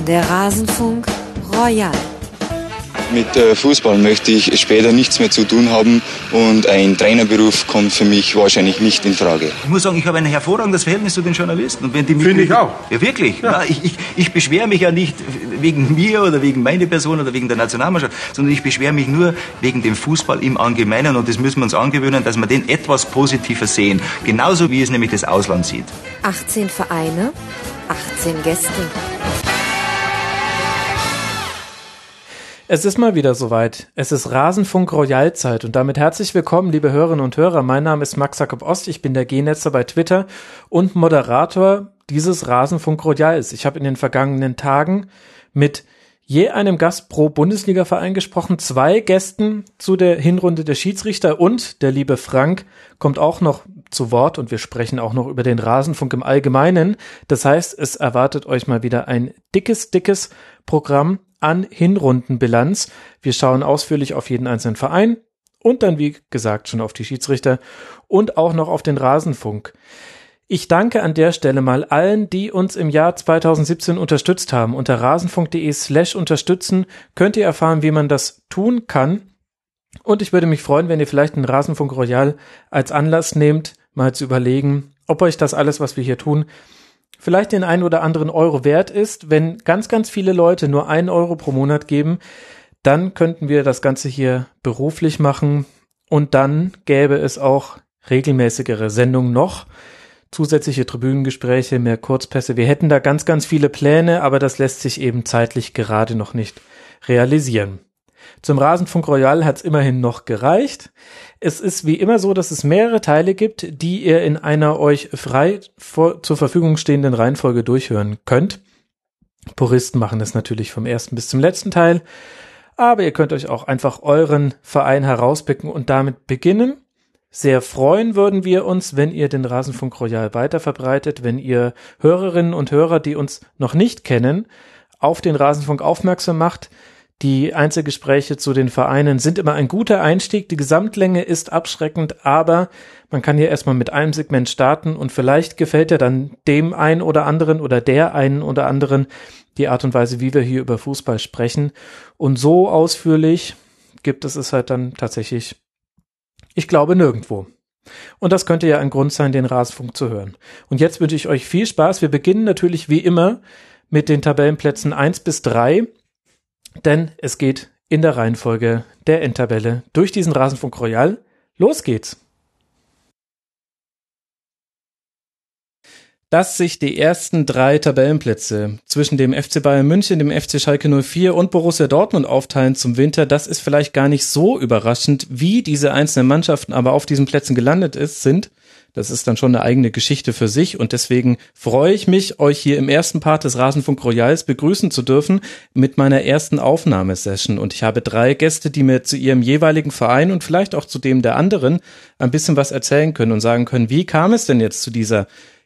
Der Rasenfunk Royal. Mit Fußball möchte ich später nichts mehr zu tun haben und ein Trainerberuf kommt für mich wahrscheinlich nicht in Frage. Ich muss sagen, ich habe ein hervorragendes Verhältnis zu den Journalisten. Und wenn die Finde ich auch. Ja, wirklich. Ja. Na, ich beschwere mich ja nicht wegen mir oder wegen meiner Person oder wegen der Nationalmannschaft, sondern ich beschwere mich nur wegen dem Fußball im Allgemeinen. Und das müssen wir uns angewöhnen, dass wir den etwas positiver sehen. Genauso wie es nämlich das Ausland sieht. 18 Vereine, 18 Gäste. Es ist mal wieder soweit. Es ist Rasenfunk Royalzeit und damit herzlich willkommen, liebe Hörerinnen und Hörer. Mein Name ist Max Jakob Ost, ich bin der G-Netzer bei Twitter und Moderator dieses Rasenfunk Royals. Ich habe in den vergangenen Tagen mit je einem Gast pro Bundesliga-Verein gesprochen, 2 Gästen zu der Hinrunde der Schiedsrichter und der liebe Frank kommt auch noch zu Wort und wir sprechen auch noch über den Rasenfunk im Allgemeinen. Das heißt, es erwartet euch mal wieder ein dickes Programm an Hinrundenbilanz. Wir schauen ausführlich auf jeden einzelnen Verein und dann, wie gesagt, schon auf die Schiedsrichter und auch noch auf den Rasenfunk. Ich danke an der Stelle mal allen, die uns im Jahr 2017 unterstützt haben. Unter rasenfunk.de/unterstützen könnt ihr erfahren, wie man das tun kann. Und ich würde mich freuen, wenn ihr vielleicht den Rasenfunk Royal als Anlass nehmt, mal zu überlegen, ob euch das alles, was wir hier tun, vielleicht den einen oder anderen Euro wert ist. Wenn ganz viele Leute nur 1 Euro pro Monat geben, dann könnten wir das Ganze hier beruflich machen und dann gäbe es auch regelmäßigere Sendungen noch, zusätzliche Tribünengespräche, mehr Kurzpässe. Wir hätten da ganz viele Pläne, aber das lässt sich eben zeitlich gerade noch nicht realisieren. Zum Rasenfunk Royal hat es immerhin noch gereicht. Es ist wie immer so, dass es mehrere Teile gibt, die ihr in einer euch frei zur Verfügung stehenden Reihenfolge durchhören könnt. Puristen machen das natürlich vom ersten bis zum letzten Teil, aber ihr könnt euch auch einfach euren Verein herauspicken und damit beginnen. Sehr freuen würden wir uns, wenn ihr den Rasenfunk Royal weiterverbreitet, wenn ihr Hörerinnen und Hörer, die uns noch nicht kennen, auf den Rasenfunk aufmerksam macht. Die Einzelgespräche zu den Vereinen sind immer ein guter Einstieg. Die Gesamtlänge ist abschreckend, aber man kann hier erstmal mit einem Segment starten und vielleicht gefällt ja dann dem einen oder anderen oder der einen oder anderen die Art und Weise, wie wir hier über Fußball sprechen. Und so ausführlich gibt es halt dann tatsächlich, ich glaube, nirgendwo. Und das könnte ja ein Grund sein, den Rasenfunk zu hören. Und jetzt wünsche ich euch viel Spaß. Wir beginnen natürlich wie immer mit den Tabellenplätzen 1 bis 3. Denn es geht in der Reihenfolge der Endtabelle durch diesen Rasenfunk Royal. Los geht's! Dass sich die ersten 3 Tabellenplätze zwischen dem FC Bayern München, dem FC Schalke 04 und Borussia Dortmund aufteilen zum Winter, das ist vielleicht gar nicht so überraschend, wie diese einzelnen Mannschaften aber auf diesen Plätzen gelandet sind. Das ist dann schon eine eigene Geschichte für sich und deswegen freue ich mich, euch hier im ersten Part des Rasenfunk Royals begrüßen zu dürfen mit meiner ersten Aufnahmesession. Und ich habe 3 Gäste, die mir zu ihrem jeweiligen Verein und vielleicht auch zu dem der anderen ein bisschen was erzählen können und sagen können, wie kam es denn jetzt zu dieser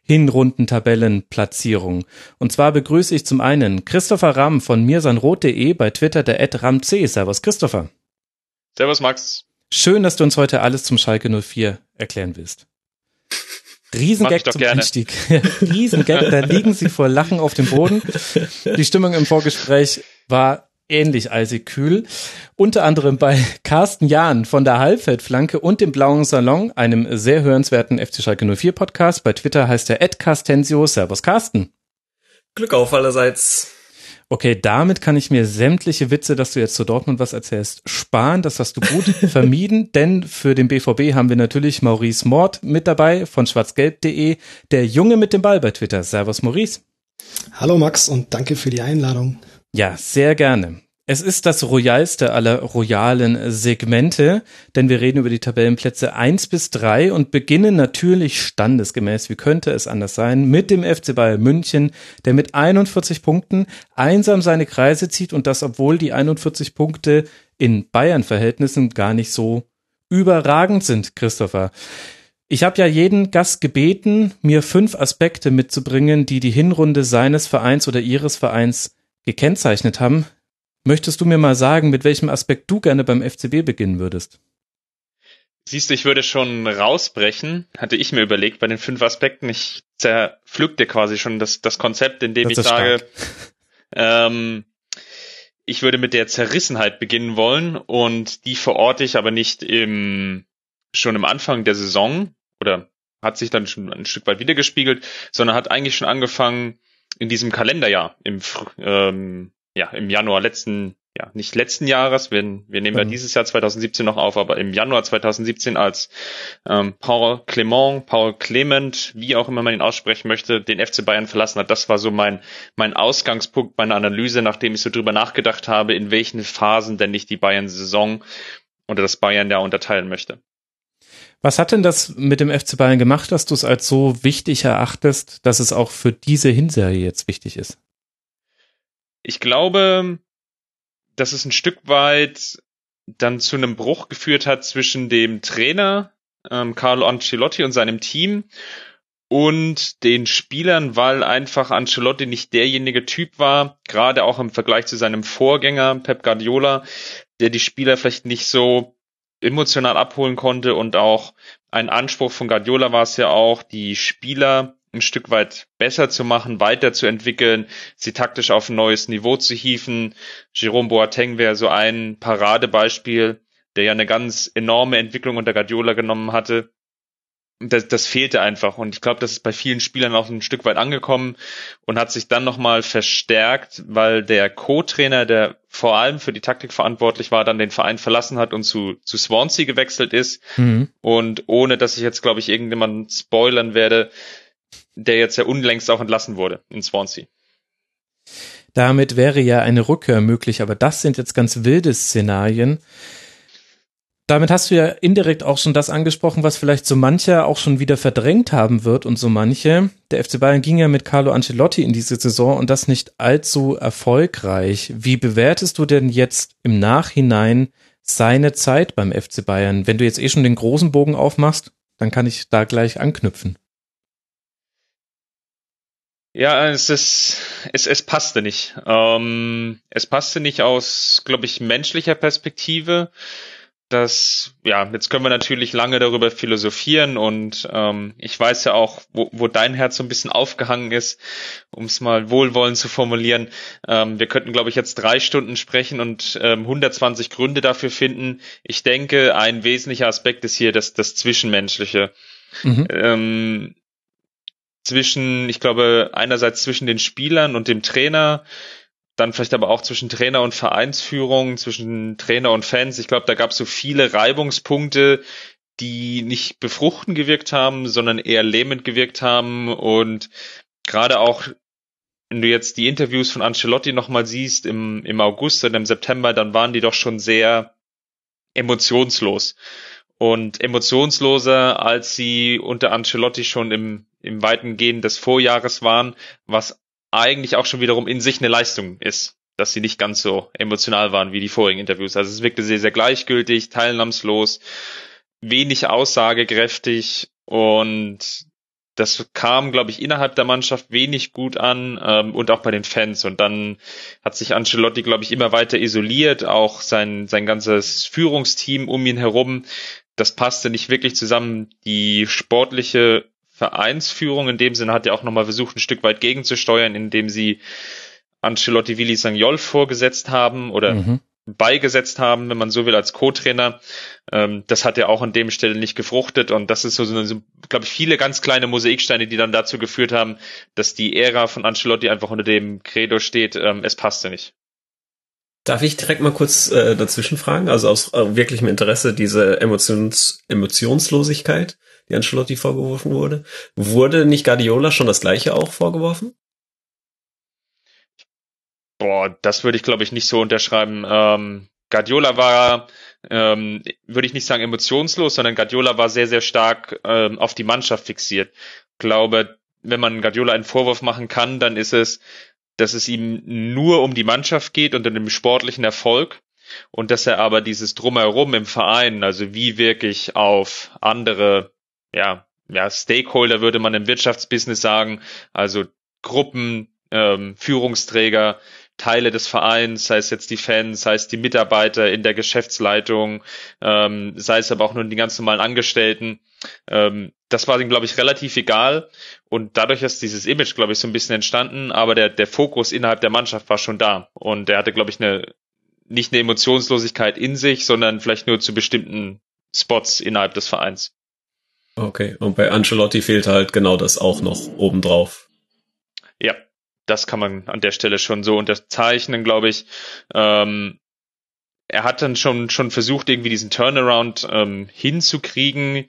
Hinrundentabellenplatzierung? Und zwar begrüße ich zum einen Christopher Ramm von mirsanroth.de, bei Twitter der @ramc. Servus Christopher. Servus Max. Schön, dass du uns heute alles zum Schalke 04 erklären willst. Riesengag zum Einstieg. Riesengag, da liegen sie vor Lachen auf dem Boden. Die Stimmung im Vorgespräch war ähnlich eisig kühl. Unter anderem bei Carsten Jahn von der Halbfeldflanke und dem Blauen Salon, einem sehr hörenswerten FC Schalke 04 Podcast. Bei Twitter heißt er @Carstensio. Servus Carsten. Glück auf allerseits. Okay, damit kann ich mir sämtliche Witze, dass du jetzt zu Dortmund was erzählst, sparen. Das hast du gut vermieden, denn für den BVB haben wir natürlich Maurice Mord mit dabei von schwarzgelb.de, der Junge mit dem Ball bei Twitter. Servus Maurice. Hallo Max und danke für die Einladung. Ja, sehr gerne. Es ist das royalste aller royalen Segmente, denn wir reden über die Tabellenplätze 1 bis 3 und beginnen natürlich standesgemäß, wie könnte es anders sein, mit dem FC Bayern München, der mit 41 Punkten einsam seine Kreise zieht und das, obwohl die 41 Punkte in Bayern-Verhältnissen gar nicht so überragend sind, Christopher. Ich habe ja jeden Gast gebeten, mir 5 Aspekte mitzubringen, die die Hinrunde seines Vereins oder ihres Vereins gekennzeichnet haben. Möchtest du mir mal sagen, mit welchem Aspekt du gerne beim FCB beginnen würdest? Siehst du, ich würde schon rausbrechen, hatte ich mir überlegt bei den 5 Aspekten. Ich zerpflückte quasi schon das Konzept, indem ich sage, Ich würde mit der Zerrissenheit beginnen wollen und die verorte ich aber nicht schon im Anfang der Saison oder hat sich dann schon ein Stück weit wiedergespiegelt, sondern hat eigentlich schon angefangen in diesem Kalenderjahr, im Januar nicht letzten Jahres, wir nehmen ja dieses Jahr 2017 noch auf, aber im Januar 2017, als Paul Clement, wie auch immer man ihn aussprechen möchte, den FC Bayern verlassen hat. Das war so mein Ausgangspunkt, meine Analyse, nachdem ich so drüber nachgedacht habe, in welchen Phasen denn ich die Bayern-Saison oder das Bayern-Jahr unterteilen möchte. Was hat denn das mit dem FC Bayern gemacht, dass du es als so wichtig erachtest, dass es auch für diese Hinserie jetzt wichtig ist? Ich glaube, dass es ein Stück weit dann zu einem Bruch geführt hat zwischen dem Trainer Carlo Ancelotti und seinem Team und den Spielern, weil einfach Ancelotti nicht derjenige Typ war, gerade auch im Vergleich zu seinem Vorgänger Pep Guardiola, der die Spieler vielleicht nicht so emotional abholen konnte, und auch ein Anspruch von Guardiola war es ja auch, die Spieler ein Stück weit besser zu machen, weiterzuentwickeln, sie taktisch auf ein neues Niveau zu hieven. Jerome Boateng wäre so ein Paradebeispiel, der ja eine ganz enorme Entwicklung unter Guardiola genommen hatte. Das fehlte einfach, und ich glaube, das ist bei vielen Spielern auch ein Stück weit angekommen und hat sich dann nochmal verstärkt, weil der Co-Trainer, der vor allem für die Taktik verantwortlich war, dann den Verein verlassen hat und zu Swansea gewechselt ist. Und ohne, dass ich jetzt, glaube ich, irgendjemanden spoilern werde, der jetzt ja unlängst auch entlassen wurde in Swansea. Damit wäre ja eine Rückkehr möglich, aber das sind jetzt ganz wilde Szenarien. Damit hast du ja indirekt auch schon das angesprochen, was vielleicht so mancher auch schon wieder verdrängt haben wird, und so manche. Der FC Bayern ging ja mit Carlo Ancelotti in diese Saison und das nicht allzu erfolgreich. Wie bewertest du denn jetzt im Nachhinein seine Zeit beim FC Bayern? Wenn du jetzt schon den großen Bogen aufmachst, dann kann ich da gleich anknüpfen. Ja, es passte nicht. Es passte nicht aus, glaube ich, menschlicher Perspektive. Jetzt können wir natürlich lange darüber philosophieren, und ich weiß ja auch, wo dein Herz so ein bisschen aufgehangen ist, um es mal wohlwollend zu formulieren. Wir könnten, glaube ich, jetzt 3 Stunden sprechen und 120 Gründe dafür finden. Ich denke, ein wesentlicher Aspekt ist hier das Zwischenmenschliche. Ich glaube, einerseits zwischen den Spielern und dem Trainer, dann vielleicht aber auch zwischen Trainer und Vereinsführung, zwischen Trainer und Fans. Ich glaube, da gab es so viele Reibungspunkte, die nicht befruchtend gewirkt haben, sondern eher lähmend gewirkt haben. Und gerade auch, wenn du jetzt die Interviews von Ancelotti nochmal siehst im August oder im September, dann waren die doch schon sehr emotionslos. Und emotionsloser, als sie unter Ancelotti schon im weiten Gehen des Vorjahres waren, was eigentlich auch schon wiederum in sich eine Leistung ist, dass sie nicht ganz so emotional waren wie die vorigen Interviews. Also es wirkte sehr, sehr gleichgültig, teilnahmslos, wenig aussagekräftig, und das kam, glaube ich, innerhalb der Mannschaft wenig gut an, und auch bei den Fans. Und dann hat sich Ancelotti, glaube ich, immer weiter isoliert, auch sein ganzes Führungsteam um ihn herum. Das passte nicht wirklich zusammen. Die sportliche Vereinsführung in dem Sinne hat ja auch nochmal versucht, ein Stück weit gegenzusteuern, indem sie Ancelotti Willi Sagnol vorgesetzt haben oder beigesetzt haben, wenn man so will, als Co-Trainer. Das hat ja auch an dem Stelle nicht gefruchtet, und das ist so, glaube ich, viele ganz kleine Mosaiksteine, die dann dazu geführt haben, dass die Ära von Ancelotti einfach unter dem Credo steht, es passte nicht. Darf ich direkt mal kurz dazwischen fragen? Also aus wirklichem Interesse, diese Emotionslosigkeit, die Ancelotti vorgeworfen wurde. Wurde nicht Guardiola schon das Gleiche auch vorgeworfen? Das würde ich, glaube ich, nicht so unterschreiben. Guardiola war, würde ich nicht sagen emotionslos, sondern Guardiola war sehr, sehr stark auf die Mannschaft fixiert. Ich glaube, wenn man Guardiola einen Vorwurf machen kann, dann ist es, dass es ihm nur um die Mannschaft geht und um den sportlichen Erfolg, und dass er aber dieses Drumherum im Verein, also wie wirklich auf andere Stakeholder, würde man im Wirtschaftsbusiness sagen, also Gruppen, Führungsträger, Teile des Vereins, sei es jetzt die Fans, sei es die Mitarbeiter in der Geschäftsleitung, sei es aber auch nur die ganz normalen Angestellten. Das war ihm, glaube ich, relativ egal. Und dadurch ist dieses Image, glaube ich, so ein bisschen entstanden, aber der Fokus innerhalb der Mannschaft war schon da. Und er hatte, glaube ich, nicht eine Emotionslosigkeit in sich, sondern vielleicht nur zu bestimmten Spots innerhalb des Vereins. Okay, und bei Ancelotti fehlt halt genau das auch noch obendrauf. Ja, das kann man an der Stelle schon so unterzeichnen, glaube ich. Er hat dann schon versucht, irgendwie diesen Turnaround hinzukriegen.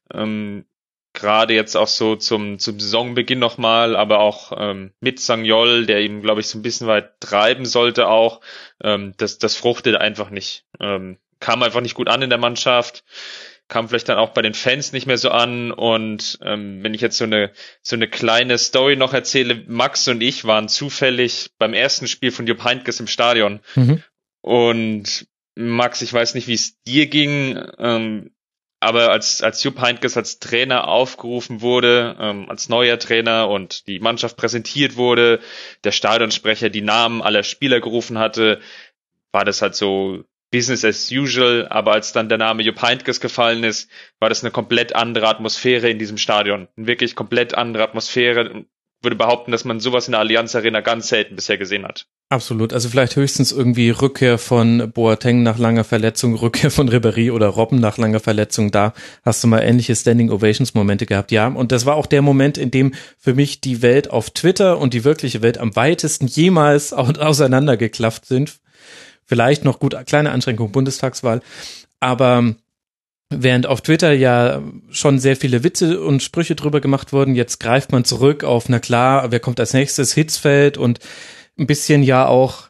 Gerade jetzt auch so zum Saisonbeginn nochmal, aber auch mit Sagnol, der ihm, glaube ich, so ein bisschen weit treiben sollte auch. Das fruchtet einfach nicht. Kam einfach nicht gut an in der Mannschaft. Kam vielleicht dann auch bei den Fans nicht mehr so an. Und wenn ich jetzt so eine kleine Story noch erzähle, Max und ich waren zufällig beim ersten Spiel von Jupp Heynckes im Stadion. Mhm. Und Max, ich weiß nicht, wie es dir ging, aber als Jupp Heynckes als Trainer aufgerufen wurde, als neuer Trainer und die Mannschaft präsentiert wurde, der Stadionsprecher die Namen aller Spieler gerufen hatte, war das halt so Business as usual, aber als dann der Name Jupp Heynckes gefallen ist, war das eine komplett andere Atmosphäre in diesem Stadion. Eine wirklich komplett andere Atmosphäre. Ich würde behaupten, dass man sowas in der Allianz Arena ganz selten bisher gesehen hat. Absolut, also vielleicht höchstens irgendwie Rückkehr von Boateng nach langer Verletzung, Rückkehr von Ribéry oder Robben nach langer Verletzung, da hast du mal ähnliche Standing Ovations Momente gehabt, ja, und das war auch der Moment, in dem für mich die Welt auf Twitter und die wirkliche Welt am weitesten jemals auseinandergeklafft sind. Vielleicht noch gut, kleine Einschränkung, Bundestagswahl, aber während auf Twitter ja schon sehr viele Witze und Sprüche drüber gemacht wurden, jetzt greift man zurück auf, na klar, wer kommt als nächstes, Hitzfeld, und ein bisschen ja auch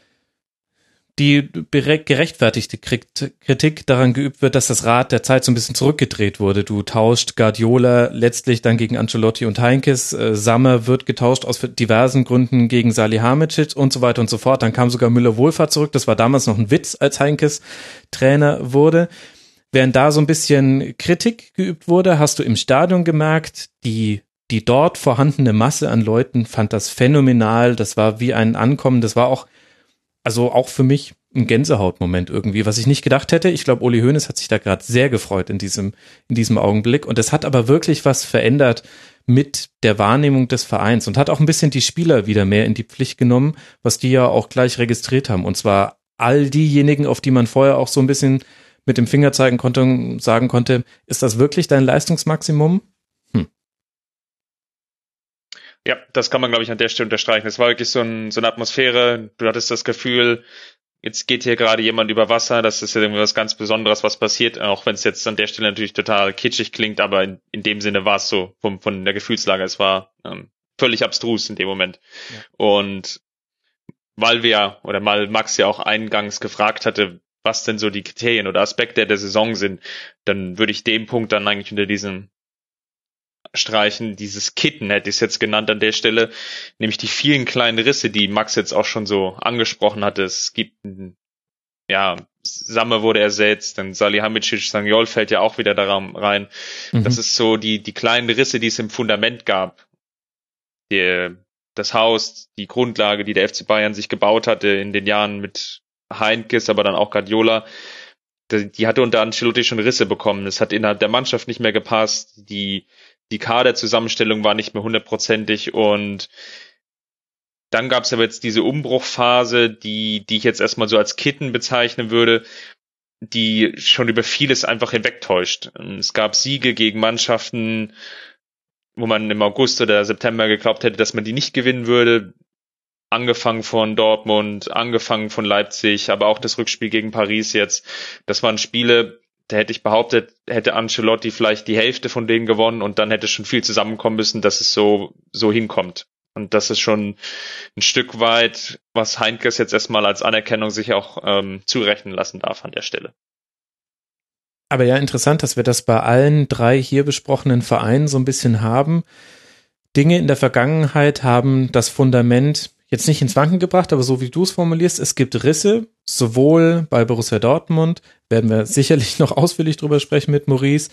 die gerechtfertigte Kritik daran geübt wird, dass das Rad der Zeit so ein bisschen zurückgedreht wurde. Du tauscht Guardiola letztlich dann gegen Ancelotti und Heynckes, Sammer wird getauscht aus diversen Gründen gegen Salihamidzic und so weiter und so fort. Dann kam sogar Müller-Wohlfahrt zurück, das war damals noch ein Witz, als Heynckes Trainer wurde. Während da so ein bisschen Kritik geübt wurde, hast du im Stadion gemerkt, die dort vorhandene Masse an Leuten fand das phänomenal, das war wie ein Ankommen, das war auch, also auch für mich ein Gänsehautmoment irgendwie, was ich nicht gedacht hätte. Ich glaube, Uli Hoeneß hat sich da gerade sehr gefreut in diesem Augenblick, und es hat aber wirklich was verändert mit der Wahrnehmung des Vereins und hat auch ein bisschen die Spieler wieder mehr in die Pflicht genommen, was die ja auch gleich registriert haben, und zwar all diejenigen, auf die man vorher auch so ein bisschen mit dem Finger zeigen konnte und sagen konnte, ist das wirklich dein Leistungsmaximum? Ja, das kann man, glaube ich, an der Stelle unterstreichen. Es war wirklich so eine Atmosphäre. Du hattest das Gefühl, jetzt geht hier gerade jemand über Wasser. Das ist ja irgendwie was ganz Besonderes, was passiert. Auch wenn es jetzt an der Stelle natürlich total kitschig klingt, aber in dem Sinne war es so von der Gefühlslage. Es war völlig abstrus in dem Moment. Ja. Und weil Max ja auch eingangs gefragt hatte, was denn so die Kriterien oder Aspekte der Saison sind, dann würde ich den Punkt dann eigentlich unter diesem streichen, dieses Kitten hätte ich es jetzt genannt an der Stelle, nämlich die vielen kleinen Risse, die Max jetzt auch schon so angesprochen hatte. Es gibt, Sammer wurde ersetzt, dann Salihamidzic, Sagnol fällt ja auch wieder da rein. Mhm. Das ist so die kleinen Risse, die es im Fundament gab. Das Haus, die Grundlage, die der FC Bayern sich gebaut hatte in den Jahren mit Heynckes, aber dann auch Guardiola, die hatte unter Ancelotti schon Risse bekommen. Es hat innerhalb der Mannschaft nicht mehr gepasst. Die Kaderzusammenstellung war nicht mehr 100%ig, und dann gab es aber jetzt diese Umbruchphase, die ich jetzt erstmal so als Kitten bezeichnen würde, die schon über vieles einfach hinwegtäuscht. Es gab Siege gegen Mannschaften, wo man im August oder September geglaubt hätte, dass man die nicht gewinnen würde. Angefangen von Dortmund, angefangen von Leipzig, aber auch das Rückspiel gegen Paris jetzt. Das waren Spiele, da hätte ich behauptet, hätte Ancelotti vielleicht die Hälfte von denen gewonnen, und dann hätte schon viel zusammenkommen müssen, dass es so hinkommt. Und das ist schon ein Stück weit, was Heynckes jetzt erstmal als Anerkennung sich auch zurechnen lassen darf an der Stelle. Aber ja, interessant, dass wir das bei allen drei hier besprochenen Vereinen so ein bisschen haben. Dinge in der Vergangenheit haben das Fundament jetzt nicht ins Wanken gebracht, aber so wie du es formulierst, es gibt Risse, sowohl bei Borussia Dortmund, werden wir sicherlich noch ausführlich drüber sprechen mit Maurice,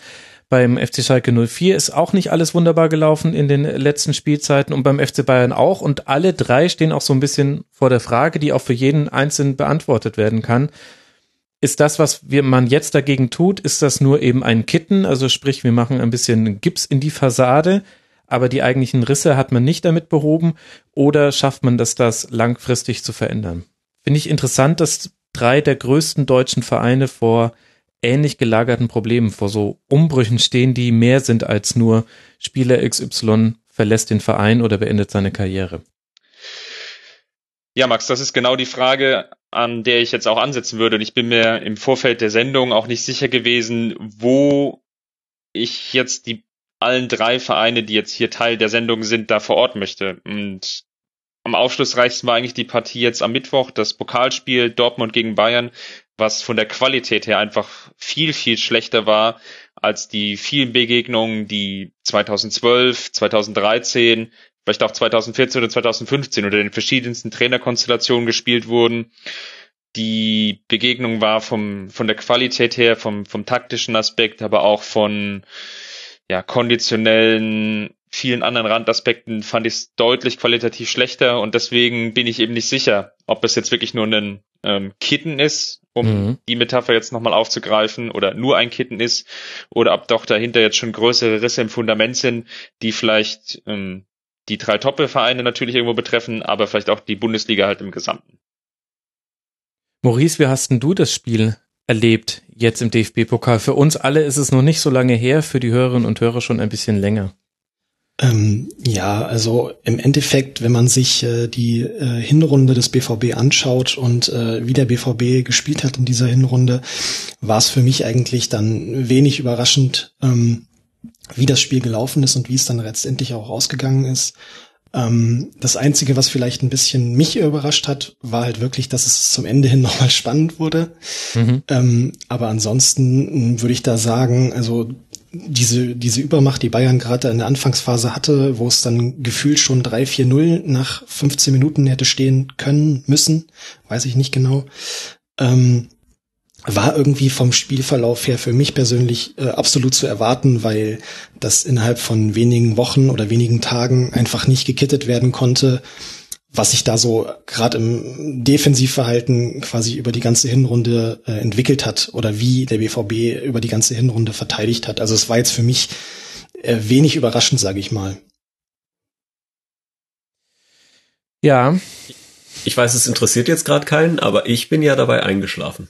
Beim FC Schalke 04 ist auch nicht alles wunderbar gelaufen in den letzten Spielzeiten und beim FC Bayern auch. Und alle drei stehen auch so ein bisschen vor der Frage, die auch für jeden einzeln beantwortet werden kann. Ist das, was man jetzt dagegen tut, ist das nur eben ein Kitten? Also sprich, wir machen ein bisschen Gips in die Fassade, aber die eigentlichen Risse hat man nicht damit behoben, oder schafft man das langfristig zu verändern? Finde ich interessant, dass 3 der größten deutschen Vereine vor ähnlich gelagerten Problemen, vor so Umbrüchen stehen, die mehr sind als nur Spieler XY verlässt den Verein oder beendet seine Karriere. Ja, Max, das ist genau die Frage, an der ich jetzt auch ansetzen würde. Und ich bin mir im Vorfeld der Sendung auch nicht sicher gewesen, wo ich jetzt allen 3 Vereine, die jetzt hier Teil der Sendung sind, da verorten möchte. Und am aufschlussreichsten war eigentlich die Partie jetzt am Mittwoch, das Pokalspiel Dortmund gegen Bayern, was von der Qualität her einfach viel, viel schlechter war als die vielen Begegnungen, die 2012, 2013, vielleicht auch 2014 oder 2015 unter den verschiedensten Trainerkonstellationen gespielt wurden. Die Begegnung war von der Qualität her, vom taktischen Aspekt, aber auch von konditionellen, vielen anderen Randaspekten fand ich es deutlich qualitativ schlechter, und deswegen bin ich eben nicht sicher, ob es jetzt wirklich nur ein Kitten ist, um die Metapher jetzt nochmal aufzugreifen, oder nur ein Kitten ist, oder ob doch dahinter jetzt schon größere Risse im Fundament sind, die vielleicht die 3 Top-Vereine natürlich irgendwo betreffen, aber vielleicht auch die Bundesliga halt im Gesamten. Maurice, wie hast denn du das Spiel erlebt jetzt im DFB-Pokal? Für uns alle ist es noch nicht so lange her, für die Hörerinnen und Hörer schon ein bisschen länger. Also im Endeffekt, wenn man sich die Hinrunde des BVB anschaut und wie der BVB gespielt hat in dieser Hinrunde, war es für mich eigentlich dann wenig überraschend, wie das Spiel gelaufen ist und wie es dann letztendlich auch ausgegangen ist. Das Einzige, was vielleicht ein bisschen mich überrascht hat, war halt wirklich, dass es zum Ende hin nochmal spannend wurde. Aber ansonsten würde ich da sagen, also diese Übermacht, die Bayern gerade in der Anfangsphase hatte, wo es dann gefühlt schon 3-4-0 nach 15 Minuten hätte stehen können, müssen, weiß ich nicht genau, war irgendwie vom Spielverlauf her für mich persönlich absolut zu erwarten, weil das innerhalb von wenigen Wochen oder wenigen Tagen einfach nicht gekittet werden konnte, was sich da so gerade im Defensivverhalten quasi über die ganze Hinrunde entwickelt hat oder wie der BVB über die ganze Hinrunde verteidigt hat. Also es war jetzt für mich wenig überraschend, sage ich mal. Ja. Ich weiß, es interessiert jetzt gerade keinen, aber ich bin ja dabei eingeschlafen.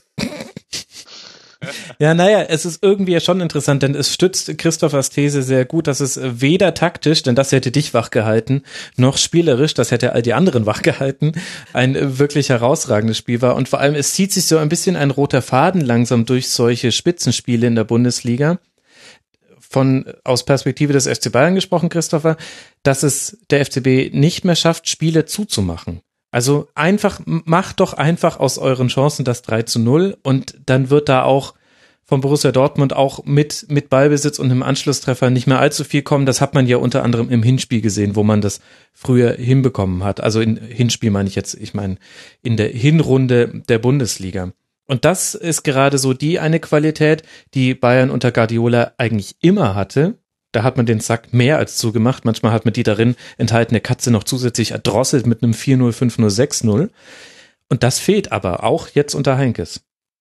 Ja, naja, es ist irgendwie ja schon interessant, denn es stützt Christophers These sehr gut, dass es weder taktisch, denn das hätte dich wachgehalten, noch spielerisch, das hätte all die anderen wachgehalten, ein wirklich herausragendes Spiel war. Und vor allem, es zieht sich so ein bisschen ein roter Faden langsam durch solche Spitzenspiele in der Bundesliga. Aus Perspektive des FC Bayern gesprochen, Christopher, dass es der FCB nicht mehr schafft, Spiele zuzumachen. Also macht doch einfach aus euren Chancen das 3-0 und dann wird da auch von Borussia Dortmund auch mit Ballbesitz und einem Anschlusstreffer nicht mehr allzu viel kommen. Das hat man ja unter anderem im Hinspiel gesehen, wo man das früher hinbekommen hat. Also in Hinspiel meine ich jetzt, in der Hinrunde der Bundesliga. Und das ist gerade so die eine Qualität, die Bayern unter Guardiola eigentlich immer hatte. Da hat man den Sack mehr als zugemacht. Manchmal hat man die darin enthaltene Katze noch zusätzlich erdrosselt mit einem 4-0, 5-0, 6-0. Und das fehlt aber auch jetzt unter Heinkes.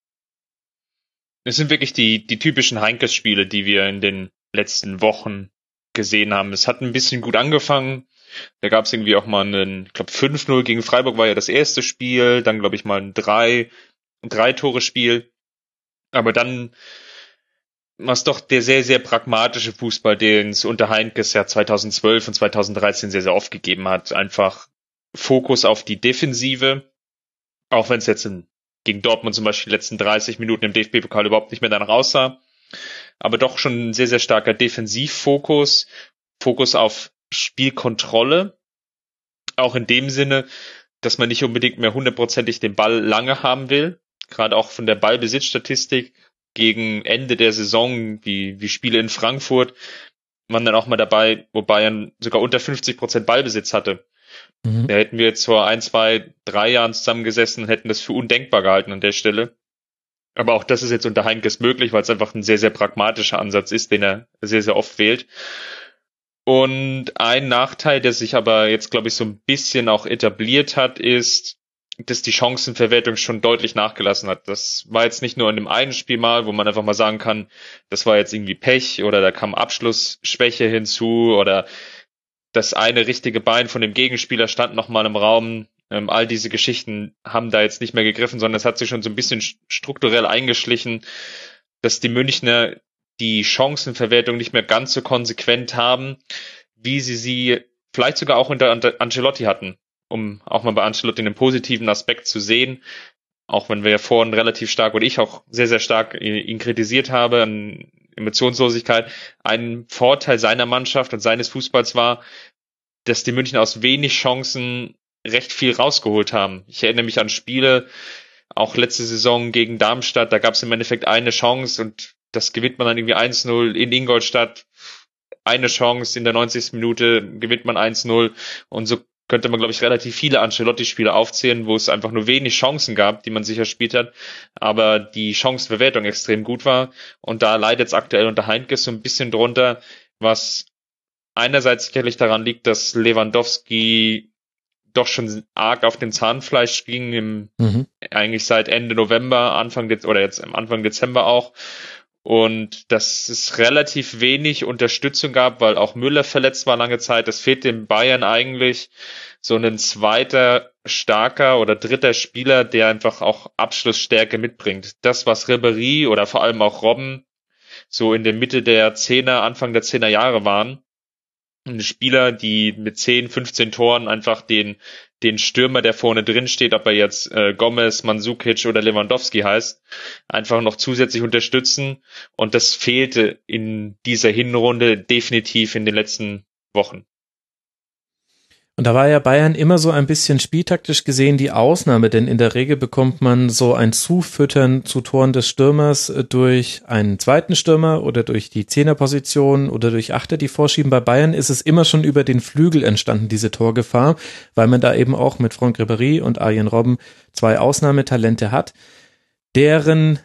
Es sind wirklich die typischen Heinkes-Spiele, die wir in den letzten Wochen gesehen haben. Es hat ein bisschen gut angefangen. Da gab es irgendwie auch mal ich glaube 5-0 gegen Freiburg war ja das erste Spiel. Dann glaube ich mal ein 3-Tore-Spiel. Aber dann war es doch der sehr, sehr pragmatische Fußball, den es unter Heinkes ja 2012 und 2013 sehr, sehr oft gegeben hat. Einfach Fokus auf die Defensive, auch wenn es jetzt gegen Dortmund zum Beispiel die letzten 30 Minuten im DFB-Pokal überhaupt nicht mehr danach aussah. Aber doch schon ein sehr, sehr starker Defensivfokus, Fokus auf Spielkontrolle. Auch in dem Sinne, dass man nicht unbedingt mehr 100%ig den Ball lange haben will. Gerade auch von der Ballbesitzstatistik gegen Ende der Saison, wie Spiele in Frankfurt, waren dann auch mal dabei, wo Bayern sogar unter 50% Ballbesitz hatte. Da hätten wir jetzt vor 1, 2, 3 Jahren zusammengesessen und hätten das für undenkbar gehalten an der Stelle. Aber auch das ist jetzt unter Heinkes möglich, weil es einfach ein sehr, sehr pragmatischer Ansatz ist, den er sehr, sehr oft wählt. Und ein Nachteil, der sich aber jetzt, glaube ich, so ein bisschen auch etabliert hat, ist, dass die Chancenverwertung schon deutlich nachgelassen hat. Das war jetzt nicht nur in dem einen Spiel mal, wo man einfach mal sagen kann, das war jetzt irgendwie Pech oder da kam Abschlussschwäche hinzu oder das eine richtige Bein von dem Gegenspieler stand noch mal im Raum. All diese Geschichten haben da jetzt nicht mehr gegriffen, sondern es hat sich schon so ein bisschen strukturell eingeschlichen, dass die Münchner die Chancenverwertung nicht mehr ganz so konsequent haben, wie sie vielleicht sogar auch unter Ancelotti hatten, um auch mal bei Ancelotti einen positiven Aspekt zu sehen, auch wenn wir ja vorhin relativ stark und ich auch sehr, sehr stark ihn kritisiert habe an Emotionslosigkeit. Ein Vorteil seiner Mannschaft und seines Fußballs war, dass die Münchner aus wenig Chancen recht viel rausgeholt haben. Ich erinnere mich an Spiele, auch letzte Saison gegen Darmstadt, da gab es im Endeffekt eine Chance und das gewinnt man dann irgendwie 1-0 in Ingolstadt. Eine Chance in der 90. Minute gewinnt man 1-0 und so könnte man, glaube ich, relativ viele Ancelotti-Spiele aufzählen, wo es einfach nur wenig Chancen gab, die man sich erspielt hat, aber die Chancenverwertung extrem gut war und da leidet es aktuell unter Heinkes so ein bisschen drunter, was einerseits sicherlich daran liegt, dass Lewandowski doch schon arg auf dem Zahnfleisch ging, eigentlich seit Ende November, Anfang Dezember auch. Und dass es relativ wenig Unterstützung gab, weil auch Müller verletzt war lange Zeit. Das fehlt dem Bayern eigentlich so ein zweiter, starker oder dritter Spieler, der einfach auch Abschlussstärke mitbringt. Das, was Ribéry oder vor allem auch Robben so in der Mitte der Anfang der 10er Jahre waren. Spieler, die mit 10, 15 Toren einfach den Stürmer, der vorne drin steht, ob er jetzt Gomez, Mandzukic oder Lewandowski heißt, einfach noch zusätzlich unterstützen. Und das fehlte in dieser Hinrunde definitiv in den letzten Wochen. Und da war ja Bayern immer so ein bisschen spieltaktisch gesehen die Ausnahme, denn in der Regel bekommt man so ein Zufüttern zu Toren des Stürmers durch einen zweiten Stürmer oder durch die Zehnerposition oder durch Achter, die vorschieben. Bei Bayern ist es immer schon über den Flügel entstanden, diese Torgefahr, weil man da eben auch mit Franck Ribéry und Arjen Robben zwei Ausnahmetalente hat, deren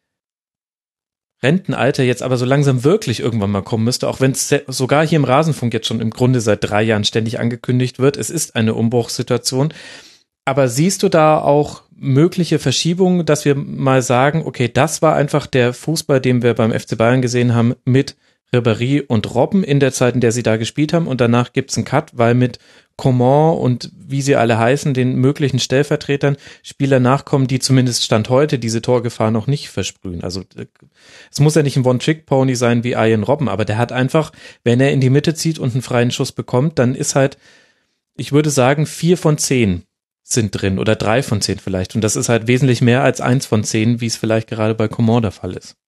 Rentenalter jetzt aber so langsam wirklich irgendwann mal kommen müsste, auch wenn es sogar hier im Rasenfunk jetzt schon im Grunde seit 3 Jahren ständig angekündigt wird. Es ist eine Umbruchssituation. Aber siehst du da auch mögliche Verschiebungen, dass wir mal sagen, okay, das war einfach der Fußball, den wir beim FC Bayern gesehen haben mit Ribéry und Robben in der Zeit, in der sie da gespielt haben und danach gibt's einen Cut, weil mit Coman und wie sie alle heißen, den möglichen Stellvertretern Spieler nachkommen, die zumindest Stand heute diese Torgefahr noch nicht versprühen. Also es muss ja nicht ein One-Trick-Pony sein wie Arjen Robben, aber der hat einfach, wenn er in die Mitte zieht und einen freien Schuss bekommt, dann ist halt, ich würde sagen, 4 von 10 sind drin oder 3 von 10 vielleicht. Und das ist halt wesentlich mehr als 1 von 10, wie es vielleicht gerade bei Coman der Fall ist.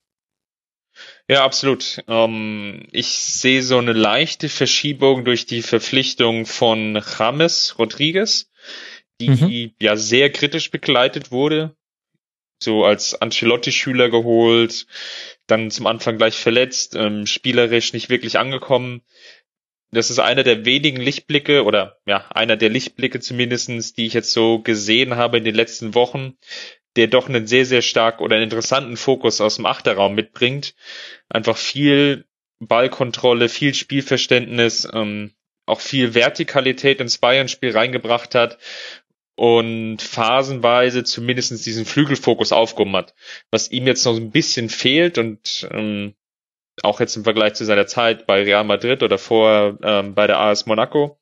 Ja, absolut. Ich sehe so eine leichte Verschiebung durch die Verpflichtung von James Rodriguez, die ja sehr kritisch begleitet wurde, so als Ancelotti-Schüler geholt, dann zum Anfang gleich verletzt, spielerisch nicht wirklich angekommen. Das ist einer der wenigen Lichtblicke oder ja, einer der Lichtblicke zumindestens, die ich jetzt so gesehen habe in den letzten Wochen, der doch einen sehr, sehr stark oder einen interessanten Fokus aus dem Achterraum mitbringt. Einfach viel Ballkontrolle, viel Spielverständnis, auch viel Vertikalität ins Bayern-Spiel reingebracht hat und phasenweise zumindest diesen Flügelfokus aufgehoben hat. Was ihm jetzt noch ein bisschen fehlt und auch jetzt im Vergleich zu seiner Zeit bei Real Madrid oder vorher bei der AS Monaco,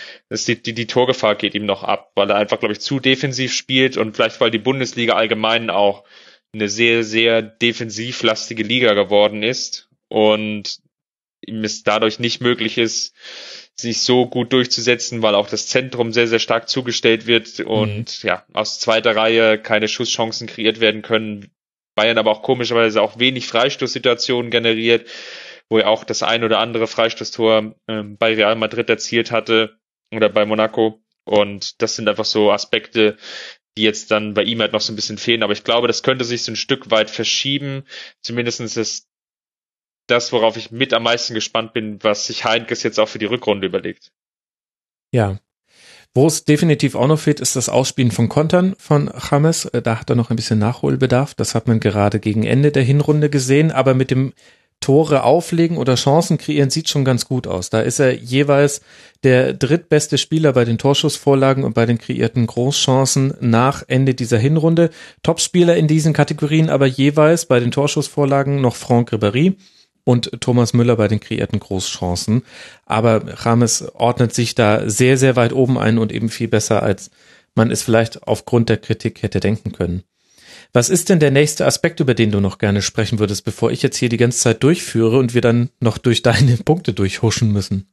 die Torgefahr geht ihm noch ab, weil er einfach, glaube ich, zu defensiv spielt und vielleicht, weil die Bundesliga allgemein auch eine sehr, sehr defensivlastige Liga geworden ist und ihm es dadurch nicht möglich ist, sich so gut durchzusetzen, weil auch das Zentrum sehr, sehr stark zugestellt wird und ja, aus zweiter Reihe keine Schusschancen kreiert werden können. Bayern aber auch komischerweise auch wenig Freistoßsituationen generiert, wo er auch das ein oder andere Freistoßtor bei Real Madrid erzielt hatte oder bei Monaco. Und das sind einfach so Aspekte, die jetzt dann bei ihm halt noch so ein bisschen fehlen. Aber ich glaube, das könnte sich so ein Stück weit verschieben. Zumindestens ist das, worauf ich mit am meisten gespannt bin, was sich Heinkes jetzt auch für die Rückrunde überlegt. Ja. Wo es definitiv auch noch fehlt, ist das Ausspielen von Kontern von James. Da hat er noch ein bisschen Nachholbedarf. Das hat man gerade gegen Ende der Hinrunde gesehen. Aber mit dem Tore auflegen oder Chancen kreieren sieht schon ganz gut aus. Da ist er jeweils der drittbeste Spieler bei den Torschussvorlagen und bei den kreierten Großchancen nach Ende dieser Hinrunde. Topspieler in diesen Kategorien aber jeweils bei den Torschussvorlagen noch Franck Ribéry und Thomas Müller bei den kreierten Großchancen. Aber James ordnet sich da sehr, sehr weit oben ein und eben viel besser, als man es vielleicht aufgrund der Kritik hätte denken können. Was ist denn der nächste Aspekt, über den du noch gerne sprechen würdest, bevor ich jetzt hier die ganze Zeit durchführe und wir dann noch durch deine Punkte durchhuschen müssen?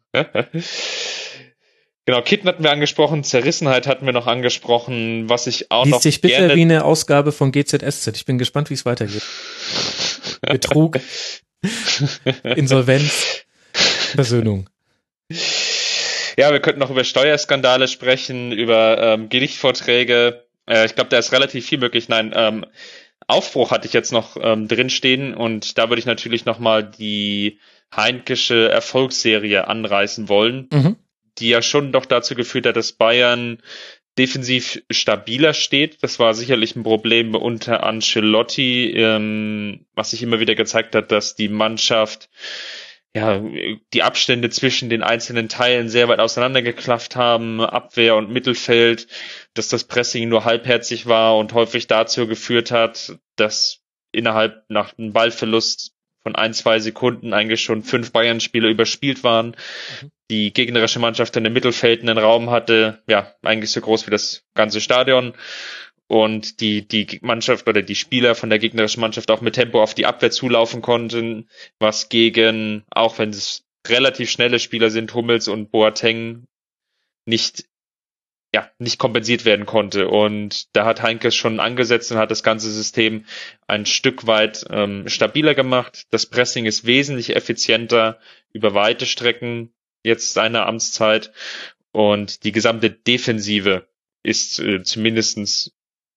Genau, Kitten hatten wir angesprochen, Zerrissenheit hatten wir noch angesprochen, was ich auch Liest noch sich bitte wie eine Ausgabe von GZSZ. Ich bin gespannt, wie es weitergeht. Betrug, Insolvenz, Versöhnung. Ja, wir könnten noch über Steuerskandale sprechen, über Gedichtvorträge. Ich glaube, da ist relativ viel möglich. Nein, Aufbruch hatte ich jetzt noch drinstehen und da würde ich natürlich nochmal die Heinkesche Erfolgsserie anreißen wollen, die ja schon doch dazu geführt hat, dass Bayern defensiv stabiler steht. Das war sicherlich ein Problem unter Ancelotti, was sich immer wieder gezeigt hat, dass die Mannschaft die Abstände zwischen den einzelnen Teilen sehr weit auseinandergeklafft haben, Abwehr und Mittelfeld, dass das Pressing nur halbherzig war und häufig dazu geführt hat, dass innerhalb nach einem Ballverlust von 1-2 Sekunden eigentlich schon 5 Bayern-Spieler überspielt waren. Die gegnerische Mannschaft in dem Mittelfeld einen Raum hatte, eigentlich so groß wie das ganze Stadion. Und die Mannschaft oder die Spieler von der gegnerischen Mannschaft auch mit Tempo auf die Abwehr zulaufen konnten, was gegen, auch wenn es relativ schnelle Spieler sind, Hummels und Boateng, nicht kompensiert werden konnte. Und da hat Heinkes schon angesetzt und hat das ganze System ein Stück weit stabiler gemacht. Das Pressing ist wesentlich effizienter über weite Strecken jetzt seiner Amtszeit. Und die gesamte Defensive ist zumindestens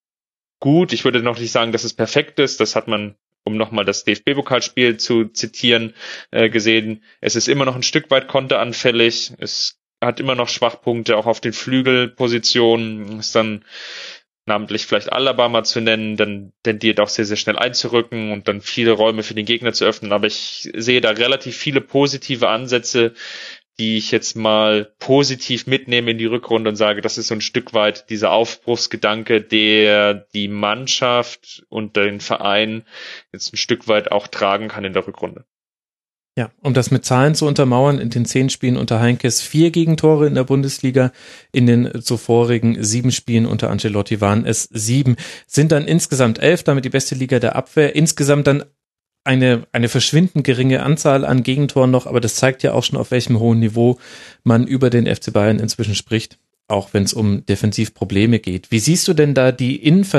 gut. Ich würde noch nicht sagen, dass es perfekt ist. Das hat man, um nochmal das DFB-Pokalspiel zu zitieren, gesehen. Es ist immer noch ein Stück weit konteranfällig. Es hat immer noch Schwachpunkte, auch auf den Flügelpositionen. Ist dann namentlich vielleicht Alaba mal zu nennen, dann tendiert auch sehr, sehr schnell einzurücken und dann viele Räume für den Gegner zu öffnen. Aber ich sehe da relativ viele positive Ansätze, die ich jetzt mal positiv mitnehme in die Rückrunde und sage, das ist so ein Stück weit dieser Aufbruchsgedanke, der die Mannschaft und den Verein jetzt ein Stück weit auch tragen kann in der Rückrunde. Ja, um das mit Zahlen zu untermauern, in den 10 Spielen unter Heinkes 4 Gegentore in der Bundesliga, in den zuvorigen 7 Spielen unter Ancelotti waren es 7, sind dann insgesamt 11, damit die beste Liga der Abwehr, insgesamt dann eine verschwindend geringe Anzahl an Gegentoren noch, aber das zeigt ja auch schon, auf welchem hohen Niveau man über den FC Bayern inzwischen spricht, auch wenn es um Defensivprobleme geht. Wie siehst du denn da die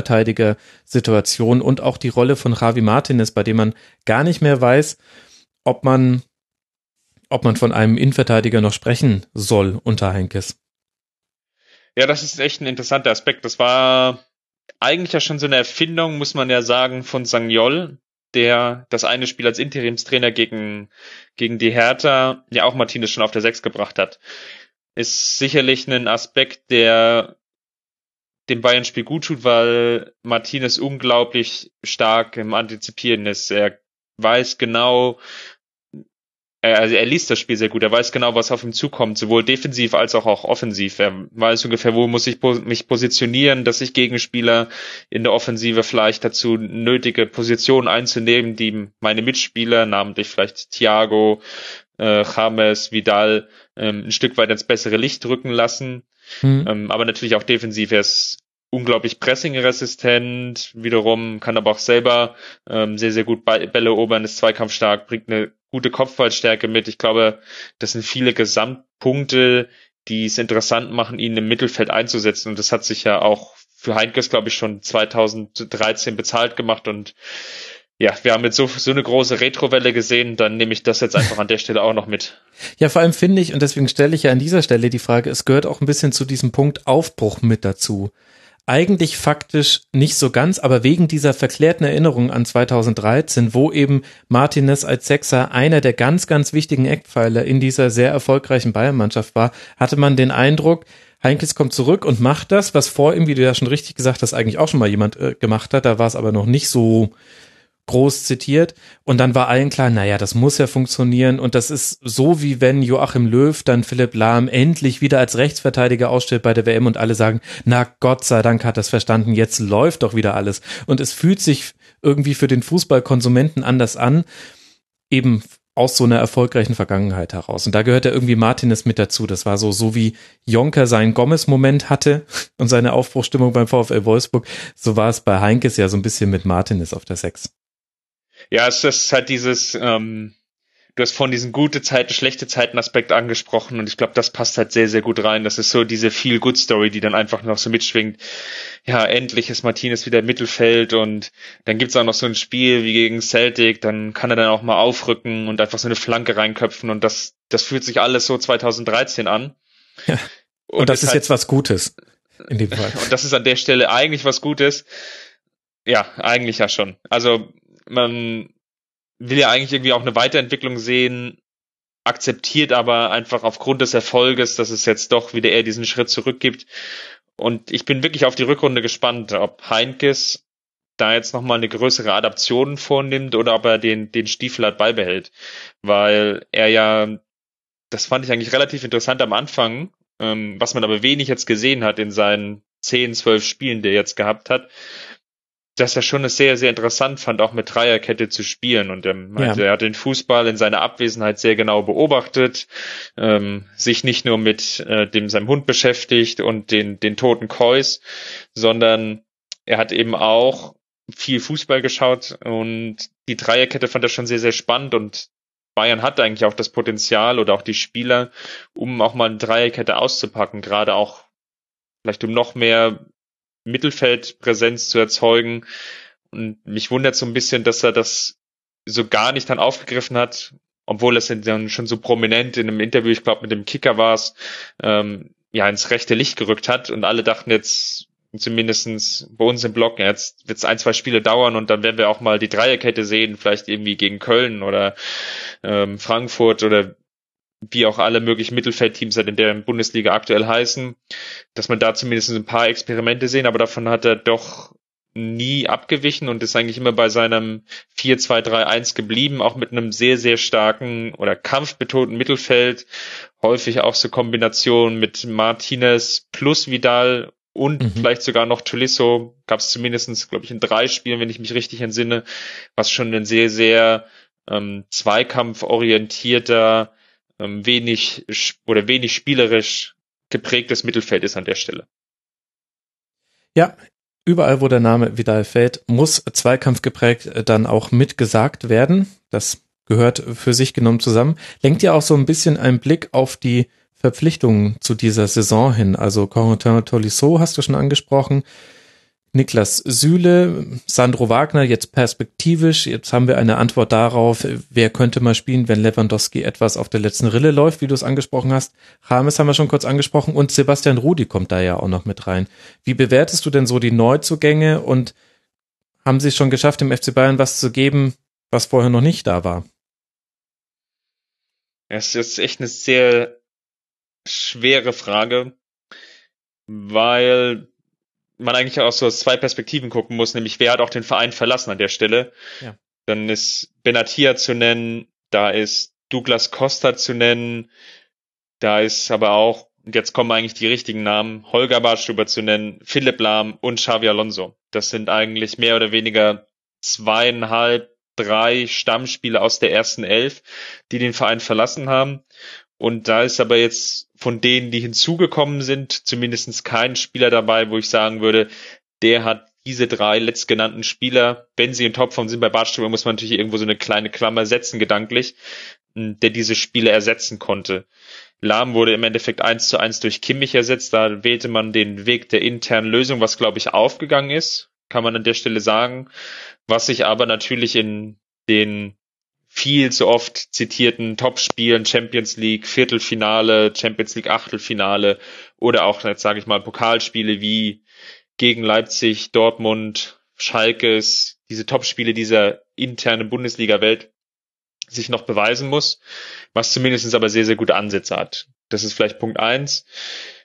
Innenverteidiger-Situation und auch die Rolle von Javi Martinez, bei dem man gar nicht mehr weiß, ob man von einem Innenverteidiger noch sprechen soll unter Heinkes? Ja, das ist echt ein interessanter Aspekt. Das war eigentlich ja schon so eine Erfindung, muss man ja sagen, von Sagnol, der das eine Spiel als Interimstrainer gegen die Hertha ja auch Martinez schon auf der 6 gebracht hat. Ist sicherlich ein Aspekt, der dem Bayern-Spiel gut tut, weil Martinez unglaublich stark im Antizipieren ist. Er weiß genau, er liest das Spiel sehr gut, er weiß genau, was auf ihm zukommt, sowohl defensiv als auch offensiv. Er weiß ungefähr, wo muss ich mich positionieren, dass ich Gegenspieler in der Offensive vielleicht dazu nötige Positionen einzunehmen, die meine Mitspieler, namentlich vielleicht Thiago, James, Vidal, ein Stück weit ins bessere Licht rücken lassen. Aber natürlich auch defensiv. Er ist unglaublich pressingresistent, wiederum kann aber auch selber sehr, sehr gut Bälle erobern, ist zweikampfstark, bringt eine gute Kopfballstärke mit. Ich glaube, das sind viele Gesamtpunkte, die es interessant machen, ihn im Mittelfeld einzusetzen. Und das hat sich ja auch für Heinkes, glaube ich, schon 2013 bezahlt gemacht. Und ja, wir haben jetzt so eine große Retrowelle gesehen, dann nehme ich das jetzt einfach an der Stelle auch noch mit. Ja, vor allem finde ich, und deswegen stelle ich ja an dieser Stelle die Frage, es gehört auch ein bisschen zu diesem Punkt Aufbruch mit dazu. Eigentlich faktisch nicht so ganz, aber wegen dieser verklärten Erinnerung an 2013, wo eben Martinez als Sechser einer der ganz, ganz wichtigen Eckpfeiler in dieser sehr erfolgreichen Bayern-Mannschaft war, hatte man den Eindruck, Heinkes kommt zurück und macht das, was vor ihm, wie du ja schon richtig gesagt hast, eigentlich auch schon mal jemand gemacht hat. Da war es aber noch nicht so groß zitiert. Und dann war allen klar, naja, das muss ja funktionieren. Und das ist so, wie wenn Joachim Löw dann Philipp Lahm endlich wieder als Rechtsverteidiger ausstellt bei der WM und alle sagen, na Gott sei Dank hat das verstanden, jetzt läuft doch wieder alles. Und es fühlt sich irgendwie für den Fußballkonsumenten anders an, eben aus so einer erfolgreichen Vergangenheit heraus. Und da gehört ja irgendwie Martinez mit dazu. Das war so wie Jonker seinen Gomez-Moment hatte und seine Aufbruchstimmung beim VfL Wolfsburg. So war es bei Heinkes ja so ein bisschen mit Martinez auf der 6. Ja, es ist halt dieses, du hast von diesen gute Zeiten, schlechte Zeiten Aspekt angesprochen und ich glaube, das passt halt sehr, sehr gut rein. Das ist so diese Feel-Good-Story, die dann einfach noch so mitschwingt. Ja, endlich ist Martinez wieder im Mittelfeld und dann gibt's auch noch so ein Spiel wie gegen Celtic, dann kann er dann auch mal aufrücken und einfach so eine Flanke reinköpfen und das fühlt sich alles so 2013 an. Ja. Und das ist halt jetzt was Gutes in dem Fall. Und das ist an der Stelle eigentlich was Gutes. Ja, eigentlich ja schon. Also man will ja eigentlich irgendwie auch eine Weiterentwicklung sehen, akzeptiert aber einfach aufgrund des Erfolges, dass es jetzt doch wieder eher diesen Schritt zurückgibt. Und ich bin wirklich auf die Rückrunde gespannt, ob Heinkes da jetzt nochmal eine größere Adaption vornimmt oder ob er den Stiefel halt beibehält. Weil er ja, das fand ich eigentlich relativ interessant am Anfang, was man aber wenig jetzt gesehen hat in seinen 10, 12 Spielen, die er jetzt gehabt hat, dass er schon es sehr, sehr interessant fand, auch mit Dreierkette zu spielen. Und er hat den Fußball in seiner Abwesenheit sehr genau beobachtet, sich nicht nur mit seinem Hund beschäftigt und den toten Kois, sondern er hat eben auch viel Fußball geschaut und die Dreierkette fand er schon sehr, sehr spannend und Bayern hat eigentlich auch das Potenzial oder auch die Spieler, um auch mal eine Dreierkette auszupacken, gerade auch vielleicht um noch mehr Mittelfeldpräsenz zu erzeugen. Und mich wundert so ein bisschen, dass er das so gar nicht dann aufgegriffen hat, obwohl es dann schon so prominent in einem Interview, ich glaube mit dem Kicker war es, ins rechte Licht gerückt hat und alle dachten jetzt, zumindestens bei uns im Blog, jetzt wird es 1, 2 Spiele dauern und dann werden wir auch mal die Dreierkette sehen, vielleicht irgendwie gegen Köln oder Frankfurt oder wie auch alle möglichen Mittelfeldteams in der Bundesliga aktuell heißen, dass man da zumindest ein paar Experimente sehen, aber davon hat er doch nie abgewichen und ist eigentlich immer bei seinem 4-2-3-1 geblieben, auch mit einem sehr, sehr starken oder kampfbetonten Mittelfeld, häufig auch so Kombinationen mit Martinez plus Vidal und vielleicht sogar noch Tolisso, gab es zumindest, glaube ich, in 3 Spielen, wenn ich mich richtig entsinne, was schon ein sehr, sehr zweikampforientierter, wenig spielerisch geprägtes Mittelfeld ist an der Stelle. Ja, überall, wo der Name Vidal fällt, muss Zweikampf geprägt dann auch mitgesagt werden. Das gehört für sich genommen zusammen. Lenkt ja auch so ein bisschen einen Blick auf die Verpflichtungen zu dieser Saison hin. Also Corentin Tolisso hast du schon angesprochen. Niklas Süle, Sandro Wagner, jetzt perspektivisch. Jetzt haben wir eine Antwort darauf, wer könnte mal spielen, wenn Lewandowski etwas auf der letzten Rille läuft, wie du es angesprochen hast. James haben wir schon kurz angesprochen und Sebastian Rudi kommt da ja auch noch mit rein. Wie bewertest du denn so die Neuzugänge und haben sie es schon geschafft, dem FC Bayern was zu geben, was vorher noch nicht da war? Es ist echt eine sehr schwere Frage, weil man eigentlich aus so 2 Perspektiven gucken muss, nämlich wer hat auch den Verein verlassen an der Stelle. Ja. Dann ist Benatia zu nennen, da ist Douglas Costa zu nennen, da ist aber auch, und jetzt kommen eigentlich die richtigen Namen, Holger Badstuber zu nennen, Philipp Lahm und Xavi Alonso. Das sind eigentlich mehr oder weniger 2,5, 3 Stammspieler aus der ersten 11, die den Verein verlassen haben. Und da ist aber jetzt von denen, die hinzugekommen sind, zumindest kein Spieler dabei, wo ich sagen würde, der hat diese 3 letztgenannten Spieler, wenn sie in Topform sind, bei Badstuber muss man natürlich irgendwo so eine kleine Klammer setzen, gedanklich, der diese Spieler ersetzen konnte. Lahm wurde im Endeffekt 1:1 durch Kimmich ersetzt, da wählte man den Weg der internen Lösung, was glaube ich aufgegangen ist, kann man an der Stelle sagen, was sich aber natürlich in den viel zu oft zitierten Topspielen, Champions League, Viertelfinale, Champions League Achtelfinale oder auch, jetzt sage ich mal, Pokalspiele wie gegen Leipzig, Dortmund, Schalkes, diese Topspiele dieser internen Bundesliga-Welt sich noch beweisen muss, was zumindest aber sehr, sehr gute Ansätze hat. Das ist vielleicht Punkt 1.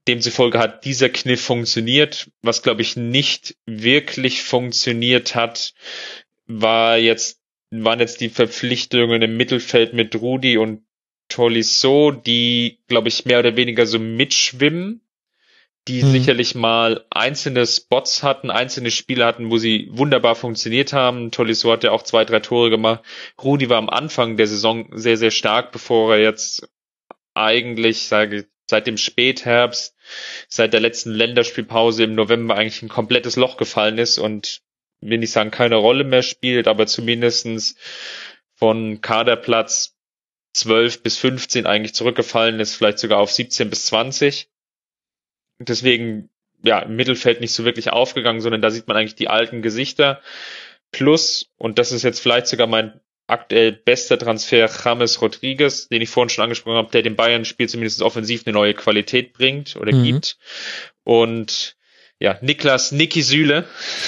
demzufolge hat dieser Kniff funktioniert. Was, glaube ich, nicht wirklich funktioniert hat, waren jetzt die Verpflichtungen im Mittelfeld mit Rudi und Tolisso, die, glaube ich, mehr oder weniger so mitschwimmen, die sicherlich mal einzelne Spots hatten, einzelne Spiele hatten, wo sie wunderbar funktioniert haben. Tolisso hat ja auch 2, 3 Tore gemacht. Rudi war am Anfang der Saison sehr, sehr stark, bevor er jetzt eigentlich, seit dem Spätherbst, seit der letzten Länderspielpause im November eigentlich ein komplettes Loch gefallen ist und, will nicht sagen, keine Rolle mehr spielt, aber zumindestens von Kaderplatz 12 bis 15 eigentlich zurückgefallen ist, vielleicht sogar auf 17 bis 20. Deswegen, ja, im Mittelfeld nicht so wirklich aufgegangen, sondern da sieht man eigentlich die alten Gesichter. Plus, und das ist jetzt vielleicht sogar mein aktuell bester Transfer, James Rodriguez, den ich vorhin schon angesprochen habe, der dem Bayern-Spiel zumindest offensiv eine neue Qualität bringt oder gibt. Und ja, Niki Süle.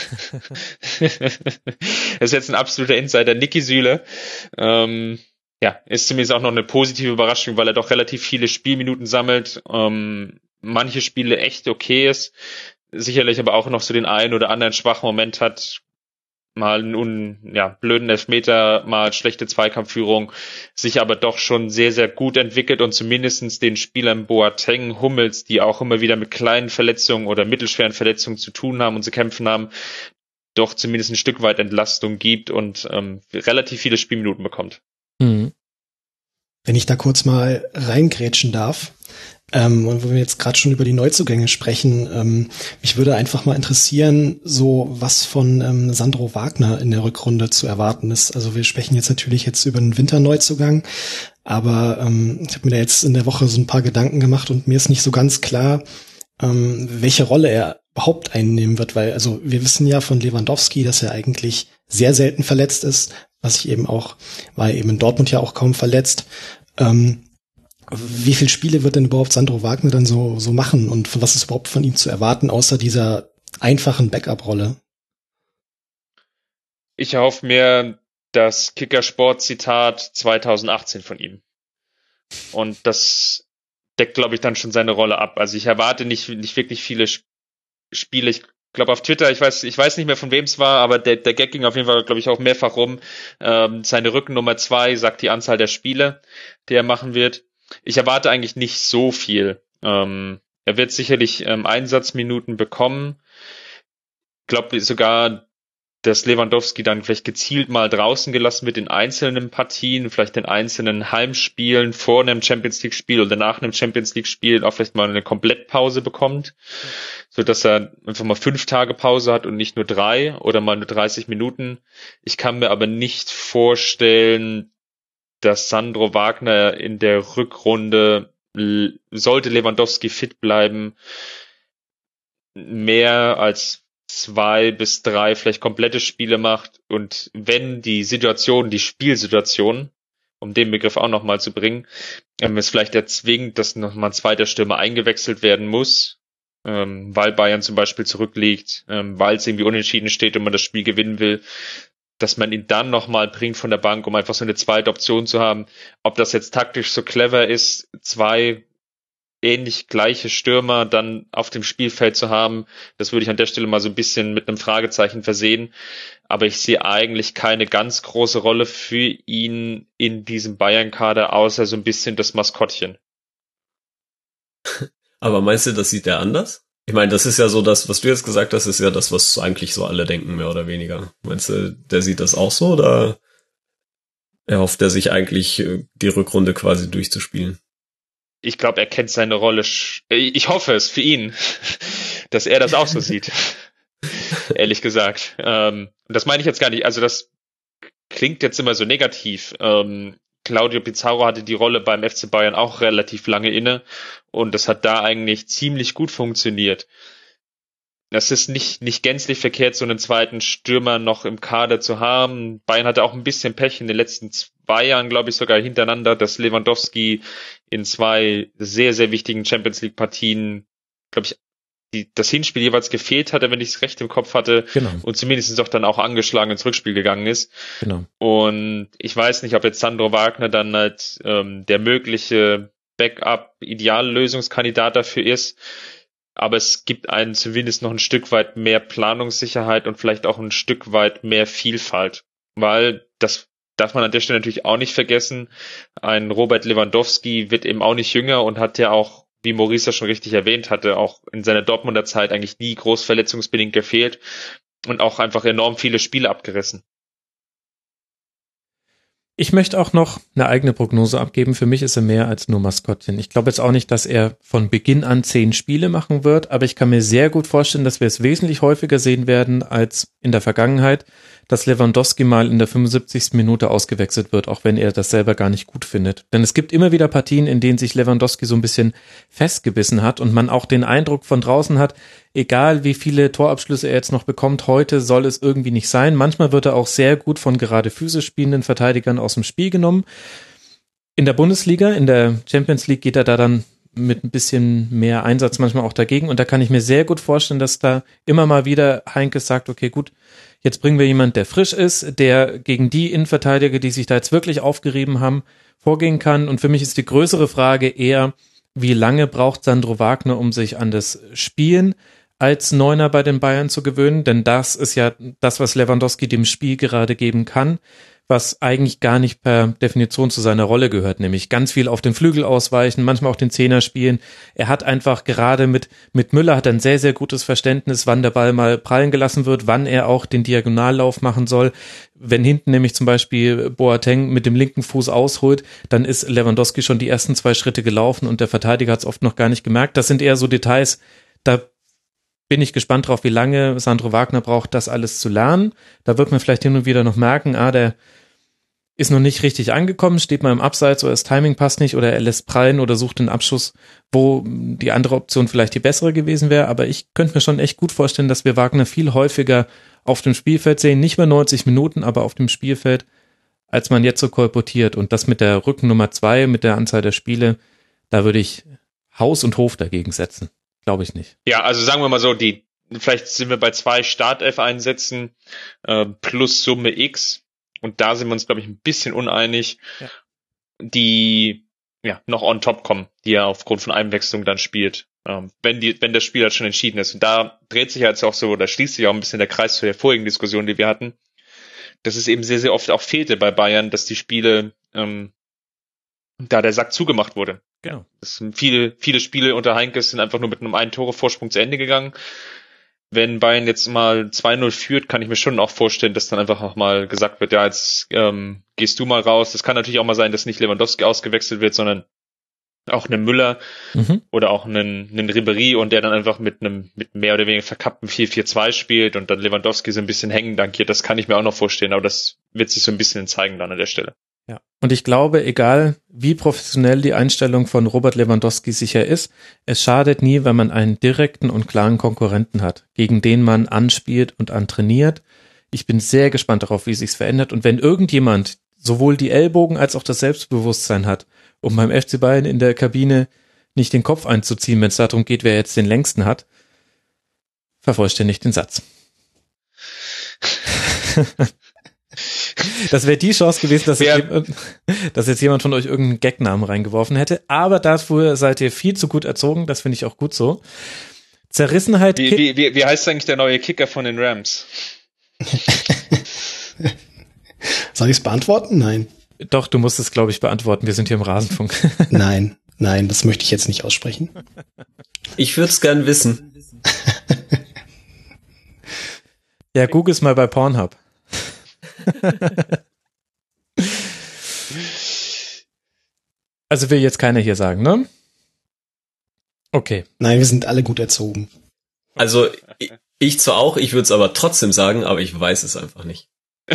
Das ist jetzt ein absoluter Insider, Niki Süle. Ja, ist zumindest auch noch eine positive Überraschung, weil er doch relativ viele Spielminuten sammelt. Manche Spiele echt okay ist, sicherlich aber auch noch so den einen oder anderen schwachen Moment hat, mal einen blöden Elfmeter, mal schlechte Zweikampfführung, sich aber doch schon sehr, sehr gut entwickelt und zumindestens den Spielern Boateng, Hummels, die auch immer wieder mit kleinen Verletzungen oder mittelschweren Verletzungen zu tun haben und zu kämpfen haben, doch zumindest ein Stück weit Entlastung gibt und relativ viele Spielminuten bekommt. Wenn ich da kurz mal reingrätschen darf, und wo wir jetzt gerade schon über die Neuzugänge sprechen, mich würde einfach mal interessieren, so was von Sandro Wagner in der Rückrunde zu erwarten ist. Also wir sprechen jetzt natürlich über einen Winterneuzugang, aber ich habe mir da jetzt in der Woche so ein paar Gedanken gemacht und mir ist nicht so ganz klar, welche Rolle er überhaupt einnehmen wird, weil also wir wissen ja von Lewandowski, dass er eigentlich sehr selten verletzt ist, was ich eben auch, war eben in Dortmund ja auch kaum verletzt. Wie viele Spiele wird denn überhaupt Sandro Wagner dann so machen und was ist überhaupt von ihm zu erwarten, außer dieser einfachen Backup-Rolle? Ich erhoffe mir das Kicker-Sport-Zitat 2018 von ihm. Und das deckt, glaube ich, dann schon seine Rolle ab. Also ich erwarte nicht wirklich viele Spiele. Ich glaube auf Twitter, ich weiß nicht mehr von wem es war, aber der Gag ging auf jeden Fall, glaube ich, auch mehrfach rum. Seine Rückennummer 2 sagt die Anzahl der Spiele, die er machen wird. Ich erwarte eigentlich nicht so viel. Er wird sicherlich Einsatzminuten bekommen. Ich glaube sogar, dass Lewandowski dann vielleicht gezielt mal draußen gelassen wird in einzelnen Partien, vielleicht in einzelnen Heimspielen vor einem Champions-League-Spiel oder nach einem Champions-League-Spiel auch vielleicht mal eine Komplettpause bekommt, so dass er einfach mal 5 Tage Pause hat und nicht nur 3 oder mal nur 30 Minuten. Ich kann mir aber nicht vorstellen, dass Sandro Wagner in der Rückrunde, sollte Lewandowski fit bleiben, mehr als 2 bis 3 vielleicht komplette Spiele macht und wenn die Spielsituation, um den Begriff auch nochmal zu bringen, es vielleicht erzwingt, dass nochmal ein zweiter Stürmer eingewechselt werden muss, weil Bayern zum Beispiel zurückliegt, weil es irgendwie unentschieden steht und man das Spiel gewinnen will, dass man ihn dann nochmal bringt von der Bank, um einfach so eine zweite Option zu haben. Ob das jetzt taktisch so clever ist, 2 ähnlich gleiche Stürmer dann auf dem Spielfeld zu haben, das würde ich an der Stelle mal so ein bisschen mit einem Fragezeichen versehen. Aber ich sehe eigentlich keine ganz große Rolle für ihn in diesem Bayern-Kader, außer so ein bisschen das Maskottchen. Aber meinst du, das sieht er anders? Ich meine, das ist ja so das, was du jetzt gesagt hast, ist ja das, was eigentlich so alle denken, mehr oder weniger. Meinst du, der sieht das auch so oder erhofft er sich eigentlich, die Rückrunde quasi durchzuspielen? Ich glaube, er kennt seine Rolle. Ich hoffe es für ihn, dass er das auch so sieht. Ehrlich gesagt. Und das meine ich jetzt gar nicht. Also das klingt jetzt immer so negativ. Claudio Pizarro hatte die Rolle beim FC Bayern auch relativ lange inne und das hat da eigentlich ziemlich gut funktioniert. Das ist nicht gänzlich verkehrt, so einen zweiten Stürmer noch im Kader zu haben. Bayern hatte auch ein bisschen Pech in den letzten 2 Jahren, glaube ich, sogar hintereinander, dass Lewandowski in 2 sehr, sehr wichtigen Champions-League-Partien, glaube ich, das Hinspiel jeweils gefehlt hatte, wenn ich es recht im Kopf hatte. Genau. Und zumindest doch dann auch angeschlagen ins Rückspiel gegangen ist. Genau. Und ich weiß nicht, ob jetzt Sandro Wagner dann halt der mögliche Backup, Ideallösungskandidat dafür ist. Aber es gibt einen zumindest noch ein Stück weit mehr Planungssicherheit und vielleicht auch ein Stück weit mehr Vielfalt. Weil, das darf man an der Stelle natürlich auch nicht vergessen, ein Robert Lewandowski wird eben auch nicht jünger und hat ja auch, wie Maurice ja schon richtig erwähnt hatte, auch in seiner Dortmunder Zeit eigentlich nie groß verletzungsbedingt gefehlt und auch einfach enorm viele Spiele abgerissen. Ich möchte auch noch eine eigene Prognose abgeben. Für mich ist er mehr als nur Maskottchen. Ich glaube jetzt auch nicht, dass er von Beginn an 10 Spiele machen wird, aber ich kann mir sehr gut vorstellen, dass wir es wesentlich häufiger sehen werden als in der Vergangenheit, dass Lewandowski mal in der 75. Minute ausgewechselt wird, auch wenn er das selber gar nicht gut findet. Denn es gibt immer wieder Partien, in denen sich Lewandowski so ein bisschen festgebissen hat und man auch den Eindruck von draußen hat, egal wie viele Torabschlüsse er jetzt noch bekommt, heute soll es irgendwie nicht sein. Manchmal wird er auch sehr gut von gerade physisch spielenden Verteidigern aus dem Spiel genommen. In der Bundesliga, in der Champions League geht er da dann mit ein bisschen mehr Einsatz manchmal auch dagegen und da kann ich mir sehr gut vorstellen, dass da immer mal wieder Heinkes sagt, okay, gut, jetzt bringen wir jemanden, der frisch ist, der gegen die Innenverteidiger, die sich da jetzt wirklich aufgerieben haben, vorgehen kann. Und für mich ist die größere Frage eher, wie lange braucht Sandro Wagner, um sich an das Spielen als Neuner bei den Bayern zu gewöhnen? Denn das ist ja das, was Lewandowski dem Spiel gerade geben kann, was eigentlich gar nicht per Definition zu seiner Rolle gehört, nämlich ganz viel auf den Flügel ausweichen, manchmal auch den Zehner spielen. Er hat einfach gerade mit Müller hat ein sehr, sehr gutes Verständnis, wann der Ball mal prallen gelassen wird, wann er auch den Diagonallauf machen soll. Wenn hinten nämlich zum Beispiel Boateng mit dem linken Fuß ausholt, dann ist Lewandowski schon die ersten 2 Schritte gelaufen und der Verteidiger hat es oft noch gar nicht gemerkt. Das sind eher so Details, da bin ich gespannt drauf, wie lange Sandro Wagner braucht, das alles zu lernen. Da wird man vielleicht hin und wieder noch merken, der ist noch nicht richtig angekommen, steht mal im Abseits oder das Timing passt nicht oder er lässt prallen oder sucht den Abschuss, wo die andere Option vielleicht die bessere gewesen wäre. Aber ich könnte mir schon echt gut vorstellen, dass wir Wagner viel häufiger auf dem Spielfeld sehen, nicht mehr 90 Minuten, aber auf dem Spielfeld, als man jetzt so kolportiert. Und das mit der Rückennummer 2, mit der Anzahl der Spiele, da würde ich Haus und Hof dagegen setzen. Glaube ich nicht. Ja, also sagen wir mal so, vielleicht sind wir bei 2 Startelf-Einsätzen plus Summe X. Und da sind wir uns, glaube ich, ein bisschen uneinig, die noch on top kommen, die er aufgrund von Einwechslung dann spielt, wenn das Spiel halt schon entschieden ist. Und da dreht sich jetzt auch so, oder schließt sich auch ein bisschen der Kreis zu der vorigen Diskussion, die wir hatten, dass es eben sehr, sehr oft auch fehlte bei Bayern, dass die Spiele, da der Sack zugemacht wurde. Genau. Das sind viele Spiele unter Heinkes sind einfach nur mit einem 1-Tore-Vorsprung zu Ende gegangen. Wenn Bayern jetzt mal 2-0 führt, kann ich mir schon auch vorstellen, dass dann einfach auch mal gesagt wird, ja, jetzt gehst du mal raus. Das kann natürlich auch mal sein, dass nicht Lewandowski ausgewechselt wird, sondern auch einen Müller oder auch einen Ribéry und der dann einfach mit mehr oder weniger verkappten 4-4-2 spielt und dann Lewandowski so ein bisschen hängen dankiert. Das kann ich mir auch noch vorstellen, aber das wird sich so ein bisschen zeigen dann an der Stelle. Ja, und ich glaube, egal wie professionell die Einstellung von Robert Lewandowski sicher ist, es schadet nie, wenn man einen direkten und klaren Konkurrenten hat, gegen den man anspielt und antrainiert. Ich bin sehr gespannt darauf, wie es sich verändert. Und wenn irgendjemand sowohl die Ellbogen als auch das Selbstbewusstsein hat, um beim FC Bayern in der Kabine nicht den Kopf einzuziehen, wenn es darum geht, wer jetzt den längsten hat, vervollständigt den Satz. Das wäre die Chance gewesen, dass jetzt jemand von euch irgendeinen Gagnamen reingeworfen hätte. Aber dafür seid ihr viel zu gut erzogen. Das finde ich auch gut so. Zerrissenheit. Wie heißt eigentlich der neue Kicker von den Rams? Soll ich es beantworten? Nein. Doch, du musst es, glaube ich, beantworten. Wir sind hier im Rasenfunk. Nein, das möchte ich jetzt nicht aussprechen. Ich würde es gern wissen. Ja, google es mal bei Pornhub. Also will jetzt keiner hier sagen, ne? Okay. Nein, wir sind alle gut erzogen. Also ich zwar auch, ich würde es aber trotzdem sagen, aber ich weiß es einfach nicht.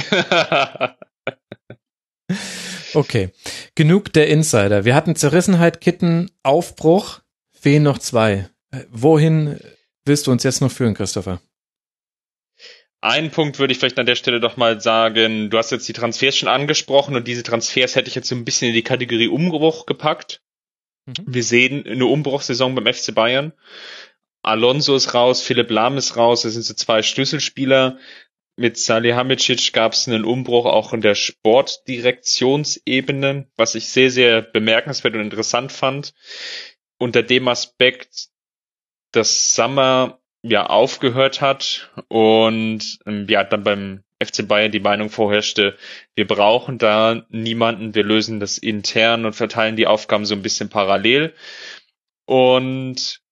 Okay, genug der Insider. Wir hatten Zerrissenheit, Kitten, Aufbruch, fehlen noch 2. Wohin willst du uns jetzt noch führen, Christopher? Einen Punkt würde ich vielleicht an der Stelle doch mal sagen, du hast jetzt die Transfers schon angesprochen und diese Transfers hätte ich jetzt so ein bisschen in die Kategorie Umbruch gepackt. Wir sehen eine Umbruchssaison beim FC Bayern. Alonso ist raus, Philipp Lahm ist raus, das sind so 2 Schlüsselspieler. mit Salihamidzic gab es einen Umbruch auch in der Sportdirektionsebene, was ich sehr, sehr bemerkenswert und interessant fand. Unter dem Aspekt, dass Sammer ja aufgehört hat und dann beim FC Bayern die Meinung vorherrschte, wir brauchen da niemanden, wir lösen das intern und verteilen die Aufgaben so ein bisschen parallel. Und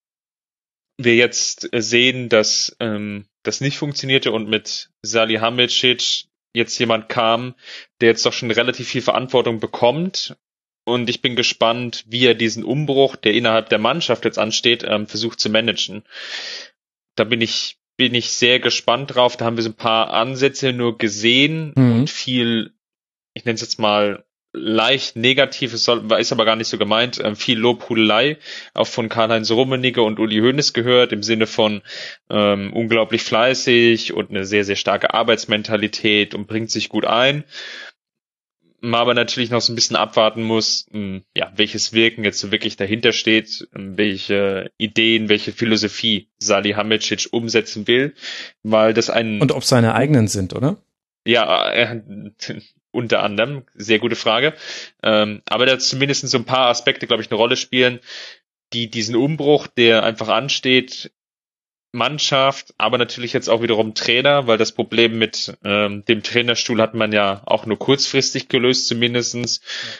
wir jetzt sehen, dass das nicht funktionierte und mit Salihamidzic jetzt jemand kam, der jetzt doch schon relativ viel Verantwortung bekommt. Und ich bin gespannt, wie er diesen Umbruch, der innerhalb der Mannschaft jetzt ansteht, versucht zu managen. Da bin ich sehr gespannt drauf. Da haben wir so ein paar Ansätze nur gesehen und viel, ich nenne es jetzt mal leicht Negatives, ist aber gar nicht so gemeint, viel Lobhudelei auch von Karl-Heinz Rummenigge und Uli Hoeneß gehört, im Sinne von unglaublich fleißig und eine sehr, sehr starke Arbeitsmentalität und bringt sich gut ein. Man aber natürlich noch so ein bisschen abwarten muss, welches Wirken jetzt so wirklich dahinter steht, welche Ideen, welche Philosophie Salihamidzic umsetzen will, weil das und ob seine eigenen sind, oder? Ja, unter anderem, sehr gute Frage. Aber da zumindest so ein paar Aspekte, glaube ich, eine Rolle spielen, die diesen Umbruch, der einfach ansteht, Mannschaft, aber natürlich jetzt auch wiederum Trainer, weil das Problem mit dem Trainerstuhl hat man ja auch nur kurzfristig gelöst zumindestens.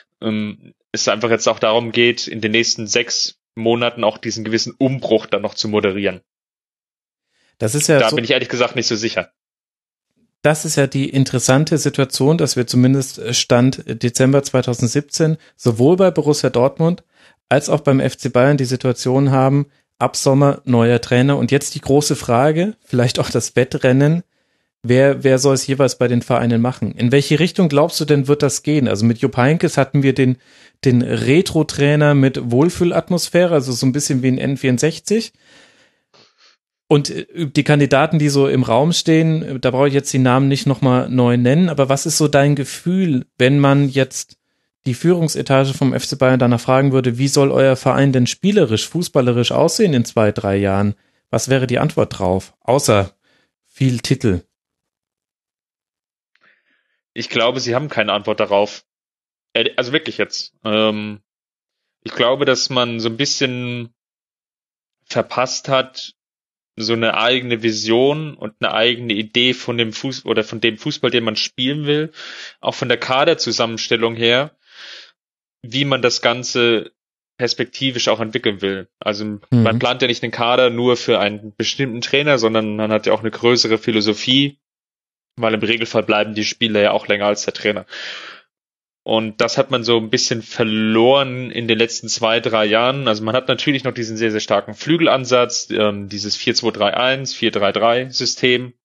Es einfach jetzt auch darum geht, in den nächsten 6 Monaten auch diesen gewissen Umbruch dann noch zu moderieren. Das ist ja da bin ich ehrlich gesagt nicht so sicher. Das ist ja die interessante Situation, dass wir zumindest Stand Dezember 2017 sowohl bei Borussia Dortmund als auch beim FC Bayern die Situation haben, ab Sommer neuer Trainer und jetzt die große Frage, vielleicht auch das Wettrennen, wer soll es jeweils bei den Vereinen machen? In welche Richtung glaubst du denn, wird das gehen? Also mit Jupp Heynckes hatten wir den Retro-Trainer mit Wohlfühlatmosphäre, also so ein bisschen wie ein N64. Und die Kandidaten, die so im Raum stehen, da brauche ich jetzt die Namen nicht nochmal neu nennen, aber was ist so dein Gefühl, wenn man jetzt die Führungsetage vom FC Bayern danach fragen würde, wie soll euer Verein denn spielerisch, fußballerisch aussehen in 2-3 Jahren? Was wäre die Antwort drauf? Außer viel Titel. Ich glaube, sie haben keine Antwort darauf. Also wirklich jetzt. Ich glaube, dass man so ein bisschen verpasst hat, so eine eigene Vision und eine eigene Idee von dem von dem Fußball, den man spielen will, auch von der Kaderzusammenstellung her, wie man das Ganze perspektivisch auch entwickeln will. Also man plant ja nicht den Kader nur für einen bestimmten Trainer, sondern man hat ja auch eine größere Philosophie, weil im Regelfall bleiben die Spieler ja auch länger als der Trainer. Und das hat man so ein bisschen verloren in den letzten 2-3 Jahren. Also man hat natürlich noch diesen sehr, sehr starken Flügelansatz, dieses 4-2-3-1, 4-3-3-System.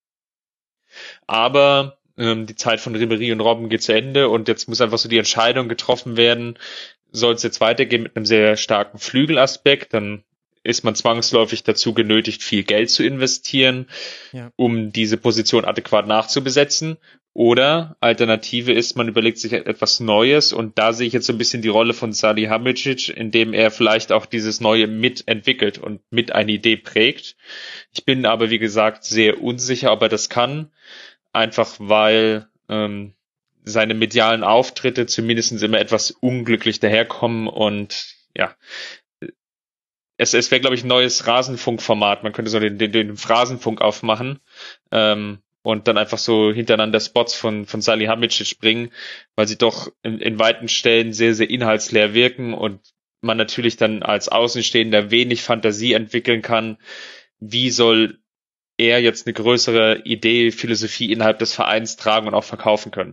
Aber die Zeit von Ribéry und Robben geht zu Ende und jetzt muss einfach so die Entscheidung getroffen werden, soll es jetzt weitergehen mit einem sehr starken Flügelaspekt, dann ist man zwangsläufig dazu genötigt, viel Geld zu investieren, um diese Position adäquat nachzubesetzen. Oder Alternative ist, man überlegt sich etwas Neues und da sehe ich jetzt so ein bisschen die Rolle von Salihamidzic, indem er vielleicht auch dieses Neue mitentwickelt und mit eine Idee prägt. Ich bin aber, wie gesagt, sehr unsicher, ob er das kann, einfach weil seine medialen Auftritte zumindest immer etwas unglücklich daherkommen und ja, es wäre, glaube ich, ein neues Rasenfunkformat. Man könnte so den Phrasenfunk aufmachen und dann einfach so hintereinander Spots von Salihamidzic bringen, weil sie doch in weiten Stellen sehr, sehr inhaltsleer wirken und man natürlich dann als Außenstehender wenig Fantasie entwickeln kann. Wie soll er jetzt eine größere Idee, Philosophie innerhalb des Vereins tragen und auch verkaufen können?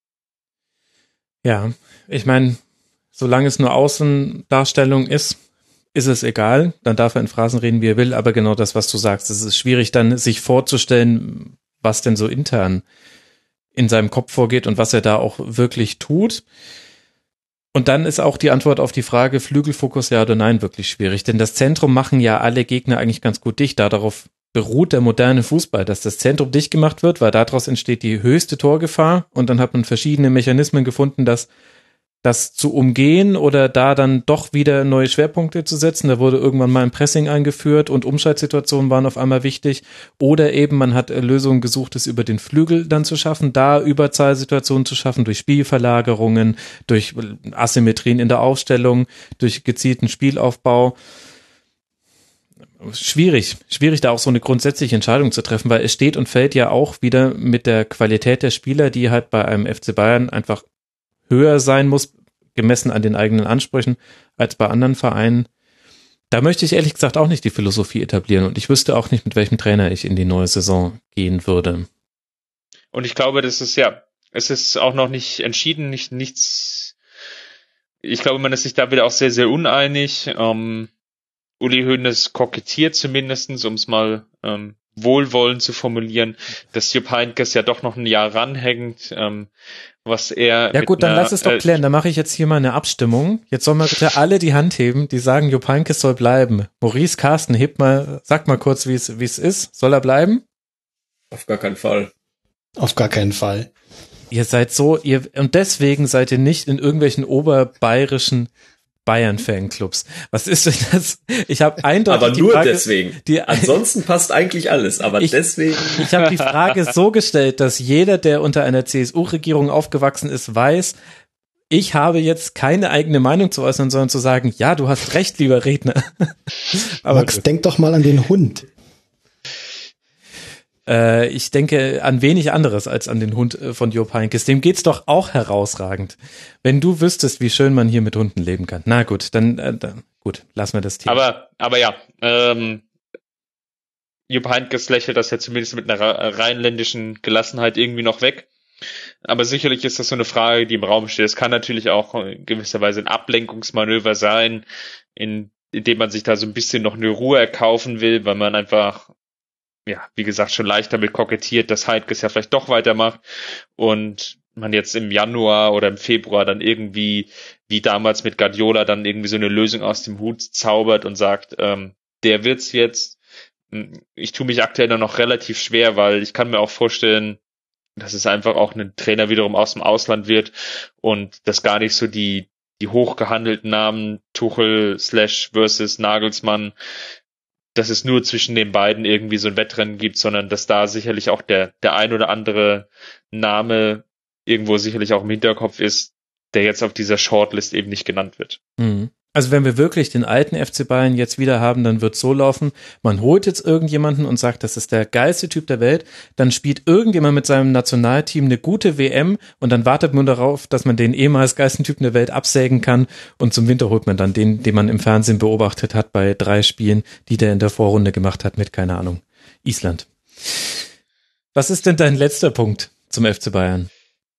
Ja, ich meine, solange es nur Außendarstellung ist es egal, dann darf er in Phrasen reden, wie er will, aber genau das, was du sagst, es ist schwierig dann, sich vorzustellen, was denn so intern in seinem Kopf vorgeht und was er da auch wirklich tut. Und dann ist auch die Antwort auf die Frage, Flügelfokus ja oder nein, wirklich schwierig, denn das Zentrum machen ja alle Gegner eigentlich ganz gut dicht, darauf beruht der moderne Fußball, dass das Zentrum dicht gemacht wird, weil daraus entsteht die höchste Torgefahr und dann hat man verschiedene Mechanismen gefunden, dass das zu umgehen oder da dann doch wieder neue Schwerpunkte zu setzen. Da wurde irgendwann mal ein Pressing eingeführt und Umschaltsituationen waren auf einmal wichtig. Oder eben man hat Lösungen gesucht, es über den Flügel dann zu schaffen, da Überzahlsituationen zu schaffen, durch Spielverlagerungen, durch Asymmetrien in der Aufstellung, durch gezielten Spielaufbau. Schwierig da auch so eine grundsätzliche Entscheidung zu treffen, weil es steht und fällt ja auch wieder mit der Qualität der Spieler, die halt bei einem FC Bayern einfach höher sein muss, gemessen an den eigenen Ansprüchen, als bei anderen Vereinen. Da möchte ich ehrlich gesagt auch nicht die Philosophie etablieren und ich wüsste auch nicht, mit welchem Trainer ich in die neue Saison gehen würde. Und ich glaube, es ist auch noch nicht entschieden, nichts. Ich glaube, man ist sich da wieder auch sehr, sehr uneinig. Uli Hoeneß kokettiert zumindestens, um es mal wohlwollend zu formulieren, dass Jupp Heynckes ja doch noch ein Jahr ranhängt, was er... Ja gut, dann lass es doch klären, dann mache ich jetzt hier mal eine Abstimmung. Jetzt sollen wir bitte alle die Hand heben, die sagen, Jupp Heynckes soll bleiben. Maurice, Carsten, sag mal kurz, wie es ist. Soll er bleiben? Auf gar keinen Fall. Auf gar keinen Fall. Und deswegen seid ihr nicht in irgendwelchen oberbayerischen Bayern-Fanclubs. Was ist denn das? Ich habe eindeutig aber die nur Frage, deswegen. Ansonsten passt eigentlich alles, aber deswegen. Ich habe die Frage so gestellt, dass jeder, der unter einer CSU-Regierung aufgewachsen ist, weiß, ich habe jetzt keine eigene Meinung zu äußern, sondern zu sagen, ja, du hast recht, lieber Redner. Aber Max, denk doch mal an den Hund. Ich denke an wenig anderes als an den Hund von Jupp Heynckes. Dem geht's doch auch herausragend. Wenn du wüsstest, wie schön man hier mit Hunden leben kann. Na gut, dann gut, lassen wir das Thema. Aber ja, Jupp Heynckes lächelt das ja zumindest mit einer rheinländischen Gelassenheit irgendwie noch weg. Aber sicherlich ist das so eine Frage, die im Raum steht. Es kann natürlich auch in gewisser Weise ein Ablenkungsmanöver sein, in dem man sich da so ein bisschen noch eine Ruhe erkaufen will, weil man einfach, ja, wie gesagt, schon leicht damit kokettiert, dass Heynckes ja vielleicht doch weitermacht und man jetzt im Januar oder im Februar dann irgendwie, wie damals mit Guardiola, dann irgendwie so eine Lösung aus dem Hut zaubert und sagt, der wird's jetzt. Ich tue mich aktuell noch relativ schwer, weil ich kann mir auch vorstellen, dass es einfach auch ein Trainer wiederum aus dem Ausland wird und das gar nicht so die hochgehandelten Namen Tuchel / versus Nagelsmann, dass es nur zwischen den beiden irgendwie so ein Wettrennen gibt, sondern dass da sicherlich auch der ein oder andere Name irgendwo sicherlich auch im Hinterkopf ist, der jetzt auf dieser Shortlist eben nicht genannt wird. Also wenn wir wirklich den alten FC Bayern jetzt wieder haben, dann wird es so laufen, man holt jetzt irgendjemanden und sagt, das ist der geilste Typ der Welt, dann spielt irgendjemand mit seinem Nationalteam eine gute WM und dann wartet man darauf, dass man den ehemals geilsten Typen der Welt absägen kann und zum Winter holt man dann den man im Fernsehen beobachtet hat bei 3 Spielen, die der in der Vorrunde gemacht hat mit, keine Ahnung, Island. Was ist denn dein letzter Punkt zum FC Bayern?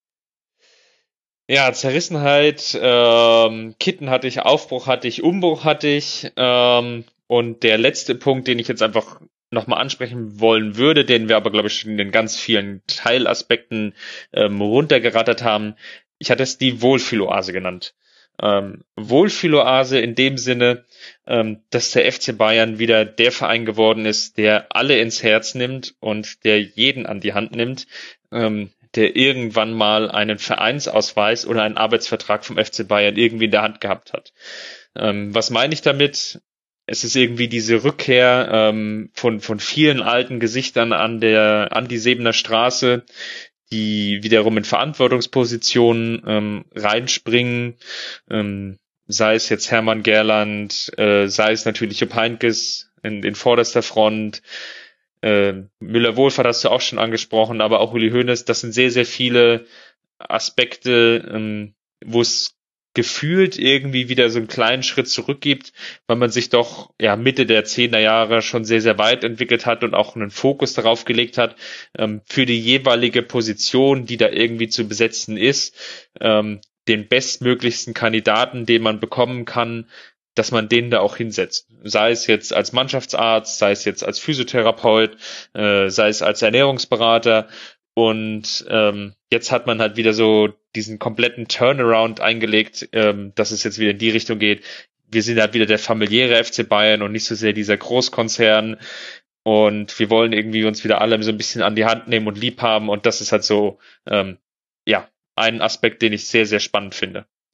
Ja, Zerrissenheit, Kitten hatte ich, Aufbruch hatte ich, Umbruch hatte ich, und der letzte Punkt, den ich jetzt einfach nochmal ansprechen wollen würde, den wir aber, glaube ich, in den ganz vielen Teilaspekten runtergerattert haben, ich hatte es die Wohlfühloase genannt. Wohlfühloase in dem Sinne, dass der FC Bayern wieder der Verein geworden ist, der alle ins Herz nimmt und der jeden an die Hand nimmt, der irgendwann mal einen Vereinsausweis oder einen Arbeitsvertrag vom FC Bayern irgendwie in der Hand gehabt hat. Was meine ich damit? Es ist irgendwie diese Rückkehr von vielen alten Gesichtern an die Sebener Straße, die wiederum in Verantwortungspositionen reinspringen, sei es jetzt Hermann Gerland, sei es natürlich Jupp Heynckes in vorderster Front, Müller-Wohlfahrt hast du auch schon angesprochen, aber auch Uli Hoeneß, das sind sehr, sehr viele Aspekte, wo es gefühlt irgendwie wieder so einen kleinen Schritt zurückgibt, weil man sich doch ja Mitte der 10er Jahre schon sehr, sehr weit entwickelt hat und auch einen Fokus darauf gelegt hat, für die jeweilige Position, die da irgendwie zu besetzen ist, den bestmöglichsten Kandidaten, den man bekommen kann, dass man den da auch hinsetzt. Sei es jetzt als Mannschaftsarzt, sei es jetzt als Physiotherapeut, sei es als Ernährungsberater. Und jetzt hat man halt wieder so diesen kompletten Turnaround eingelegt, dass es jetzt wieder in die Richtung geht. Wir sind halt wieder der familiäre FC Bayern und nicht so sehr dieser Großkonzern. Und wir wollen irgendwie uns wieder alle so ein bisschen an die Hand nehmen und lieb haben. Und das ist halt so, ein Aspekt, den ich sehr, sehr spannend finde.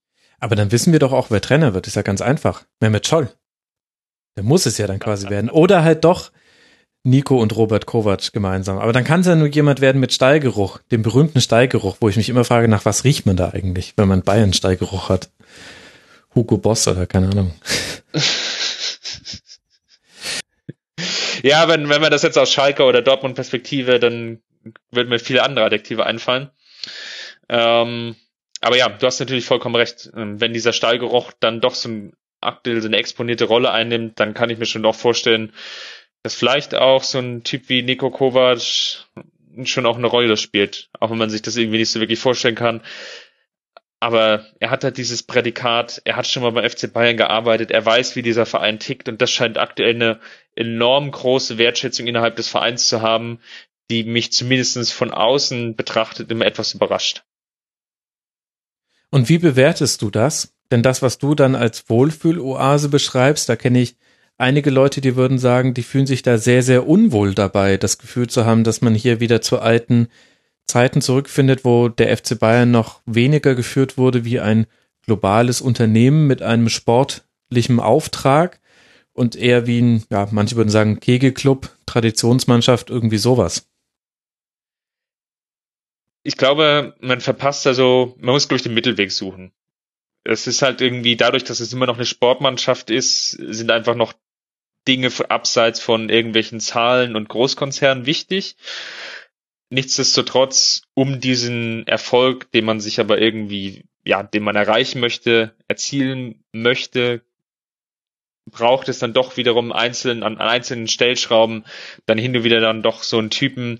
Aber dann wissen wir doch auch, wer Trainer wird. Ist ja ganz einfach. Mehmet Scholl. Der muss es ja dann quasi werden. Oder halt doch Nico und Robert Kovac gemeinsam. Aber dann kann es ja nur jemand werden mit Stallgeruch, dem berühmten Stallgeruch, wo ich mich immer frage, nach was riecht man da eigentlich, wenn man Bayern-Stallgeruch hat? Hugo Boss oder keine Ahnung. Ja, wenn man das jetzt aus Schalke oder Dortmund-Perspektive, dann würden mir viele andere Adjektive einfallen. Aber ja, du hast natürlich vollkommen recht. Wenn dieser Stallgeruch dann doch aktuell so eine exponierte Rolle einnimmt, dann kann ich mir schon auch vorstellen, dass vielleicht auch so ein Typ wie Niko Kovac schon auch eine Rolle spielt, auch wenn man sich das irgendwie nicht so wirklich vorstellen kann. Aber er hat halt dieses Prädikat, er hat schon mal beim FC Bayern gearbeitet, er weiß, wie dieser Verein tickt und das scheint aktuell eine enorm große Wertschätzung innerhalb des Vereins zu haben, die mich zumindest von außen betrachtet immer etwas überrascht. Und wie bewertest du das? Denn das, was du dann als Wohlfühloase beschreibst, da kenne ich einige Leute, die würden sagen, die fühlen sich da sehr, sehr unwohl dabei, das Gefühl zu haben, dass man hier wieder zu alten Zeiten zurückfindet, wo der FC Bayern noch weniger geführt wurde wie ein globales Unternehmen mit einem sportlichen Auftrag und eher wie ein, ja, manche würden sagen Kegelclub, Traditionsmannschaft, irgendwie sowas. Ich glaube, man muss, glaube ich, den Mittelweg suchen. Es ist halt irgendwie dadurch, dass es immer noch eine Sportmannschaft ist, sind einfach noch Dinge abseits von irgendwelchen Zahlen und Großkonzernen wichtig. Nichtsdestotrotz, um diesen Erfolg, den man sich aber irgendwie, ja, den man erreichen möchte, erzielen möchte, braucht es dann doch wiederum an einzelnen Stellschrauben dann hin und wieder dann doch so einen Typen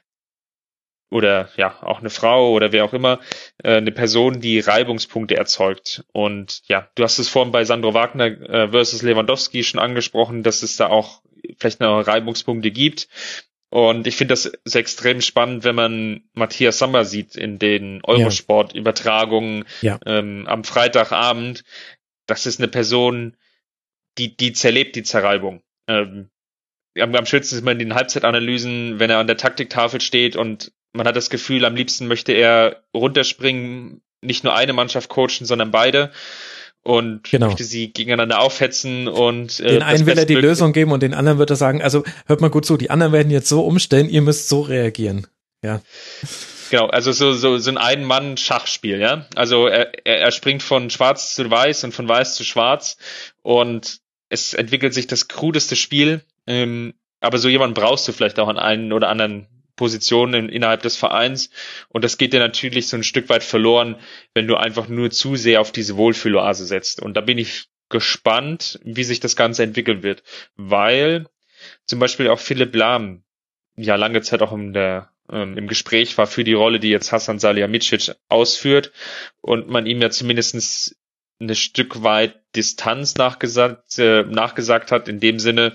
oder ja, auch eine Frau oder wer auch immer, eine Person, die Reibungspunkte erzeugt. Und ja, du hast es vorhin bei Sandro Wagner versus Lewandowski schon angesprochen, dass es da auch vielleicht noch Reibungspunkte gibt. Und ich finde das so extrem spannend, wenn man Matthias Sammer sieht in den Eurosport-Übertragungen am Freitagabend. Das ist eine Person, die zerlebt die Zerreibung. Am schönsten ist man in den Halbzeitanalysen, wenn er an der Taktiktafel steht und man hat das Gefühl, am liebsten möchte er runterspringen, nicht nur eine Mannschaft coachen, sondern beide. Und möchte sie gegeneinander aufhetzen und den einen will er die Lösung geben und den anderen wird er sagen, also hört mal gut zu, die anderen werden jetzt so umstellen, ihr müsst so reagieren. Ja. Genau, also so ein Ein-Mann-Schachspiel, ja. Also er springt von schwarz zu weiß und von weiß zu schwarz und es entwickelt sich das krudeste Spiel, aber so jemanden brauchst du vielleicht auch an einen oder anderen Positionen innerhalb des Vereins und das geht dir natürlich so ein Stück weit verloren, wenn du einfach nur zu sehr auf diese Wohlfühloase setzt. Und da bin ich gespannt, wie sich das Ganze entwickeln wird, weil zum Beispiel auch Philipp Lahm ja lange Zeit auch im Gespräch war für die Rolle, die jetzt Hasan Salihamidzic ausführt und man ihm ja zumindest ein Stück weit Distanz nachgesagt hat, in dem Sinne,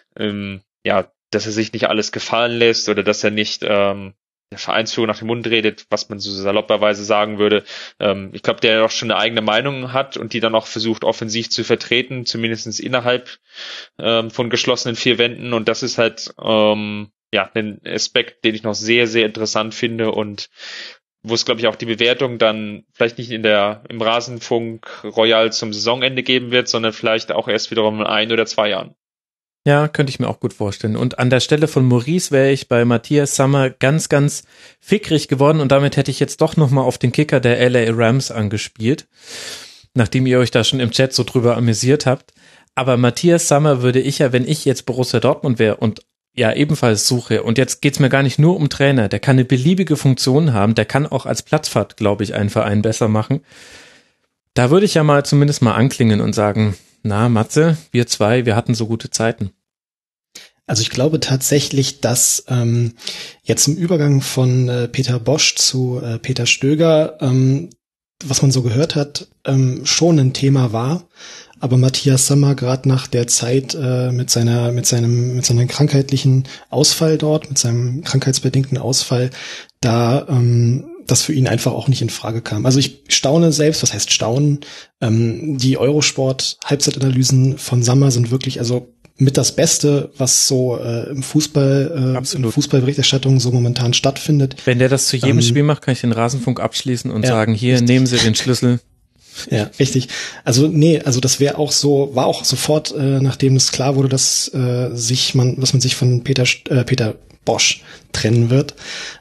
dass er sich nicht alles gefallen lässt oder dass er nicht der Vereinsführung nach dem Mund redet, was man so salopperweise sagen würde. Ich glaube, der auch schon eine eigene Meinung hat und die dann auch versucht, offensiv zu vertreten, zumindest innerhalb von geschlossenen vier Wänden. Und das ist halt ein Aspekt, den ich noch sehr, sehr interessant finde und wo es, glaube ich, auch die Bewertung dann vielleicht nicht im Rasenfunk Royal zum Saisonende geben wird, sondern vielleicht auch erst wiederum in 1 oder 2 Jahren. Ja, könnte ich mir auch gut vorstellen. Und an der Stelle von Maurice wäre ich bei Matthias Sammer ganz, ganz fickrig geworden und damit hätte ich jetzt doch nochmal auf den Kicker der LA Rams angespielt, nachdem ihr euch da schon im Chat so drüber amüsiert habt. Aber Matthias Sammer würde ich ja, wenn ich jetzt Borussia Dortmund wäre und ja ebenfalls suche, und jetzt geht's mir gar nicht nur um Trainer, der kann eine beliebige Funktion haben, der kann auch als Platzwart, glaube ich, einen Verein besser machen. Da würde ich ja mal zumindest mal anklingen und sagen, na Matze, wir zwei, wir hatten so gute Zeiten. Also ich glaube tatsächlich, dass jetzt im Übergang von Peter Bosch zu Peter Stöger, was man so gehört hat, schon ein Thema war. Aber Matthias Sammer gerade nach der Zeit mit seinem krankheitlichen Ausfall dort, mit seinem krankheitsbedingten Ausfall, da das für ihn einfach auch nicht in Frage kam. Also ich staune selbst, was heißt staunen? Die Eurosport-Halbzeitanalysen von Sammer sind wirklich also mit das Beste, was so im Fußball, in der Fußballberichterstattung so momentan stattfindet. Wenn der das zu jedem Spiel macht, kann ich den Rasenfunk abschließen und sagen, hier, richtig. nehmen Sie den Schlüssel. Ja, richtig. Also das wäre auch so, war auch sofort, nachdem es klar wurde, dass man sich von Peter Bosz trennen wird.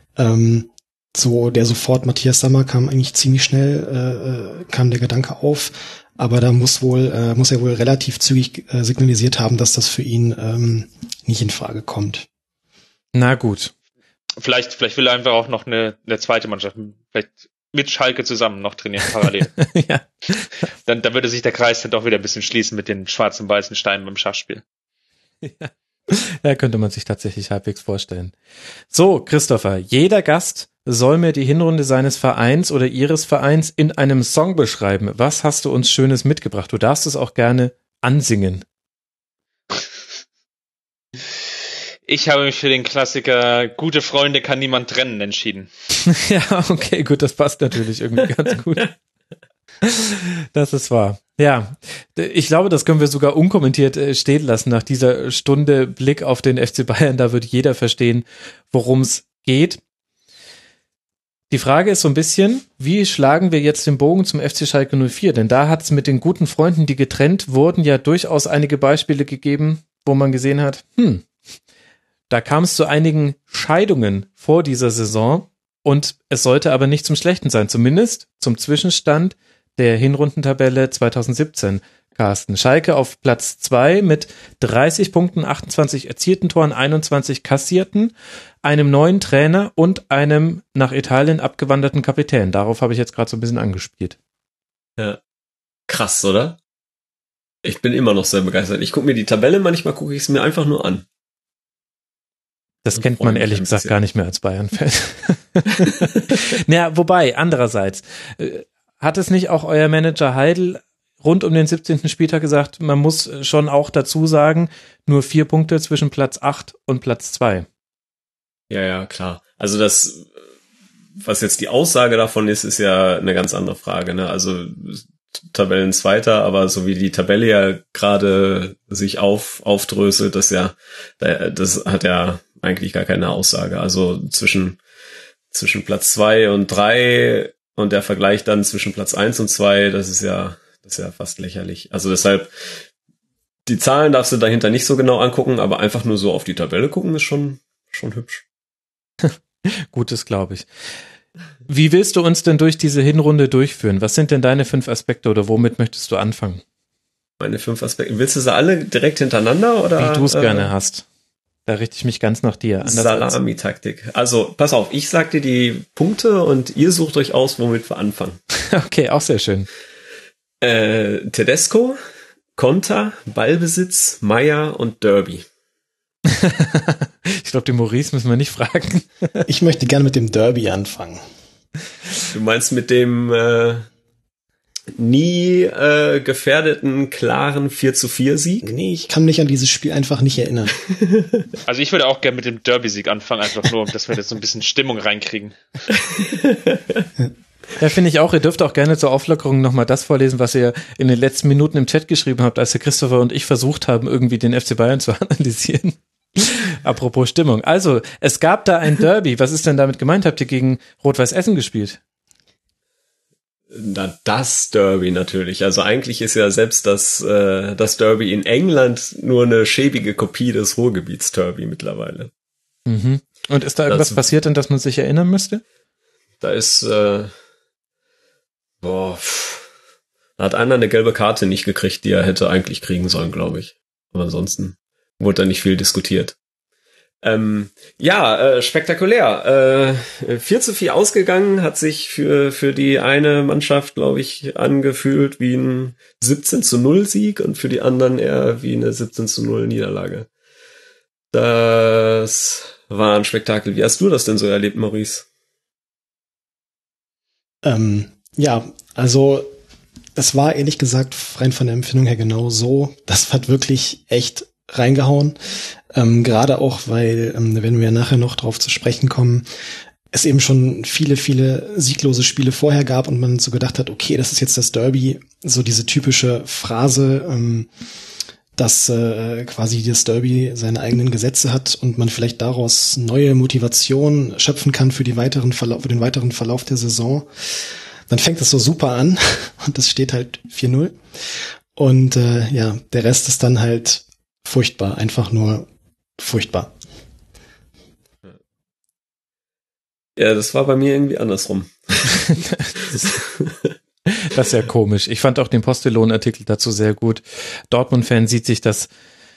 Sofort Matthias Sammer kam eigentlich ziemlich schnell, kam der Gedanke auf, aber da muss er wohl relativ zügig signalisiert haben, dass das für ihn nicht in Frage kommt. Na gut. Vielleicht will er einfach auch noch eine zweite Mannschaft, vielleicht mit Schalke zusammen noch trainieren, parallel. Ja. Dann würde sich der Kreis dann doch wieder ein bisschen schließen mit den schwarzen und weißen Steinen beim Schachspiel. Ja, könnte man sich tatsächlich halbwegs vorstellen. So, Christopher, jeder Gast soll mir die Hinrunde seines Vereins oder ihres Vereins in einem Song beschreiben. Was hast du uns Schönes mitgebracht? Du darfst es auch gerne ansingen. Ich habe mich für den Klassiker Gute Freunde kann niemand trennen entschieden. Ja, okay, gut, das passt natürlich irgendwie ganz gut. Das ist wahr. Ja, ich glaube, das können wir sogar unkommentiert stehen lassen nach dieser Stunde Blick auf den FC Bayern. Da wird jeder verstehen, worum es geht. Die Frage ist so ein bisschen, wie schlagen wir jetzt den Bogen zum FC Schalke 04? Denn da hat es mit den guten Freunden, die getrennt wurden, ja durchaus einige Beispiele gegeben, wo man gesehen hat, da kam es zu einigen Scheidungen vor dieser Saison und es sollte aber nicht zum Schlechten sein, zumindest zum Zwischenstand der Hinrundentabelle 2017. Carsten, Schalke auf Platz 2 mit 30 Punkten, 28 erzielten Toren, 21 kassierten, einem neuen Trainer und einem nach Italien abgewanderten Kapitän. Darauf habe ich jetzt gerade so ein bisschen angespielt. Ja, krass, oder? Ich bin immer noch sehr begeistert. Ich gucke mir die Tabelle, manchmal gucke ich es mir einfach nur an. Das kennt man ehrlich gesagt gar nicht mehr als Bayern-Fan. Naja, wobei, andererseits, hat es nicht auch euer Manager Heidel rund um den 17. Spieltag gesagt, man muss schon auch dazu sagen, nur 4 Punkte zwischen Platz 8 und Platz 2. Ja, klar. Also das, was jetzt die Aussage davon ist ja eine ganz andere Frage, ne? Also Tabellenzweiter, aber so wie die Tabelle ja gerade sich aufdröselt, das hat ja eigentlich gar keine Aussage. Also zwischen Platz 2 und 3 und der Vergleich dann zwischen Platz 1 und 2, das ist ja fast lächerlich. Also deshalb, die Zahlen darfst du dahinter nicht so genau angucken, aber einfach nur so auf die Tabelle gucken ist schon hübsch. Gutes, glaube ich. Wie willst du uns denn durch diese Hinrunde durchführen? Was sind denn deine 5 Aspekte oder womit möchtest du anfangen? Meine 5 Aspekte. Willst du sie alle direkt hintereinander oder? Wie du es gerne hast. Da richte ich mich ganz nach dir. Salami-Taktik. Also, pass auf, ich sag dir die Punkte und ihr sucht euch aus, womit wir anfangen. Okay, auch sehr schön. Tedesco, Konter, Ballbesitz, Meier und Derby. Ich glaube, den Maurice müssen wir nicht fragen. Ich möchte gerne mit dem Derby anfangen. Du meinst mit dem nie gefährdeten, klaren 4-4-Sieg? Nee, ich kann mich an dieses Spiel einfach nicht erinnern. Also ich würde auch gerne mit dem Derby-Sieg anfangen, einfach nur, dass wir jetzt so ein bisschen Stimmung reinkriegen. Ja, finde ich auch. Ihr dürft auch gerne zur Auflockerung nochmal das vorlesen, was ihr in den letzten Minuten im Chat geschrieben habt, als der Christopher und ich versucht haben, irgendwie den FC Bayern zu analysieren. Apropos Stimmung. Also, es gab da ein Derby. Was ist denn damit gemeint? Habt ihr gegen Rot-Weiß Essen gespielt? Na, das Derby natürlich. Also eigentlich ist ja selbst das Derby in England nur eine schäbige Kopie des Ruhrgebiets-Derby mittlerweile. Mhm. Und ist da irgendwas passiert, an das man sich erinnern müsste? Da ist da hat einer eine gelbe Karte nicht gekriegt, die er hätte eigentlich kriegen sollen, glaube ich. Aber ansonsten wurde da nicht viel diskutiert. Spektakulär. 4-4 ausgegangen, hat sich für die eine Mannschaft, glaube ich, angefühlt wie ein 17-0 Sieg und für die anderen eher wie eine 17-0 Niederlage. Das war ein Spektakel. Wie hast du das denn so erlebt, Maurice? Also es war ehrlich gesagt rein von der Empfindung her genau so. Das hat wirklich echt reingehauen. Gerade auch, weil, wenn wir nachher noch drauf zu sprechen kommen, es eben schon viele sieglose Spiele vorher gab und man so gedacht hat, okay, das ist jetzt das Derby, so diese typische Phrase, dass quasi das Derby seine eigenen Gesetze hat und man vielleicht daraus neue Motivation schöpfen kann für den weiteren Verlauf der Saison. dann fängt es so super an und es steht halt 4-0. Und ja, der Rest ist dann halt furchtbar, einfach nur furchtbar. Ja, das war bei mir irgendwie andersrum. Das ist ja komisch. Ich fand auch den Postillion-Artikel dazu sehr gut. Dortmund-Fan sieht sich das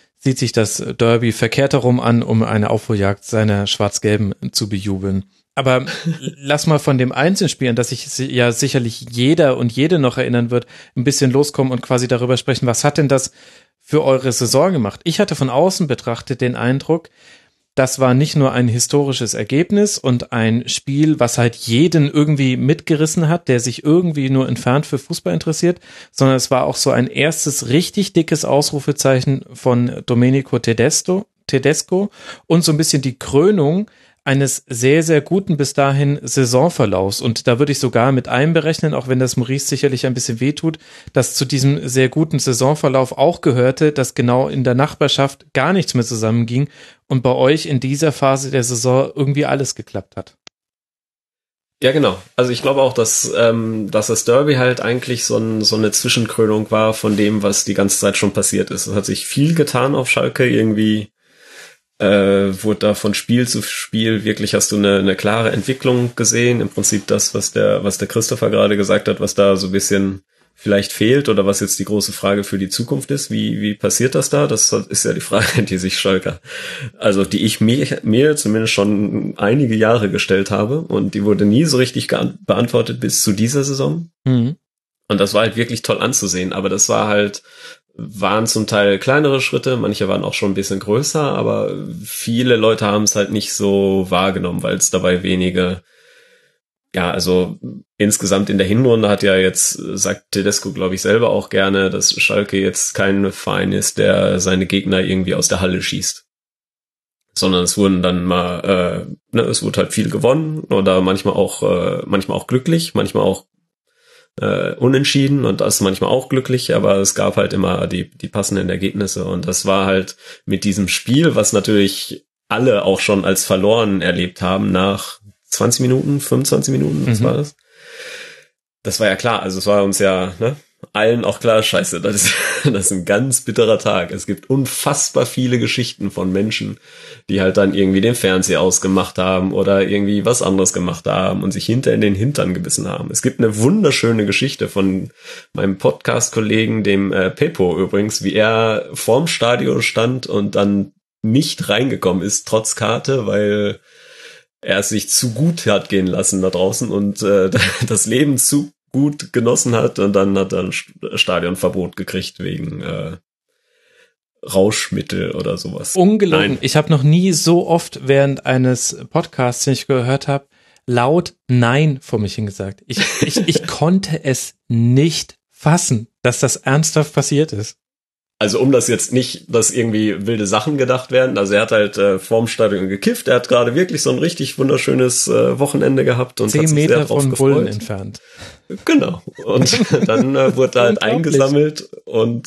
Derby verkehrt herum an, um eine Aufholjagd seiner Schwarz-Gelben zu bejubeln. Aber lass mal von dem Einzelspiel, an das sich ja sicherlich jeder und jede noch erinnern wird, ein bisschen loskommen und quasi darüber sprechen, was hat denn das für eure Saison gemacht? Ich hatte von außen betrachtet den Eindruck, das war nicht nur ein historisches Ergebnis und ein Spiel, was halt jeden irgendwie mitgerissen hat, der sich irgendwie nur entfernt für Fußball interessiert, sondern es war auch so ein erstes richtig dickes Ausrufezeichen von Domenico Tedesco und so ein bisschen die Krönung eines sehr, sehr guten bis dahin Saisonverlaufs. Und da würde ich sogar mit einberechnen, auch wenn das Maurice sicherlich ein bisschen wehtut, dass zu diesem sehr guten Saisonverlauf auch gehörte, dass genau in der Nachbarschaft gar nichts mehr zusammenging und bei euch in dieser Phase der Saison irgendwie alles geklappt hat. Ja, genau. Also ich glaube auch, dass das Derby halt eigentlich so eine Zwischenkrönung war von dem, was die ganze Zeit schon passiert ist. Es hat sich viel getan auf Schalke, irgendwie wurde da von Spiel zu Spiel wirklich, hast du eine klare Entwicklung gesehen. Im Prinzip das, was der Christopher gerade gesagt hat, was da so ein bisschen vielleicht fehlt oder was jetzt die große Frage für die Zukunft ist. Wie passiert das da? Das ist ja die Frage, die sich Schalke, also die ich mir zumindest schon einige Jahre gestellt habe und die wurde nie so richtig beantwortet bis zu dieser Saison. Mhm. Und das war halt wirklich toll anzusehen, aber das waren zum Teil kleinere Schritte, manche waren auch schon ein bisschen größer, aber viele Leute haben es halt nicht so wahrgenommen, weil es dabei wenige, ja, also insgesamt in der Hinrunde hat ja jetzt, sagt Tedesco, glaube ich, selber auch gerne, dass Schalke jetzt kein Verein ist, der seine Gegner irgendwie aus der Halle schießt. Sondern es wurden dann mal, es wurde halt viel gewonnen oder manchmal auch glücklich, manchmal auch unentschieden und das manchmal auch glücklich, aber es gab halt immer die passenden Ergebnisse und das war halt mit diesem Spiel, was natürlich alle auch schon als verloren erlebt haben nach 20 Minuten, 25 Minuten, was war das? Das war ja klar, also es war uns ja allen auch klar, scheiße, das ist ein ganz bitterer Tag. Es gibt unfassbar viele Geschichten von Menschen, die halt dann irgendwie den Fernseher ausgemacht haben oder irgendwie was anderes gemacht haben und sich hinter in den Hintern gebissen haben. Es gibt eine wunderschöne Geschichte von meinem Podcast-Kollegen, dem Pepo übrigens, wie er vorm Stadion stand und dann nicht reingekommen ist, trotz Karte, weil er es sich zu gut hat gehen lassen da draußen und das Leben zu gut genossen hat und dann hat er ein Stadionverbot gekriegt wegen Rauschmittel oder sowas. Ungelogen. Nein. Ich habe noch nie so oft während eines Podcasts, den ich gehört habe, laut Nein vor mich hingesagt. Ich konnte es nicht fassen, dass das ernsthaft passiert ist. Also um das jetzt nicht, dass irgendwie wilde Sachen gedacht werden. Also er hat halt vorm Stadion gekifft. Er hat gerade wirklich so ein richtig wunderschönes Wochenende gehabt und 10 hat sich Meter sehr drauf von gefreut. Bullen entfernt. Genau. Und dann wurde er halt eingesammelt und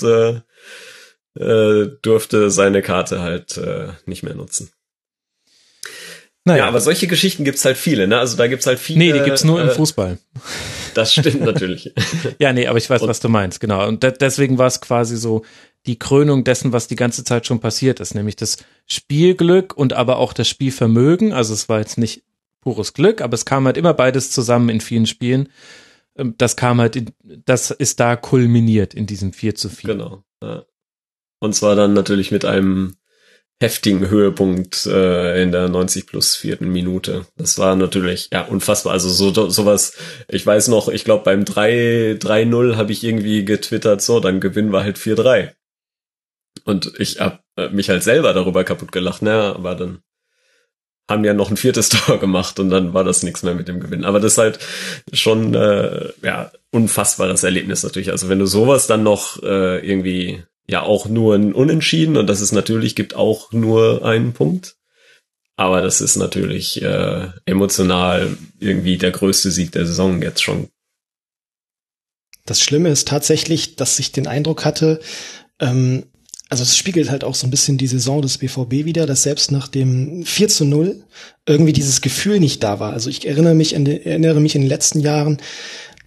durfte seine Karte halt nicht mehr nutzen. Naja. Ja, aber solche Geschichten gibt's halt viele, ne? Also da gibt's halt viele. Nee, die gibt's nur im Fußball. Das stimmt natürlich. Ja, nee, aber ich weiß, was du meinst, genau. Und deswegen war es quasi so die Krönung dessen, was die ganze Zeit schon passiert ist, nämlich das Spielglück und aber auch das Spielvermögen. Also es war jetzt nicht pures Glück, aber es kam halt immer beides zusammen in vielen Spielen. Das ist da kulminiert in diesem 4:4. Genau. Ja. Und zwar dann natürlich mit einem heftigen Höhepunkt in der 90+4. Minute. Das war natürlich ja unfassbar. Also sowas, ich weiß noch, ich glaube beim 3-0 habe ich irgendwie getwittert, so, dann gewinnen wir halt 4-3. Und ich habe mich halt selber darüber kaputt gelacht, ne, aber dann haben ja noch ein 4. Tor gemacht und dann war das nichts mehr mit dem Gewinn. Aber das ist halt schon unfassbares Erlebnis natürlich. Also wenn du sowas dann noch irgendwie ja auch nur ein Unentschieden und das ist natürlich, gibt auch nur einen Punkt. Aber das ist natürlich emotional irgendwie der größte Sieg der Saison jetzt schon. Das Schlimme ist tatsächlich, dass ich den Eindruck hatte, also es spiegelt halt auch so ein bisschen die Saison des BVB wider, dass selbst nach dem 4:0 irgendwie dieses Gefühl nicht da war. Also ich erinnere mich in den letzten Jahren,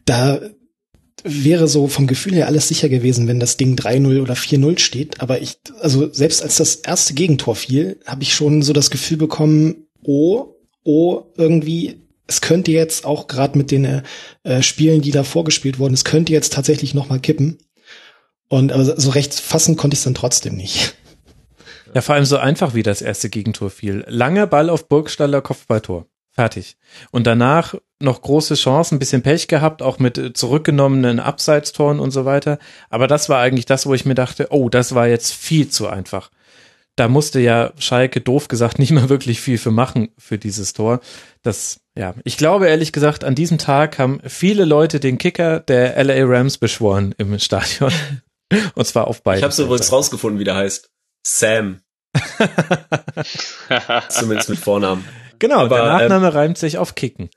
da wäre so vom Gefühl her alles sicher gewesen, wenn das Ding 3-0 oder 4-0 steht. Aber also selbst als das erste Gegentor fiel, habe ich schon so das Gefühl bekommen, irgendwie, es könnte jetzt auch gerade mit den Spielen, die da vorgespielt wurden, es könnte jetzt tatsächlich noch mal kippen. Aber so recht fassen konnte ich es dann trotzdem nicht. Ja, vor allem so einfach, wie das erste Gegentor fiel. Langer Ball auf Burgstaller, Kopfballtor. Fertig. Und danach noch große Chancen, ein bisschen Pech gehabt, auch mit zurückgenommenen Abseitstoren und so weiter. Aber das war eigentlich das, wo ich mir dachte, oh, das war jetzt viel zu einfach. Da musste ja Schalke, doof gesagt, nicht mehr wirklich viel für machen für dieses Tor. Ich glaube ehrlich gesagt, an diesem Tag haben viele Leute den Kicker der LA Rams beschworen im Stadion. Und zwar auf beiden. Ich habe es übrigens rausgefunden, wie der heißt. Sam. Zumindest mit Vornamen. Genau, aber der Nachname reimt sich auf Kicken.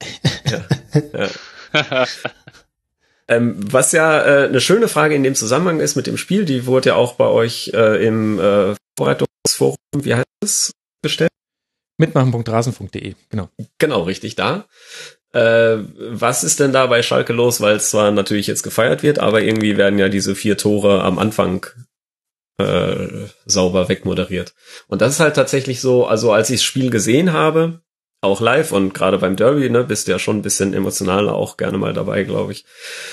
Ja. Was ja eine schöne Frage in dem Zusammenhang ist mit dem Spiel, die wurde ja auch bei euch im Vorbereitungsforum, wie heißt es, gestellt? Mitmachen.rasen.de, genau. Genau, richtig, da. Was ist denn da bei Schalke los? Weil es zwar natürlich jetzt gefeiert wird, aber irgendwie werden ja diese 4 Tore am Anfang sauber wegmoderiert. Und das ist halt tatsächlich so, also als ich das Spiel gesehen habe, auch live und gerade beim Derby, ne, bist du ja schon ein bisschen emotional auch gerne mal dabei, glaube ich,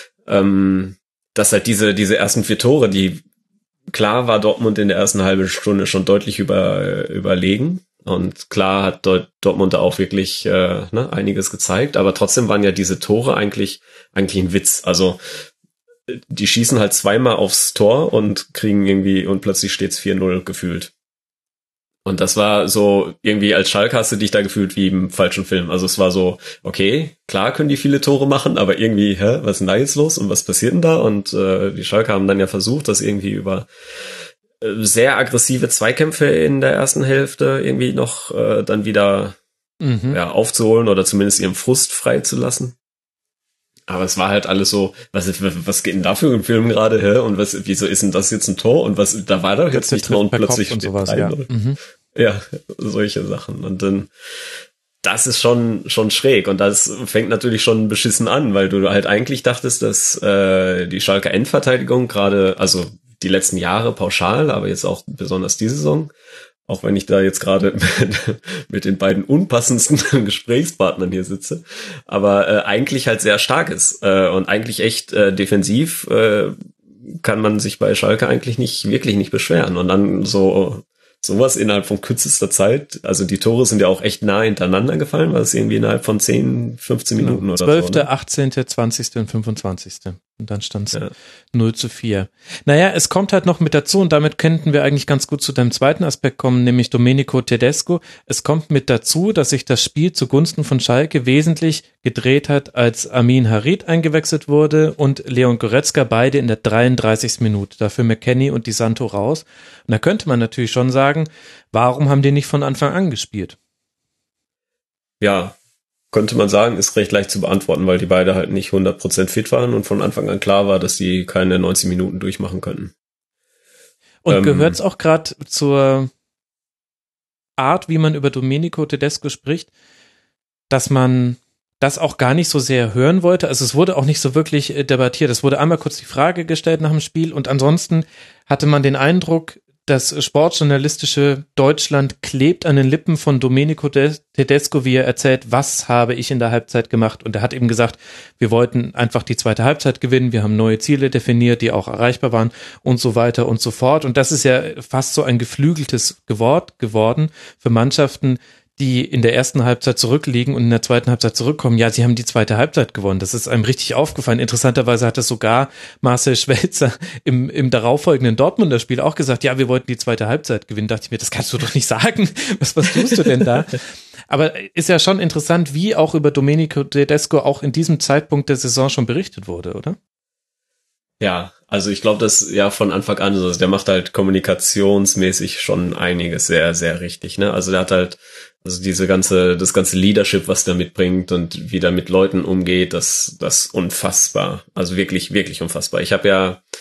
dass halt diese ersten 4 Tore, die klar war Dortmund in der ersten halben Stunde schon deutlich überlegen und klar hat Dortmund da auch wirklich einiges gezeigt, aber trotzdem waren ja diese Tore eigentlich ein Witz, also die schießen halt zweimal aufs Tor und kriegen irgendwie, und plötzlich steht's 4-0 gefühlt. Und das war so, irgendwie als Schalke hast du dich da gefühlt wie im falschen Film. Also es war so, okay, klar können die viele Tore machen, aber irgendwie, was ist denn da jetzt los und was passiert denn da? Und die Schalke haben dann ja versucht, das irgendwie über sehr aggressive Zweikämpfe in der ersten Hälfte irgendwie noch dann wieder aufzuholen oder zumindest ihren Frust freizulassen. Aber es war halt alles so, was geht denn da für ein Film gerade, hä? Und wieso ist denn das jetzt ein Tor? Und da war doch jetzt nicht mehr und plötzlich steht sowas, ja, solche Sachen. Und dann, das ist schon schräg. Und das fängt natürlich schon beschissen an, weil du halt eigentlich dachtest, dass die Schalker Endverteidigung gerade, also die letzten Jahre pauschal, aber jetzt auch besonders diese Saison, auch wenn ich da jetzt gerade mit den beiden unpassendsten Gesprächspartnern hier sitze, aber eigentlich halt sehr stark ist und eigentlich echt defensiv kann man sich bei Schalke eigentlich wirklich nicht beschweren. Und dann sowas innerhalb von kürzester Zeit, also die Tore sind ja auch echt nah hintereinander gefallen, war es irgendwie innerhalb von 10, 15 Minuten oder 12., so. 12., 18., 20. und 25. Und dann stand es 0-4. Naja, es kommt halt noch mit dazu und damit könnten wir eigentlich ganz gut zu deinem zweiten Aspekt kommen, nämlich Domenico Tedesco. Es kommt mit dazu, dass sich das Spiel zugunsten von Schalke wesentlich gedreht hat, als Amin Harit eingewechselt wurde und Leon Goretzka, beide in der 33. Minute. Dafür McKennie und Di Santo raus. Und da könnte man natürlich schon sagen, warum haben die nicht von Anfang an gespielt? Ja, könnte man sagen, ist recht leicht zu beantworten, weil die beide halt nicht 100% fit waren und von Anfang an klar war, dass die keine 90 Minuten durchmachen könnten. Und gehört es auch gerade zur Art, wie man über Domenico Tedesco spricht, dass man das auch gar nicht so sehr hören wollte? Also es wurde auch nicht so wirklich debattiert. Es wurde einmal kurz die Frage gestellt nach dem Spiel und ansonsten hatte man den Eindruck, das sportjournalistische Deutschland klebt an den Lippen von Domenico Tedesco, wie er erzählt, was habe ich in der Halbzeit gemacht. Und er hat eben gesagt, wir wollten einfach die zweite Halbzeit gewinnen, wir haben neue Ziele definiert, die auch erreichbar waren und so weiter und so fort. Und das ist ja fast so ein geflügeltes Wort geworden für Mannschaften, die in der ersten Halbzeit zurückliegen und in der zweiten Halbzeit zurückkommen. Ja, sie haben die zweite Halbzeit gewonnen. Das ist einem richtig aufgefallen. Interessanterweise hat das sogar Marcel Schwelzer im darauffolgenden Dortmunder Spiel auch gesagt, ja, wir wollten die zweite Halbzeit gewinnen. Dachte ich mir, das kannst du doch nicht sagen. Was tust du denn da? Aber ist ja schon interessant, wie auch über Domenico Tedesco auch in diesem Zeitpunkt der Saison schon berichtet wurde, oder? Ja, also ich glaube, das ja von Anfang an, also der macht halt kommunikationsmäßig schon einiges sehr, sehr richtig, ne? Also der hat halt, also das ganze Leadership, was der mitbringt und wie der mit Leuten umgeht, das unfassbar. Also wirklich, wirklich unfassbar. Ich hatte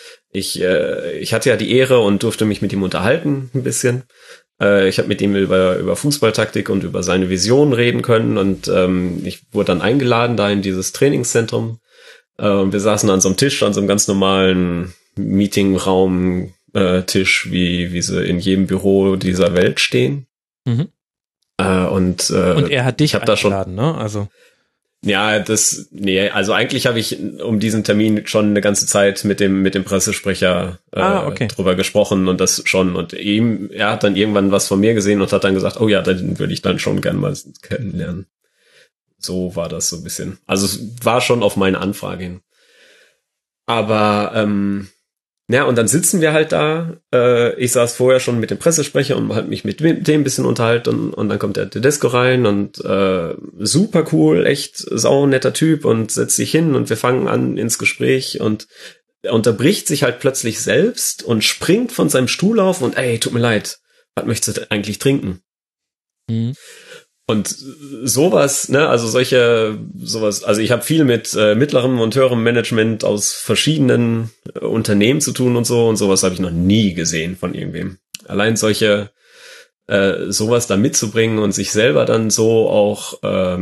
ja die Ehre und durfte mich mit ihm unterhalten ein bisschen. Ich habe mit ihm über Fußballtaktik und über seine Vision reden können und ich wurde dann eingeladen da in dieses Trainingszentrum Und wir saßen an so einem Tisch, an so einem ganz normalen Meetingraum, Tisch, wie sie in jedem Büro dieser Welt stehen. Mhm. Und er hat dich eingeladen, ne? Also. Ja, also eigentlich habe ich um diesen Termin schon eine ganze Zeit mit dem Pressesprecher drüber gesprochen und das schon. Und er hat dann irgendwann was von mir gesehen und hat dann gesagt, oh ja, den würde ich dann schon gern mal kennenlernen. So war das so ein bisschen. Also es war schon auf meine Anfrage hin. Aber ja, und dann sitzen wir halt da. Ich saß vorher schon mit dem Pressesprecher und halt mich mit dem ein bisschen unterhalten und dann kommt der Tedesco rein und super cool, echt sau netter Typ und setzt sich hin und wir fangen an ins Gespräch und er unterbricht sich halt plötzlich selbst und springt von seinem Stuhl auf und ey, tut mir leid, was möchtest du eigentlich trinken? Mhm. Und sowas, ne, also sowas, also ich habe viel mit mittlerem und höherem Management aus verschiedenen Unternehmen zu tun und sowas habe ich noch nie gesehen von irgendwem. Allein sowas da mitzubringen und sich selber dann so auch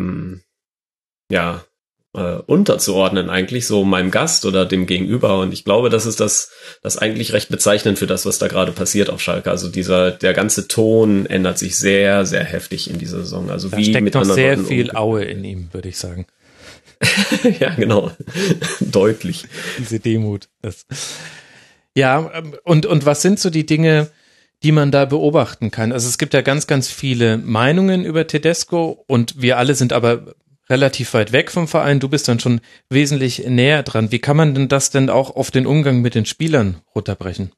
unterzuordnen eigentlich, so meinem Gast oder dem Gegenüber. Und ich glaube, das ist das eigentlich recht bezeichnend für das, was da gerade passiert auf Schalke. Also der ganze Ton ändert sich sehr, sehr heftig in dieser Saison. Also da wie steckt mit noch anderen sehr Leuten viel Aue in ihm, würde ich sagen. Ja, genau. Deutlich. Diese Demut. Ja, und was sind so die Dinge, die man da beobachten kann? Also es gibt ja ganz, ganz viele Meinungen über Tedesco und wir alle sind aber relativ weit weg vom Verein. Du bist dann schon wesentlich näher dran. Wie kann man denn das denn auch auf den Umgang mit den Spielern runterbrechen?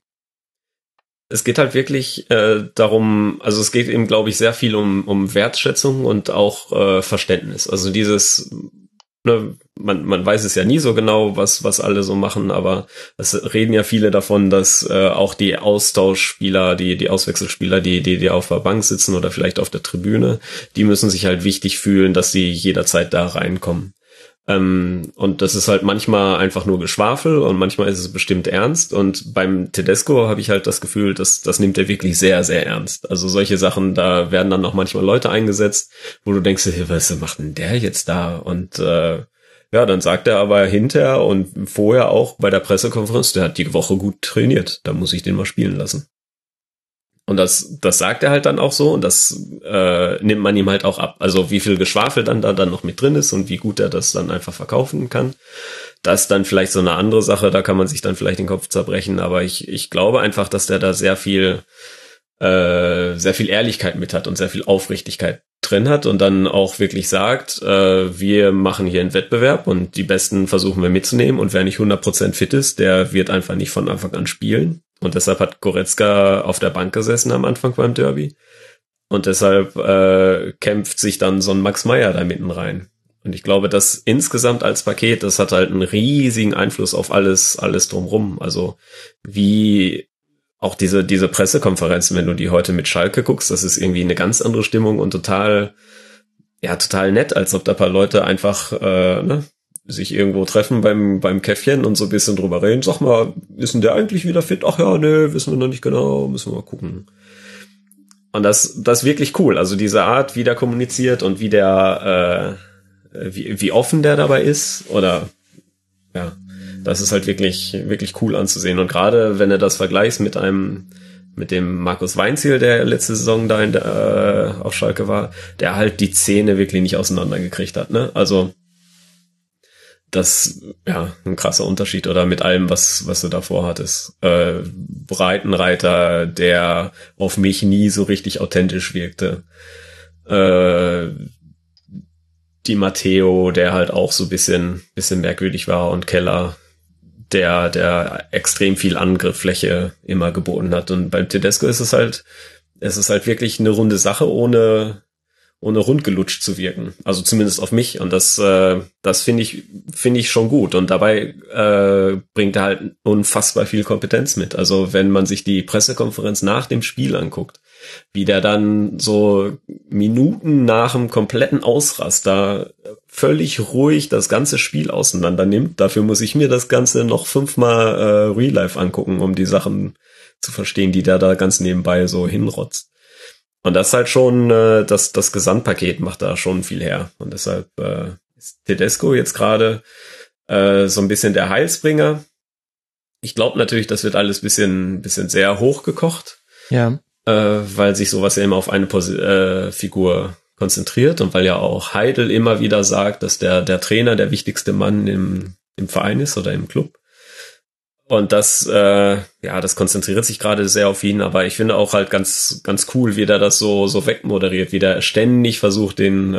Es geht halt wirklich darum, also es geht eben, glaube ich, sehr viel um Wertschätzung und auch Verständnis. Also dieses, ne, man weiß es ja nie so genau, was alle so machen, aber es reden ja viele davon, dass auch die Austauschspieler, die Auswechselspieler, die auf der Bank sitzen oder vielleicht auf der Tribüne, die müssen sich halt wichtig fühlen, dass sie jederzeit da reinkommen. Und das ist halt manchmal einfach nur Geschwafel und manchmal ist es bestimmt ernst. Und beim Tedesco habe ich halt das Gefühl, das nimmt er wirklich sehr, sehr ernst. Also solche Sachen, da werden dann noch manchmal Leute eingesetzt, wo du denkst, hey, was macht denn der jetzt da? Und ja, dann sagt er aber hinterher und vorher auch bei der Pressekonferenz, der hat die Woche gut trainiert, da muss ich den mal spielen lassen. Und das sagt er halt dann auch so und das nimmt man ihm halt auch ab. Also wie viel Geschwafel dann noch mit drin ist und wie gut er das dann einfach verkaufen kann. Das ist dann vielleicht so eine andere Sache, da kann man sich dann vielleicht den Kopf zerbrechen, aber ich glaube einfach, dass der da sehr viel Ehrlichkeit mit hat und sehr viel Aufrichtigkeit drin hat und dann auch wirklich sagt, wir machen hier einen Wettbewerb und die Besten versuchen wir mitzunehmen und wer nicht 100% fit ist, der wird einfach nicht von Anfang an spielen. Und deshalb hat Goretzka auf der Bank gesessen am Anfang beim Derby. Und deshalb kämpft sich dann so ein Max Meyer da mitten rein. Und ich glaube, dass insgesamt als Paket, das hat halt einen riesigen Einfluss auf alles drumrum. Also wie auch diese Pressekonferenzen, wenn du die heute mit Schalke guckst, das ist irgendwie eine ganz andere Stimmung und total nett, als ob da ein paar Leute einfach sich irgendwo treffen beim Käffchen und so ein bisschen drüber reden. Sag mal, ist denn der eigentlich wieder fit? Ach ja, ne, wissen wir noch nicht genau, müssen wir mal gucken. Und das ist wirklich cool. Also diese Art, wie der kommuniziert und wie der, wie offen der dabei ist, oder ja, das ist halt wirklich, wirklich cool anzusehen. Und gerade wenn du das vergleichst mit dem Markus Weinzierl, der letzte Saison da auf Schalke war, der halt die Zähne wirklich nicht auseinandergekriegt hat, ne? Also das, ja, ein krasser Unterschied oder mit allem, was du davor hattest. Breitenreiter, der auf mich nie so richtig authentisch wirkte. Die Matteo, der halt auch so bisschen merkwürdig war und Keller, der extrem viel Angriffsfläche immer geboten hat. Und beim Tedesco ist es halt wirklich eine runde Sache, ohne rundgelutscht zu wirken. Also zumindest auf mich. Und das finde ich schon gut. Und dabei bringt er halt unfassbar viel Kompetenz mit. Also wenn man sich die Pressekonferenz nach dem Spiel anguckt, wie der dann so Minuten nach dem kompletten Ausraster völlig ruhig das ganze Spiel auseinander nimmt. Dafür muss ich mir das Ganze noch 5-mal Real Life angucken, um die Sachen zu verstehen, die der da ganz nebenbei so hinrotzt. Und das ist halt schon, das Gesamtpaket macht da schon viel her. Und deshalb ist Tedesco jetzt gerade so ein bisschen der Heilsbringer. Ich glaube natürlich, das wird alles bisschen sehr hochgekocht. Ja. Weil sich sowas ja immer auf eine Figur konzentriert und weil ja auch Heidel immer wieder sagt, dass der Trainer der wichtigste Mann im Verein ist oder im Club. Und das konzentriert sich gerade sehr auf ihn, aber ich finde auch halt ganz, ganz cool, wie der das so wegmoderiert, wie der ständig versucht, den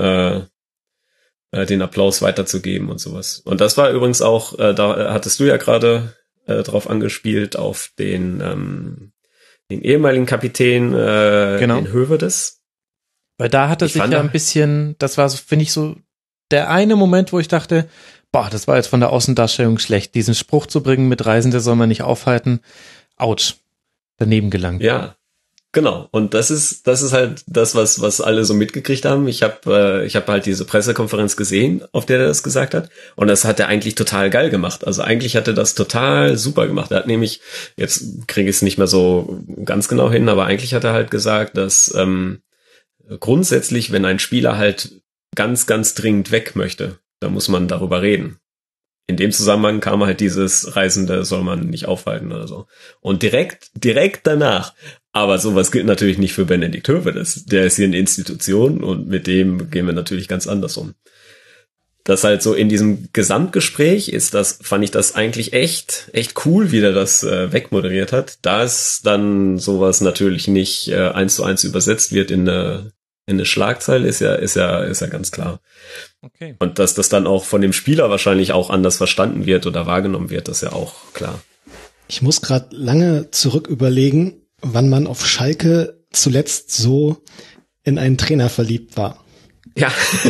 Applaus weiterzugeben und sowas. Und das war übrigens auch, da hattest du ja gerade drauf angespielt, auf den ehemaligen Kapitän, genau. Den Hövedes. Weil da hatte sich ja ein bisschen, das war so, finde ich, so der eine Moment, wo ich dachte, boah, das war jetzt von der Außendarstellung schlecht, diesen Spruch zu bringen, mit Reisende soll man nicht aufhalten. Autsch. Daneben gelangt. Ja, genau. Und das ist halt das, was alle so mitgekriegt haben. Ich hab halt diese Pressekonferenz gesehen, auf der er das gesagt hat. Und das hat er eigentlich total geil gemacht. Also eigentlich hat er das total super gemacht. Er hat nämlich, jetzt kriege ich es nicht mehr so ganz genau hin, aber eigentlich hat er halt gesagt, dass grundsätzlich, wenn ein Spieler halt ganz, ganz dringend weg möchte, da muss man darüber reden. In dem Zusammenhang kam halt dieses Reisende soll man nicht aufhalten oder so. Und direkt danach, aber sowas gilt natürlich nicht für Benedikt Hövedes. Der ist hier eine Institution und mit dem gehen wir natürlich ganz anders um. Das halt so in diesem Gesamtgespräch fand ich das eigentlich echt cool, wie der das wegmoderiert hat. Da es dann sowas natürlich nicht 1:1 übersetzt wird in eine Schlagzeile, ist ja ganz klar. Okay. Und dass das dann auch von dem Spieler wahrscheinlich auch anders verstanden wird oder wahrgenommen wird, ist ja auch klar. Ich muss gerade lange zurück überlegen, wann man auf Schalke zuletzt so in einen Trainer verliebt war. Ja.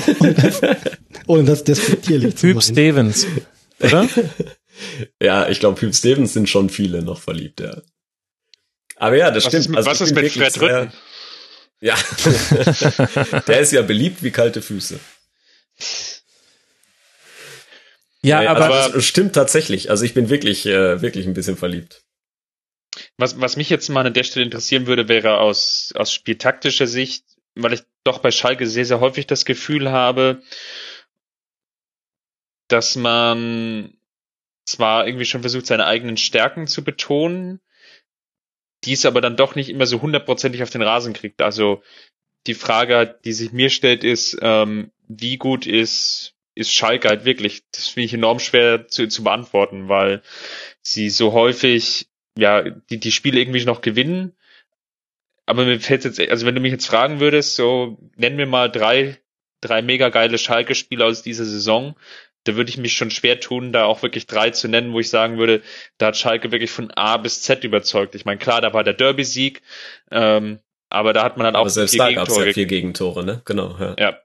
Ohne das despektierlich zu Hüb meinen. Stevens, oder? Ja, ich glaube, Hüb Stevens sind schon viele noch verliebt, ja. Aber ja, das stimmt. Was ist mit Fred Rütten? Ja, der ist ja beliebt wie kalte Füße. Ja, aber das stimmt tatsächlich. Also ich bin wirklich ein bisschen verliebt. Was mich jetzt mal an der Stelle interessieren würde, wäre aus spieltaktischer Sicht, weil ich doch bei Schalke sehr, sehr häufig das Gefühl habe, dass man zwar irgendwie schon versucht, seine eigenen Stärken zu betonen, dies aber dann doch nicht immer so 100% auf den Rasen kriegt. Also die Frage, die sich mir stellt, ist, wie gut ist Schalke halt wirklich? Das finde ich enorm schwer zu beantworten, weil sie so häufig die Spiele irgendwie noch gewinnen. Aber mir fällt jetzt, also wenn du mich jetzt fragen würdest, so nenn mir mal drei mega geile Schalke-Spiele aus dieser Saison, da würde ich mich schon schwer tun, da auch wirklich 3 zu nennen, wo ich sagen würde, da hat Schalke wirklich von A bis Z überzeugt. Ich meine, klar, da war der Derby-Sieg, aber da hat man halt auch 4 Gegentore. Aber selbst da gab es ja 4 Gegentore, ne? Genau, ja.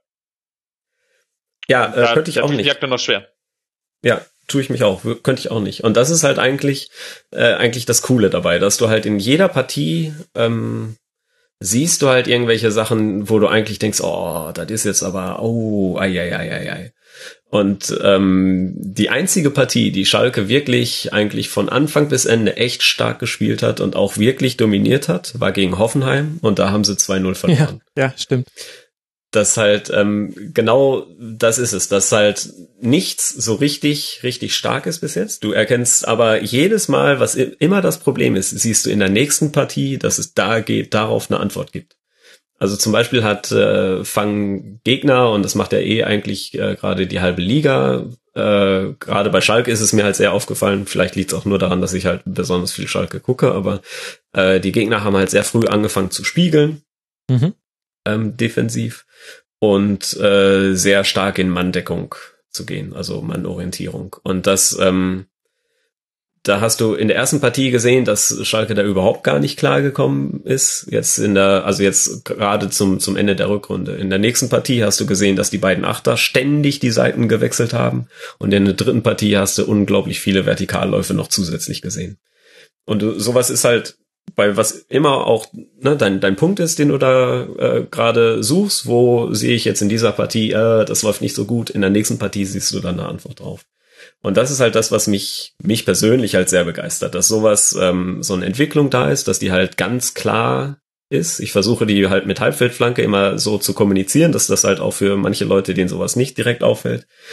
Ja, könnte ich auch nicht. Jagt dann noch schwer. Ja, tue ich mich auch. Könnte ich auch nicht. Und das ist halt eigentlich das Coole dabei, dass du halt in jeder Partie siehst du halt irgendwelche Sachen, wo du eigentlich denkst, oh, das ist jetzt aber, ei. Und die einzige Partie, die Schalke wirklich eigentlich von Anfang bis Ende echt stark gespielt hat und auch wirklich dominiert hat, war gegen Hoffenheim und da haben sie 2-0 verloren. Ja, stimmt. Das halt, genau das ist es, dass halt nichts so richtig stark ist bis jetzt. Du erkennst aber jedes Mal, was immer das Problem ist, siehst du in der nächsten Partie, dass es darauf eine Antwort gibt. Also zum Beispiel fangen Gegner, und das macht ja eigentlich gerade die halbe Liga, gerade bei Schalke ist es mir halt sehr aufgefallen, vielleicht liegt es auch nur daran, dass ich halt besonders viel Schalke gucke, aber die Gegner haben halt sehr früh angefangen zu spiegeln, defensiv, und sehr stark in Manndeckung zu gehen, also Mannorientierung. Und das da hast du in der ersten Partie gesehen, dass Schalke da überhaupt gar nicht klar gekommen ist. Jetzt gerade zum Ende der Rückrunde. In der nächsten Partie hast du gesehen, dass die beiden Achter ständig die Seiten gewechselt haben. Und in der dritten Partie hast du unglaublich viele Vertikalläufe noch zusätzlich gesehen. Und sowas ist halt, bei was immer auch dein Punkt ist, den du da gerade suchst, wo sehe ich jetzt in dieser Partie, das läuft nicht so gut. In der nächsten Partie siehst du dann eine Antwort drauf. Und das ist halt das, was mich persönlich halt sehr begeistert, dass sowas, so eine Entwicklung da ist, dass die halt ganz klar ist. Ich versuche die halt mit Halbfeldflanke immer so zu kommunizieren, dass das halt auch für manche Leute, denen sowas nicht direkt auffällt,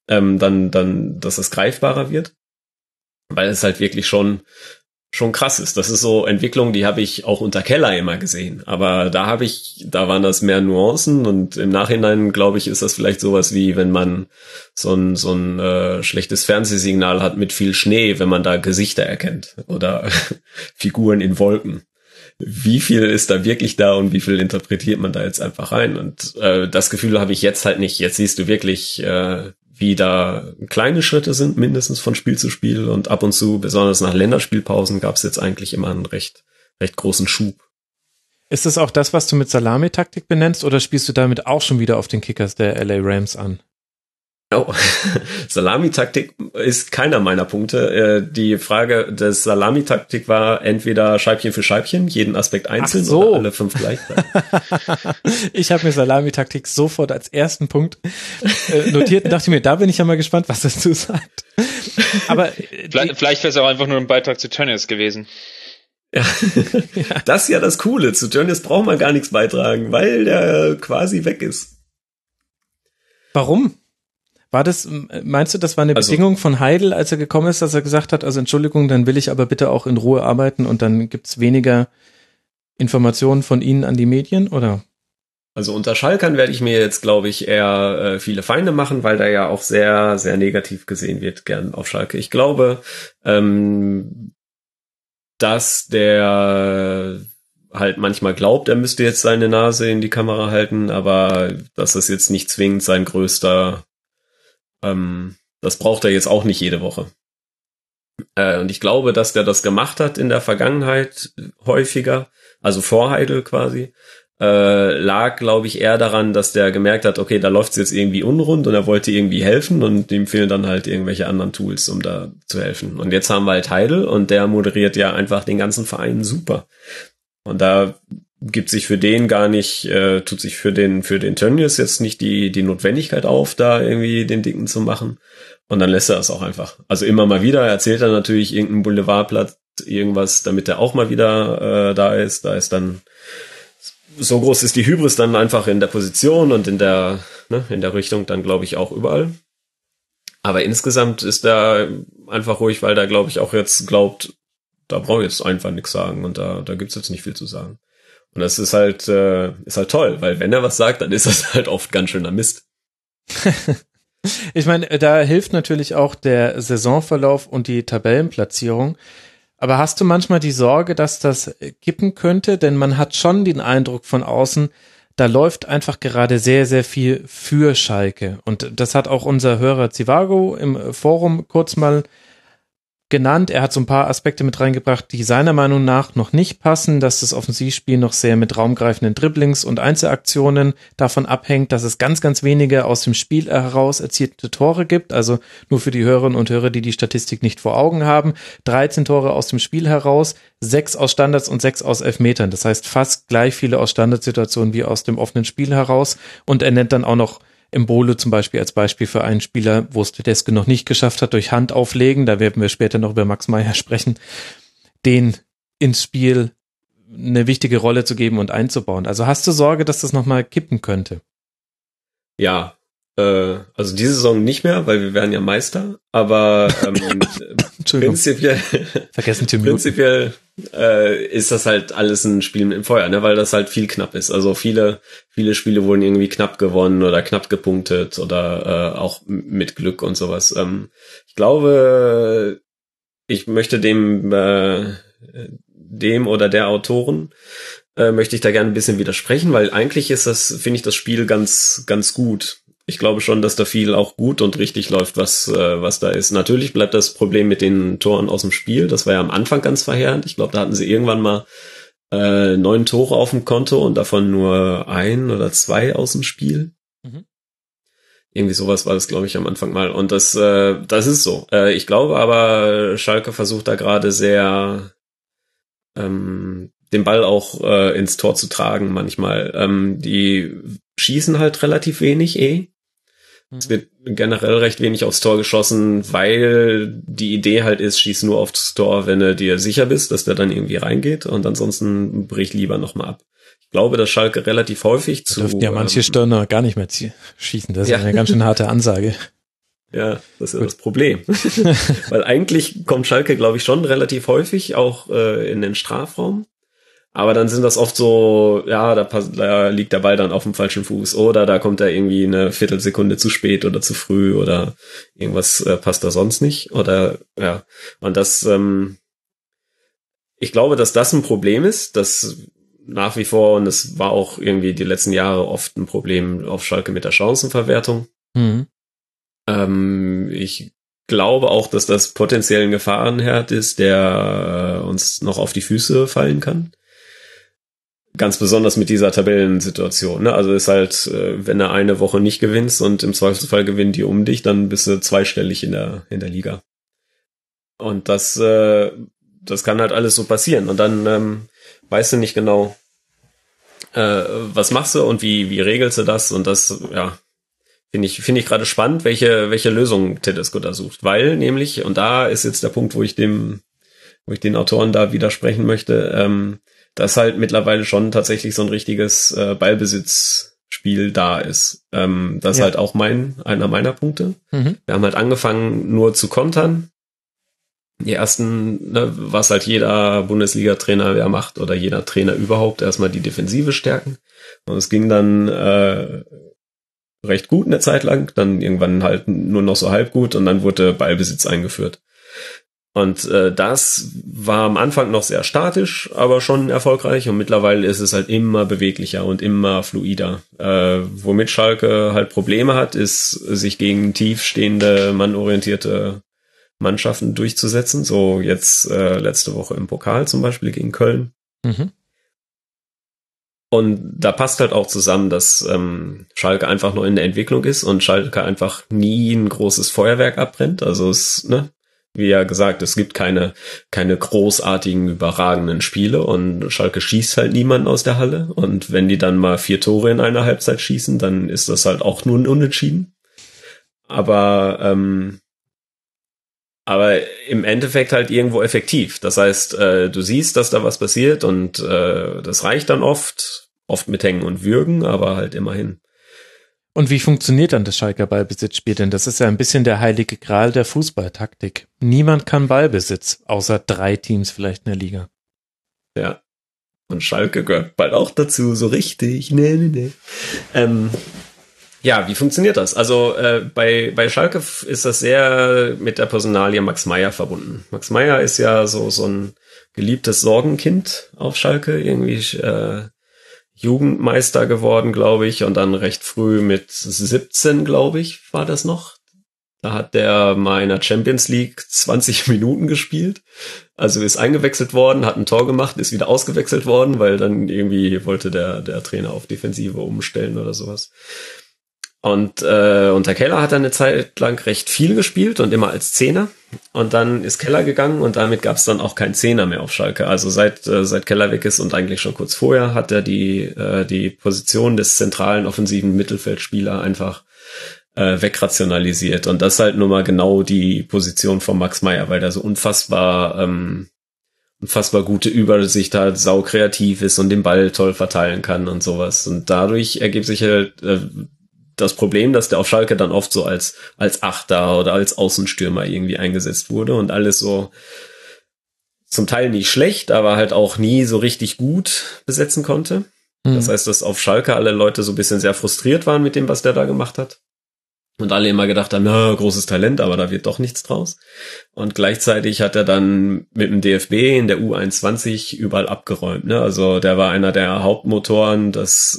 dann, dass es greifbarer wird. Weil es halt wirklich schon krass ist. Das ist so Entwicklung, die habe ich auch unter Keller immer gesehen. Aber da waren das mehr Nuancen und im Nachhinein, glaube ich, ist das vielleicht sowas wie, wenn man so ein schlechtes Fernsehsignal hat mit viel Schnee, wenn man da Gesichter erkennt oder Figuren in Wolken. Wie viel ist da wirklich da und wie viel interpretiert man da jetzt einfach rein? Und das Gefühl habe ich jetzt halt nicht. Jetzt siehst du wirklich, wie da kleine Schritte sind, mindestens von Spiel zu Spiel und ab und zu, besonders nach Länderspielpausen, gab es jetzt eigentlich immer einen recht großen Schub. Ist das auch das, was du mit Salami-Taktik benennst, oder spielst du damit auch schon wieder auf den Kickers der LA Rams an? Oh, Salami-Taktik ist keiner meiner Punkte. Die Frage des Salami-Taktik war entweder Scheibchen für Scheibchen, jeden Aspekt einzeln oder alle 5 gleichzeitig. Ich habe mir Salami-Taktik sofort als ersten Punkt notiert und dachte mir, da bin ich ja mal gespannt, was dazu sagt. Aber vielleicht wäre es auch einfach nur ein Beitrag zu Tönnies gewesen. Ja, das ist ja das Coole. Zu Tönnies braucht man gar nichts beitragen, weil der quasi weg ist. Warum? Meinst du, das war eine Bedingung von Heidel, als er gekommen ist, dass er gesagt hat, also Entschuldigung, dann will ich aber bitte auch in Ruhe arbeiten und dann gibt's weniger Informationen von Ihnen an die Medien, oder? Also unter Schalkern werde ich mir jetzt, glaube ich, eher viele Feinde machen, weil da ja auch sehr, sehr negativ gesehen wird, gern auf Schalke. Ich glaube, dass der halt manchmal glaubt, er müsste jetzt seine Nase in die Kamera halten, aber dass das jetzt nicht zwingend sein größter, das braucht er jetzt auch nicht jede Woche. Und ich glaube, dass der das gemacht hat in der Vergangenheit häufiger, also vor Heidel quasi, lag, glaube ich, eher daran, dass der gemerkt hat, okay, da läuft's jetzt irgendwie unrund und er wollte irgendwie helfen und ihm fehlen dann halt irgendwelche anderen Tools, um da zu helfen. Und jetzt haben wir halt Heidel und der moderiert ja einfach den ganzen Verein super. Und da gibt sich für den gar nicht, tut sich für den Tönnies jetzt nicht die Notwendigkeit auf, da irgendwie den Dicken zu machen. Und dann lässt er es auch einfach. Also immer mal wieder erzählt er natürlich irgendein Boulevardblatt irgendwas, damit er auch mal wieder da ist. Da ist dann, so groß ist die Hybris dann einfach in der Position und in der Richtung dann, glaube ich, auch überall. Aber insgesamt ist er einfach ruhig, weil der, glaube ich, auch jetzt glaubt, da brauche ich jetzt einfach nichts sagen und da gibt's jetzt nicht viel zu sagen. Und das ist halt toll, weil wenn er was sagt, dann ist das halt oft ganz schöner Mist. Ich meine, da hilft natürlich auch der Saisonverlauf und die Tabellenplatzierung. Aber hast du manchmal die Sorge, dass das kippen könnte? Denn man hat schon den Eindruck von außen, da läuft einfach gerade sehr, sehr viel für Schalke. Und das hat auch unser Hörer Zivago im Forum kurz mal genannt. Er hat so ein paar Aspekte mit reingebracht, die seiner Meinung nach noch nicht passen, dass das Offensivspiel noch sehr mit raumgreifenden Dribblings und Einzelaktionen davon abhängt, dass es ganz, ganz wenige aus dem Spiel heraus erzielte Tore gibt. Also nur für die Hörerinnen und Hörer, die die Statistik nicht vor Augen haben. 13 Tore aus dem Spiel heraus, 6 aus Standards und 6 aus Elfmetern. Das heißt fast gleich viele aus Standardsituationen wie aus dem offenen Spiel heraus. Und er nennt dann auch noch Embolo zum Beispiel als Beispiel für einen Spieler, wo es Tedesco noch nicht geschafft hat, durch Hand auflegen, da werden wir später noch über Max Meyer sprechen, den ins Spiel eine wichtige Rolle zu geben und einzubauen. Also hast du Sorge, dass das nochmal kippen könnte? Ja, also diese Saison nicht mehr, weil wir werden ja Meister, aber prinzipiell ist das halt alles ein Spiel im Feuer, ne, weil das halt viel knapp ist. Also viele Spiele wurden irgendwie knapp gewonnen oder knapp gepunktet oder auch mit Glück und sowas. Ich glaube, ich möchte dem oder der Autoren möchte ich da gerne ein bisschen widersprechen, weil eigentlich finde ich das Spiel ganz, ganz gut. Ich glaube schon, dass da viel auch gut und richtig läuft, was da ist. Natürlich bleibt das Problem mit den Toren aus dem Spiel. Das war ja am Anfang ganz verheerend. Ich glaube, da hatten sie irgendwann mal 9 Tore auf dem Konto und davon nur 1 oder 2 aus dem Spiel. Mhm. Irgendwie sowas war das, glaube ich, am Anfang mal. Und das ist so. Ich glaube aber, Schalke versucht da gerade sehr den Ball auch ins Tor zu tragen manchmal. Die schießen halt relativ wenig Es wird generell recht wenig aufs Tor geschossen, weil die Idee halt ist, schieß nur aufs Tor, wenn du dir sicher bist, dass der dann irgendwie reingeht und ansonsten brich lieber nochmal ab. Ich glaube, dass Schalke relativ häufig dürften ja manche Stürmer gar nicht mehr schießen. Das ist eine ganz schön harte Ansage. Ja, das ist ja das Problem. Weil eigentlich kommt Schalke, glaube ich, schon relativ häufig auch in den Strafraum. Aber dann sind das oft so, ja, da liegt der Ball dann auf dem falschen Fuß oder da kommt er irgendwie eine Viertelsekunde zu spät oder zu früh oder irgendwas passt da sonst nicht. Oder ja, und das, ich glaube, dass das ein Problem ist, dass nach wie vor, und es war auch irgendwie die letzten Jahre oft ein Problem auf Schalke mit der Chancenverwertung. Mhm. Ich glaube auch, dass das potenziell ein Gefahrenherd ist, der uns noch auf die Füße fallen kann. Ganz besonders mit dieser Tabellensituation. Ne? Also ist halt, wenn du eine Woche nicht gewinnst und im Zweifelsfall gewinnen die um dich, dann bist du zweistellig in der Liga. Und das kann halt alles so passieren. Und dann weißt du nicht genau, was machst du und wie regelst du das? Und das, ja, finde ich gerade spannend, welche Lösung Tedesco da sucht. Weil nämlich, und da ist jetzt der Punkt, wo ich den Autoren da widersprechen möchte, dass halt mittlerweile schon tatsächlich so ein richtiges Ballbesitzspiel da ist. Das ist halt auch einer meiner Punkte. Mhm. Wir haben halt angefangen nur zu kontern. Die ersten, was halt jeder Bundesliga-Trainer macht oder jeder Trainer überhaupt, erstmal die Defensive stärken. Und es ging dann recht gut eine Zeit lang, dann irgendwann halt nur noch so halb gut und dann wurde Ballbesitz eingeführt. Und das war am Anfang noch sehr statisch, aber schon erfolgreich und mittlerweile ist es halt immer beweglicher und immer fluider. Womit Schalke halt Probleme hat, ist, sich gegen tiefstehende, mannorientierte Mannschaften durchzusetzen. So jetzt letzte Woche im Pokal zum Beispiel gegen Köln. Mhm. Und da passt halt auch zusammen, dass Schalke einfach nur in der Entwicklung ist und Schalke einfach nie ein großes Feuerwerk abbrennt. Also es, wie ja gesagt, es gibt keine großartigen, überragenden Spiele und Schalke schießt halt niemanden aus der Halle. Und wenn die dann mal 4 Tore in einer Halbzeit schießen, dann ist das halt auch nur ein Unentschieden. Aber im Endeffekt halt irgendwo effektiv. Das heißt, du siehst, dass da was passiert und das reicht dann oft mit Hängen und Würgen, aber halt immerhin. Und wie funktioniert dann das Schalker Ballbesitzspiel? Denn das ist ja ein bisschen der heilige Gral der Fußballtaktik. Niemand kann Ballbesitz, außer 3 Teams vielleicht in der Liga. Ja. Und Schalke gehört bald auch dazu, so richtig. Nee. Ja, wie funktioniert das? Also bei Schalke ist das sehr mit der Personalie Max Meyer verbunden. Max Meyer ist ja so ein geliebtes Sorgenkind auf Schalke, irgendwie Jugendmeister geworden, glaube ich, und dann recht früh mit 17, glaube ich, war das noch. Da hat der mal in der Champions League 20 Minuten gespielt. Also ist eingewechselt worden, hat ein Tor gemacht, ist wieder ausgewechselt worden, weil dann irgendwie wollte der Trainer auf Defensive umstellen oder sowas. Und unter Keller hat er eine Zeit lang recht viel gespielt und immer als Zehner. Und dann ist Keller gegangen und damit gab es dann auch keinen Zehner mehr auf Schalke. Also seit Keller weg ist und eigentlich schon kurz vorher hat er die Position des zentralen offensiven Mittelfeldspieler einfach wegrationalisiert. Und das ist halt nun mal genau die Position von Max Meyer, weil der so unfassbar gute Übersicht hat, saukreativ ist und den Ball toll verteilen kann und sowas. Und dadurch ergibt sich halt das Problem, dass der auf Schalke dann oft so als Achter oder als Außenstürmer irgendwie eingesetzt wurde und alles so zum Teil nicht schlecht, aber halt auch nie so richtig gut besetzen konnte. Mhm. Das heißt, dass auf Schalke alle Leute so ein bisschen sehr frustriert waren mit dem, was der da gemacht hat. Und alle immer gedacht haben, na, großes Talent, aber da wird doch nichts draus. Und gleichzeitig hat er dann mit dem DFB in der U21 überall abgeräumt. Ne? Also der war einer der Hauptmotoren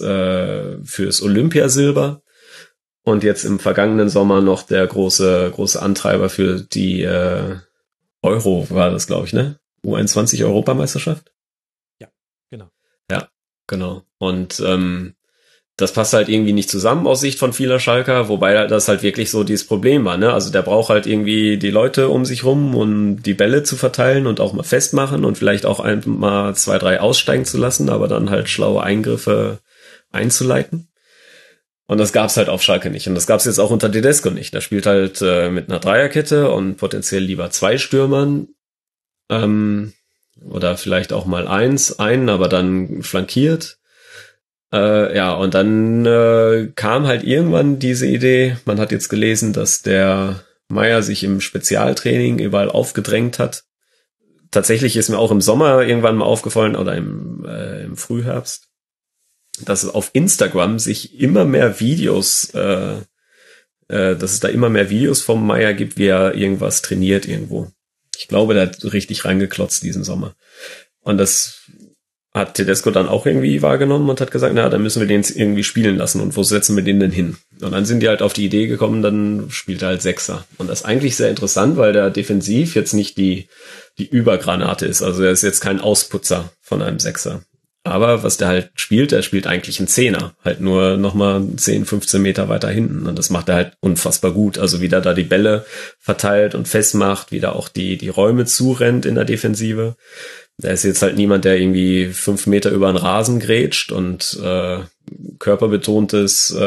fürs Olympiasilber. Und jetzt im vergangenen Sommer noch der große Antreiber für die Euro war das, glaube ich, ne? U21 Europameisterschaft? Ja, genau. Ja, genau. Und das passt halt irgendwie nicht zusammen aus Sicht von vieler Schalker, wobei das halt wirklich so dieses Problem war, ne? Also der braucht halt irgendwie die Leute um sich rum, um die Bälle zu verteilen und auch mal festmachen und vielleicht auch mal 2, 3 aussteigen zu lassen, aber dann halt schlaue Eingriffe einzuleiten. Und das gab's halt auf Schalke nicht. Und das gab's jetzt auch unter Tedesco nicht. Der spielt halt mit einer Dreierkette und potenziell lieber 2 Stürmern. Oder vielleicht auch mal einen, aber dann flankiert. Ja, und dann kam halt irgendwann diese Idee, man hat jetzt gelesen, dass der Meier sich im Spezialtraining überall aufgedrängt hat. Tatsächlich ist mir auch im Sommer irgendwann mal aufgefallen oder im Frühherbst, dass es auf Instagram sich immer mehr Videos, dass es da immer mehr Videos vom Meier gibt, wie er irgendwas trainiert irgendwo. Ich glaube, der hat richtig reingeklotzt diesen Sommer. Und das hat Tedesco dann auch irgendwie wahrgenommen und hat gesagt, na, dann müssen wir den jetzt irgendwie spielen lassen und wo setzen wir den denn hin? Und dann sind die halt auf die Idee gekommen, dann spielt er halt Sechser. Und das ist eigentlich sehr interessant, weil der defensiv jetzt nicht die Übergranate ist. Also er ist jetzt kein Ausputzer von einem Sechser. Aber was der halt spielt, er spielt eigentlich einen Zehner. Halt nur nochmal 10, 15 Meter weiter hinten. Und das macht er halt unfassbar gut. Also wie der da die Bälle verteilt und festmacht, wie der auch die Räume zurennt in der Defensive. Der ist jetzt halt niemand, der irgendwie 5 Meter über den Rasen grätscht und körperbetontes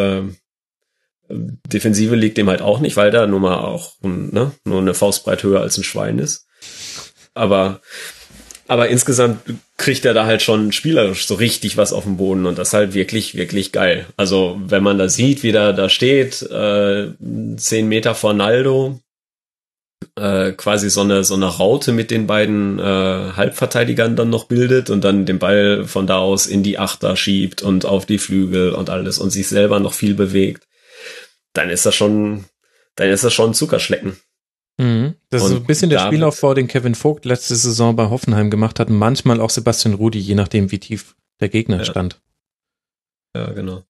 Defensive liegt dem halt auch nicht, weil der nun mal auch nur eine Faustbreit höher als ein Schwein ist. Aber insgesamt kriegt er da halt schon spielerisch so richtig was auf dem Boden und das ist halt wirklich, wirklich geil. Also wenn man da sieht, wie der da steht, 10 Meter vor Naldo, quasi so eine Raute mit den beiden Halbverteidigern dann noch bildet und dann den Ball von da aus in die Achter schiebt und auf die Flügel und alles und sich selber noch viel bewegt, dann ist das schon ein Zuckerschlecken. Mhm. Das ist so ein bisschen der Spielaufbau, den Kevin Vogt letzte Saison bei Hoffenheim gemacht hat, manchmal auch Sebastian Rudy, je nachdem, wie tief der Gegner stand. Ja, genau.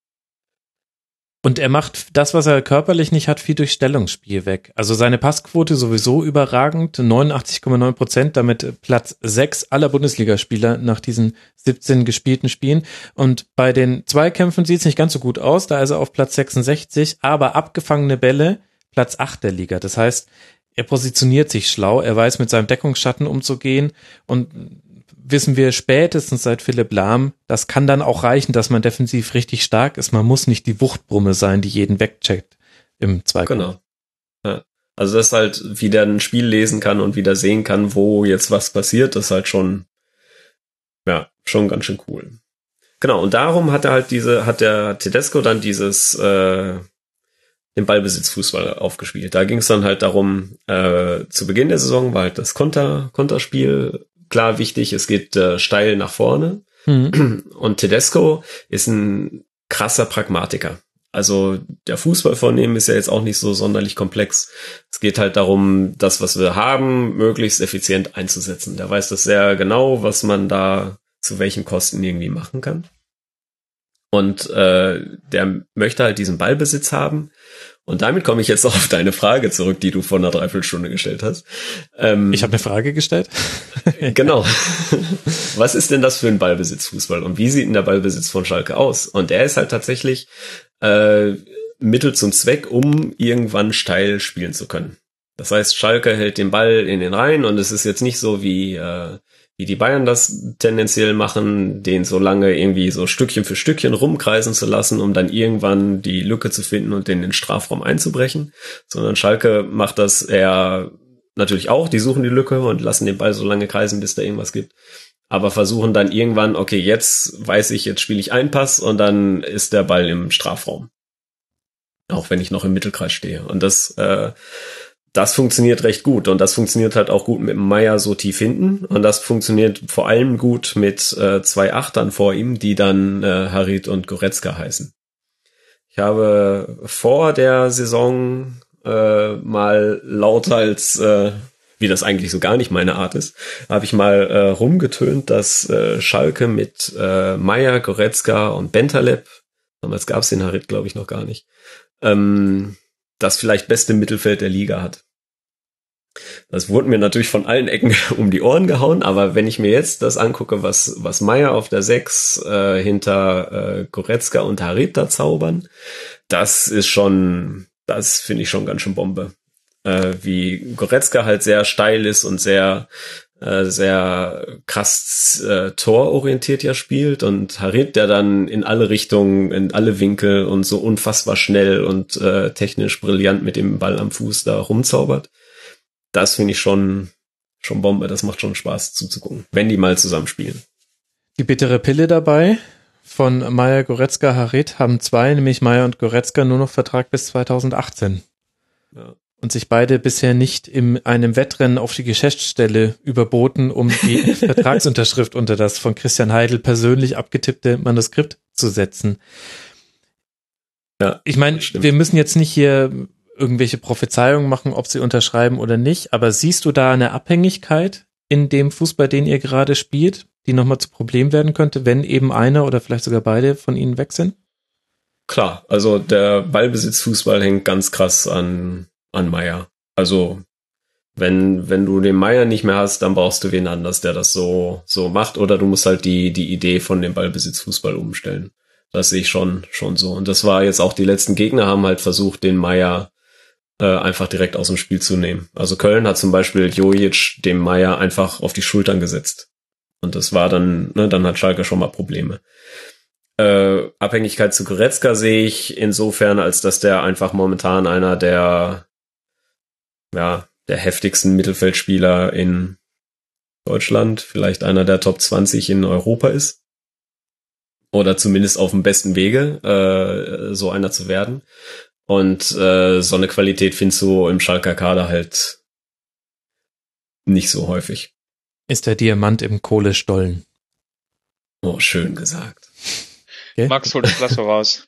Und er macht das, was er körperlich nicht hat, viel durch Stellungsspiel weg. Also seine Passquote sowieso überragend, 89,9%, damit Platz 6 aller Bundesligaspieler nach diesen 17 gespielten Spielen. Und bei den Zweikämpfen sieht es nicht ganz so gut aus, da ist er auf Platz 66, aber abgefangene Bälle, Platz 8 der Liga. Das heißt, er positioniert sich schlau, er weiß mit seinem Deckungsschatten umzugehen und wissen wir spätestens seit Philipp Lahm, das kann dann auch reichen, dass man defensiv richtig stark ist. Man muss nicht die Wuchtbrumme sein, die jeden wegcheckt im Zweikampf. Genau. Ja. Also das ist halt, wie der ein Spiel lesen kann und wieder sehen kann, wo jetzt was passiert, das ist halt schon ganz schön cool. Genau, und darum hat der Tedesco dann den Ballbesitzfußball aufgespielt. Da ging es dann halt darum, zu Beginn der Saison war halt das Konterspiel klar wichtig, es geht steil nach vorne. Mhm. Und Tedesco ist ein krasser Pragmatiker. Also der Fußball von ihm ist ja jetzt auch nicht so sonderlich komplex. Es geht halt darum, das, was wir haben, möglichst effizient einzusetzen. Der weiß das sehr genau, was man da zu welchen Kosten irgendwie machen kann. Und der möchte halt diesen Ballbesitz haben. Und damit komme ich jetzt auch auf deine Frage zurück, die du vor einer Dreiviertelstunde gestellt hast. Ich habe eine Frage gestellt? Genau. Was ist denn das für ein Ballbesitzfußball? Und wie sieht denn der Ballbesitz von Schalke aus? Und der ist halt tatsächlich Mittel zum Zweck, um irgendwann steil spielen zu können. Das heißt, Schalke hält den Ball in den Reihen und es ist jetzt nicht so wie die Bayern das tendenziell machen, den so lange irgendwie so Stückchen für Stückchen rumkreisen zu lassen, um dann irgendwann die Lücke zu finden und den Strafraum einzubrechen, sondern Schalke macht das eher natürlich auch, die suchen die Lücke und lassen den Ball so lange kreisen, bis da irgendwas gibt, aber versuchen dann irgendwann, okay, jetzt weiß ich, jetzt spiele ich einen Pass und dann ist der Ball im Strafraum. Auch wenn ich noch im Mittelkreis stehe. Und das funktioniert recht gut und das funktioniert halt auch gut mit Meier so tief hinten und das funktioniert vor allem gut mit 2 Achtern vor ihm, die dann Harit und Goretzka heißen. Ich habe vor der Saison mal lauter als, wie das eigentlich so gar nicht meine Art ist, habe ich mal rumgetönt, dass Schalke mit Meier, Goretzka und Bentaleb, damals gab es den Harit glaube ich noch gar nicht, das vielleicht beste Mittelfeld der Liga hat. Das wurde mir natürlich von allen Ecken um die Ohren gehauen, aber wenn ich mir jetzt das angucke, was Meier auf der 6 hinter Goretzka und Harit da zaubern, das finde ich schon ganz schön Bombe. Wie Goretzka halt sehr steil ist und sehr krass tororientiert ja spielt und Harit, der dann in alle Richtungen, in alle Winkel und so unfassbar schnell und technisch brillant mit dem Ball am Fuß da rumzaubert. Das finde ich schon Bombe, das macht schon Spaß zuzugucken, wenn die mal zusammen spielen. Die bittere Pille dabei, von Meyer, Goretzka, Harit haben zwei, nämlich Meyer und Goretzka, nur noch Vertrag bis 2018. Ja. Und sich beide bisher nicht in einem Wettrennen auf die Geschäftsstelle überboten, um die Vertragsunterschrift unter das von Christian Heidel persönlich abgetippte Manuskript zu setzen. Ja, ich meine, wir müssen jetzt nicht hier irgendwelche Prophezeiungen machen, ob sie unterschreiben oder nicht, aber siehst du da eine Abhängigkeit in dem Fußball, den ihr gerade spielt, die nochmal zu Problem werden könnte, wenn eben einer oder vielleicht sogar beide von ihnen weg sind? Klar, also der Ballbesitzfußball hängt ganz krass an Meyer. Also wenn du den Meyer nicht mehr hast, dann brauchst du wen anders, der das so macht, oder du musst halt die Idee von dem Ballbesitzfußball umstellen. Das sehe ich schon so. Und das war jetzt auch, die letzten Gegner haben halt versucht, den Meyer einfach direkt aus dem Spiel zu nehmen. Also Köln hat zum Beispiel Jojic dem Meyer einfach auf die Schultern gesetzt. Und das war dann, dann hat Schalke schon mal Probleme. Abhängigkeit zu Goretzka sehe ich insofern, als dass der einfach momentan einer der heftigsten Mittelfeldspieler in Deutschland, vielleicht einer der Top 20 in Europa ist. Oder zumindest auf dem besten Wege, so einer zu werden. Und so eine Qualität findest du im Schalker Kader halt nicht so häufig. Ist der Diamant im Kohlestollen. Oh, schön gesagt. Okay. Max holt das Glas voraus.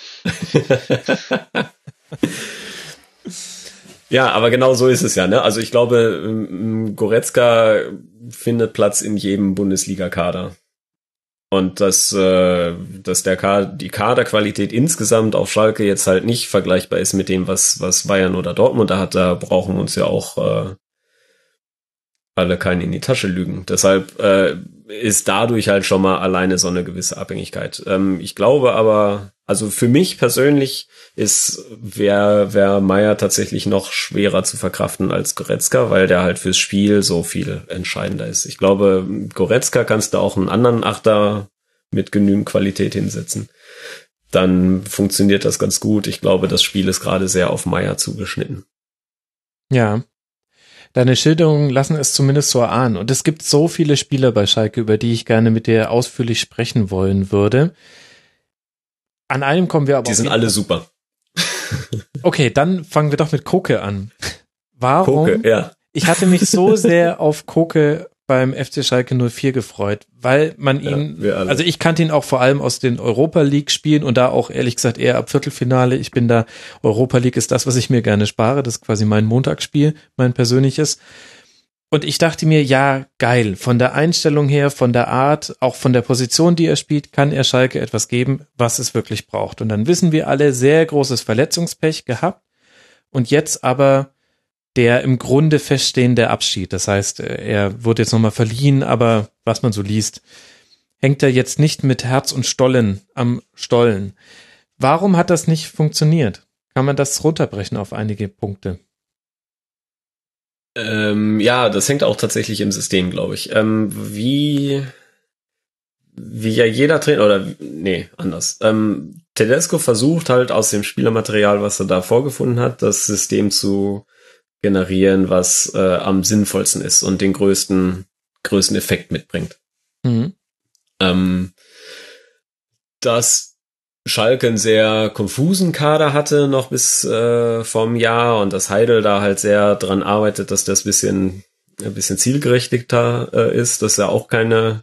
Ja, aber genau so ist es ja, ne? Also ich glaube, Goretzka findet Platz in jedem Bundesliga-Kader. Und dass die Kaderqualität insgesamt auf Schalke jetzt halt nicht vergleichbar ist mit dem, was Bayern oder Dortmund da hat, da brauchen wir uns ja auch alle keinen in die Tasche lügen. Deshalb ist dadurch halt schon mal alleine so eine gewisse Abhängigkeit. Ich glaube aber, also für mich persönlich wäre Meyer tatsächlich noch schwerer zu verkraften als Goretzka, weil der halt fürs Spiel so viel entscheidender ist. Ich glaube, Goretzka kannst du auch einen anderen Achter mit genügend Qualität hinsetzen. Dann funktioniert das ganz gut. Ich glaube, das Spiel ist gerade sehr auf Meyer zugeschnitten. Ja. Deine Schilderungen lassen es zumindest so erahnen. Und es gibt so viele Spieler bei Schalke, über die ich gerne mit dir ausführlich sprechen wollen würde. An einem kommen wir aber. Die sind alle super. Okay, dann fangen wir doch mit Koke an. Warum? Koke, ja. Ich hatte mich so sehr auf Koke beim FC Schalke 04 gefreut, weil man ihn, also ich kannte ihn auch vor allem aus den Europa League Spielen und da auch ehrlich gesagt eher ab Viertelfinale. Ich bin da, Europa League ist das, was ich mir gerne spare. Das ist quasi mein Montagsspiel, mein persönliches. Und ich dachte mir, ja, geil, von der Einstellung her, von der Art, auch von der Position, die er spielt, kann er Schalke etwas geben, was es wirklich braucht. Und dann wissen wir alle, sehr großes Verletzungspech gehabt und jetzt aber der im Grunde feststehende Abschied. Das heißt, er wurde jetzt nochmal verliehen, aber was man so liest, hängt er jetzt nicht mit Herz und Stollen am Stollen. Warum hat das nicht funktioniert? Kann man das runterbrechen auf einige Punkte? Ja, das hängt auch tatsächlich im System, glaube ich. Wie ja jeder Trainer, oder nee, anders. Tedesco versucht halt aus dem Spielermaterial, was er da vorgefunden hat, das System zu generieren, was am sinnvollsten ist und den größten Effekt mitbringt. Mhm. Dass Schalke einen sehr konfusen Kader hatte noch bis vorm Jahr und dass Heidel da halt sehr dran arbeitet, dass das ein bisschen zielgerichteter ist. Das ist ja auch keine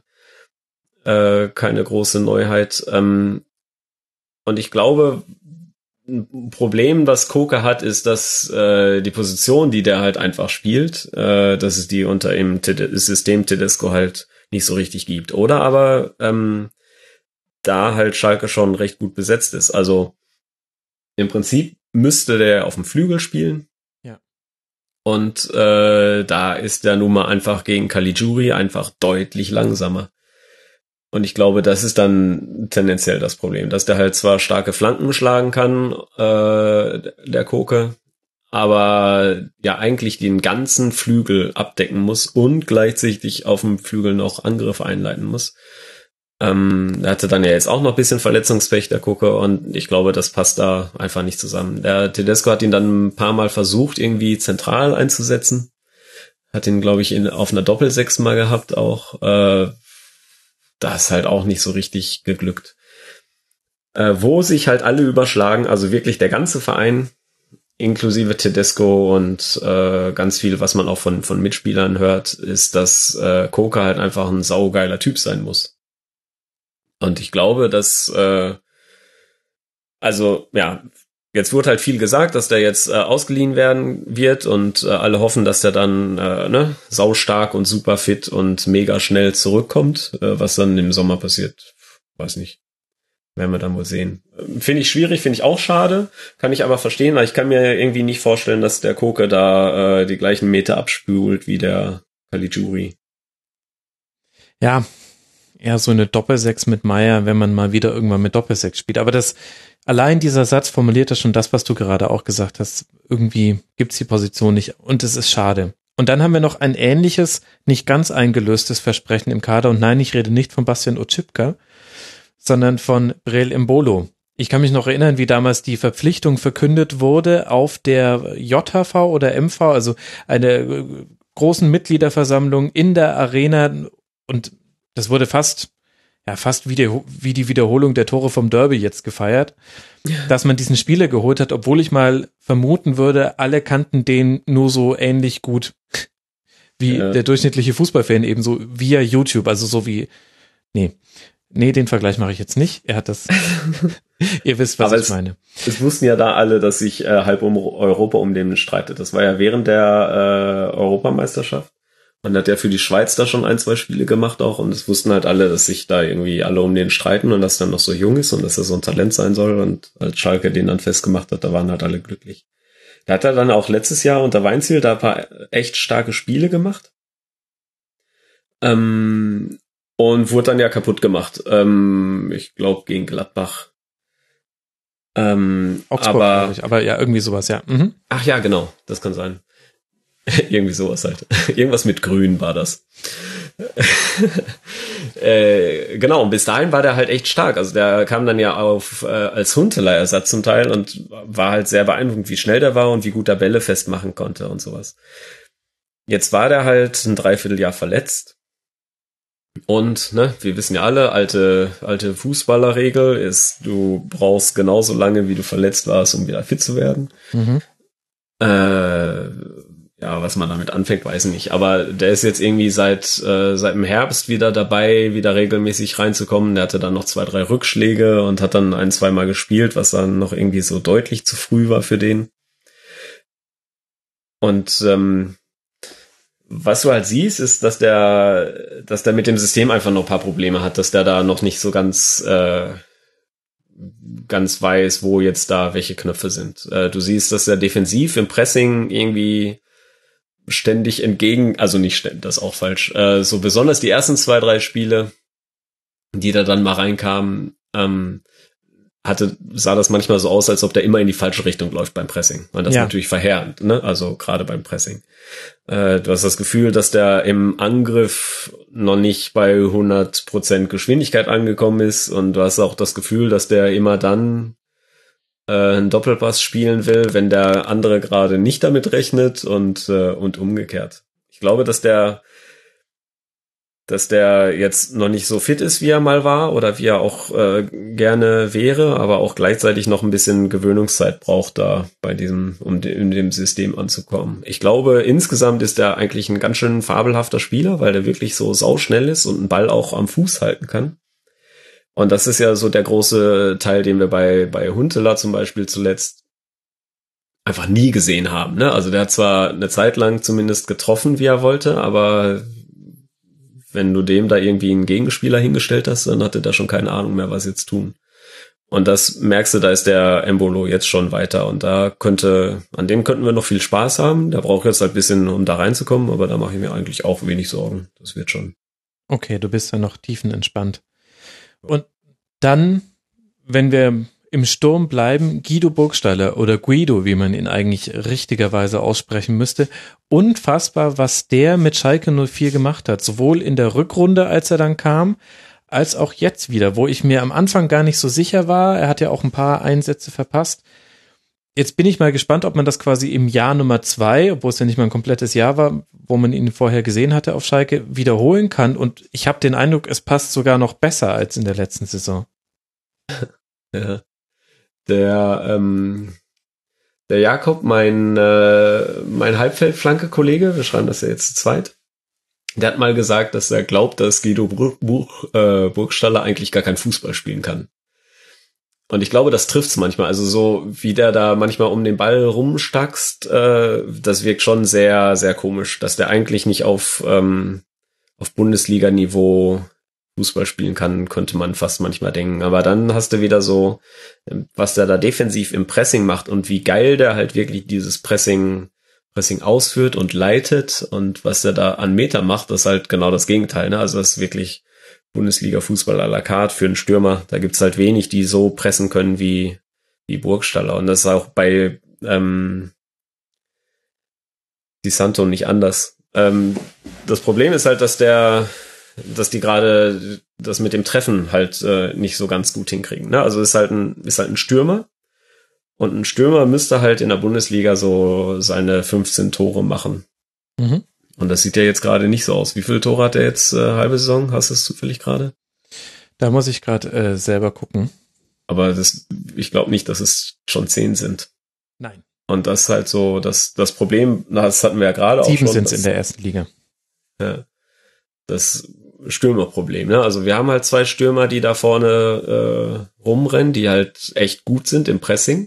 große Neuheit. Und ich glaube, ein Problem, was Koke hat, ist, dass die Position, die der halt einfach spielt, dass es die unter im System Tedesco halt nicht so richtig gibt. Oder aber da halt Schalke schon recht gut besetzt ist. Also im Prinzip müsste der auf dem Flügel spielen. Ja. Und da ist der nun mal einfach gegen Caligiuri einfach deutlich langsamer. Und ich glaube, das ist dann tendenziell das Problem, dass der halt zwar starke Flanken schlagen kann, der Koke, aber ja eigentlich den ganzen Flügel abdecken muss und gleichzeitig auf dem Flügel noch Angriffe einleiten muss. Er hatte dann ja jetzt auch noch ein bisschen Verletzungspech, der Koke, und ich glaube, das passt da einfach nicht zusammen. Der Tedesco hat ihn dann ein paar Mal versucht, irgendwie zentral einzusetzen. Hat ihn, glaube ich, auf einer Doppel-6 mal gehabt auch. Da ist halt auch nicht so richtig geglückt. wo sich halt alle überschlagen, also wirklich der ganze Verein, inklusive Tedesco und ganz viel, was man auch von Mitspielern hört, ist, dass Koke halt einfach ein saugeiler Typ sein muss. Und ich glaube, dass jetzt wurde halt viel gesagt, dass der jetzt ausgeliehen werden wird und alle hoffen, dass der dann saustark und super fit und mega schnell zurückkommt. Was dann im Sommer passiert, weiß nicht. Werden wir dann wohl sehen. Finde ich schwierig, finde ich auch schade. Kann ich aber verstehen, weil ich kann mir irgendwie nicht vorstellen, dass der Koke da die gleichen Meter abspült wie der Caligiuri. Ja, eher so eine Doppelsechs mit Meier, wenn man mal wieder irgendwann mit Doppelsechs spielt. Aber allein dieser Satz formuliert ja schon das, was du gerade auch gesagt hast. Irgendwie gibt's die Position nicht und es ist schade. Und dann haben wir noch ein ähnliches, nicht ganz eingelöstes Versprechen im Kader. Und nein, ich rede nicht von Bastian Oczipka, sondern von Breel Embolo. Ich kann mich noch erinnern, wie damals die Verpflichtung verkündet wurde auf der JHV oder MV, also eine großen Mitgliederversammlung in der Arena, und das wurde fast wie die Wiederholung der Tore vom Derby jetzt gefeiert, dass man diesen Spieler geholt hat, obwohl ich mal vermuten würde, alle kannten den nur so ähnlich gut wie der durchschnittliche Fußballfan, ebenso via YouTube, also so wie, Nee, den Vergleich mache ich jetzt nicht. Er hat das, ihr wisst, was ich meine. Es wussten ja da alle, dass sich halb um Europa um den streitet. Das war ja während der Europameisterschaft. Man hat ja für die Schweiz da schon 1-2 Spiele gemacht auch und es wussten halt alle, dass sich da irgendwie alle um den streiten und dass er noch so jung ist und dass er so ein Talent sein soll, und als Schalke den dann festgemacht hat, da waren halt alle glücklich. Da hat er dann auch letztes Jahr unter Weinziel da ein paar echt starke Spiele gemacht. Und wurde dann ja kaputt gemacht. Ich glaube gegen Gladbach. Augsburg, aber ja, irgendwie sowas, ja. Mhm. Ach ja, genau, das kann sein. Irgendwie sowas halt. Irgendwas mit Grün war das. Genau, und bis dahin war der halt echt stark. Also der kam dann ja auf als Huntelaar-Ersatz zum Teil und war halt sehr beeindruckend, wie schnell der war und wie gut er Bälle festmachen konnte und sowas. Jetzt war der halt ein Dreivierteljahr verletzt. Und, wir wissen ja alle, alte Fußballerregel ist, du brauchst genauso lange, wie du verletzt warst, um wieder fit zu werden. Mhm. Was man damit anfängt, weiß ich nicht. Aber der ist jetzt irgendwie seit dem Herbst wieder dabei, wieder regelmäßig reinzukommen. Der hatte dann noch 2-3 Rückschläge und hat dann 1-2 Mal gespielt, was dann noch irgendwie so deutlich zu früh war für den. Und, was du halt siehst, ist, dass der mit dem System einfach noch ein paar Probleme hat, dass der da noch nicht so ganz weiß, wo jetzt da welche Knöpfe sind. Du siehst, dass er defensiv im Pressing irgendwie ständig also nicht ständig, das ist auch falsch, so besonders die ersten 2-3 Spiele, die da dann mal reinkamen, sah das manchmal so aus, als ob der immer in die falsche Richtung läuft beim Pressing. Und das ist natürlich verheerend, also gerade beim Pressing. Du hast das Gefühl, dass der im Angriff noch nicht bei 100% Geschwindigkeit angekommen ist, und du hast auch das Gefühl, dass der immer dann einen Doppelpass spielen will, wenn der andere gerade nicht damit rechnet, und umgekehrt. Ich glaube, dass der jetzt noch nicht so fit ist, wie er mal war oder wie er auch gerne wäre, aber auch gleichzeitig noch ein bisschen Gewöhnungszeit braucht da um in dem System anzukommen. Ich glaube, insgesamt ist er eigentlich ein ganz schön fabelhafter Spieler, weil der wirklich so sauschnell ist und einen Ball auch am Fuß halten kann. Und das ist ja so der große Teil, den wir bei Huntelaar zum Beispiel zuletzt einfach nie gesehen haben. Also der hat zwar eine Zeit lang zumindest getroffen, wie er wollte, aber wenn du dem da irgendwie einen Gegenspieler hingestellt hast, dann hatte der schon keine Ahnung mehr, was jetzt tun. Und das merkst du, da ist der Embolo jetzt schon weiter, und an dem könnten wir noch viel Spaß haben. Der braucht jetzt halt ein bisschen, um da reinzukommen, aber da mache ich mir eigentlich auch wenig Sorgen. Das wird schon. Okay, du bist ja noch tiefenentspannt. Und dann, wenn wir im Sturm bleiben, Guido Burgstaller oder Guido, wie man ihn eigentlich richtigerweise aussprechen müsste. Unfassbar, was der mit Schalke 04 gemacht hat. Sowohl in der Rückrunde, als er dann kam, als auch jetzt wieder, wo ich mir am Anfang gar nicht so sicher war. Er hat ja auch ein paar Einsätze verpasst. Jetzt bin ich mal gespannt, ob man das quasi im Jahr Nummer 2, obwohl es ja nicht mal ein komplettes Jahr war, wo man ihn vorher gesehen hatte auf Schalke, wiederholen kann. Und ich habe den Eindruck, es passt sogar noch besser als in der letzten Saison. Ja. Der Jakob, mein Halbfeldflanke-Kollege, wir schreiben das ja jetzt zu zweit, der hat mal gesagt, dass er glaubt, dass Guido Burgstaller eigentlich gar kein Fußball spielen kann. Und ich glaube, das trifft's manchmal. Also so wie der da manchmal um den Ball rumstackst, das wirkt schon sehr, sehr komisch, dass der eigentlich nicht auf Bundesliga-Niveau Fußball spielen kann, könnte man fast manchmal denken. Aber dann hast du wieder so, was der da defensiv im Pressing macht und wie geil der halt wirklich dieses Pressing ausführt und leitet und was der da an Meter macht, das ist halt genau das Gegenteil. Ne? Also das ist wirklich Bundesliga-Fußball à la carte für einen Stürmer. Da gibt's halt wenig, die so pressen können wie Burgstaller. Und das ist auch bei Di Santo nicht anders. Das Problem ist halt, dass die gerade das mit dem Treffen halt nicht so ganz gut hinkriegen. Ne? Also ist halt ein Stürmer. Und ein Stürmer müsste halt in der Bundesliga so seine 15 Tore machen. Mhm. Und das sieht ja jetzt gerade nicht so aus. Wie viele Tore hat er jetzt halbe Saison? Hast du es zufällig gerade? Da muss ich gerade selber gucken. Aber ich glaube nicht, dass es schon 10 sind. Nein. Und das ist halt so das Problem, das hatten wir ja gerade auch schon. 7 sind es in der ersten Liga. Ja, das Stürmerproblem. Ne? Also wir haben halt 2 Stürmer, die da vorne rumrennen, die halt echt gut sind im Pressing.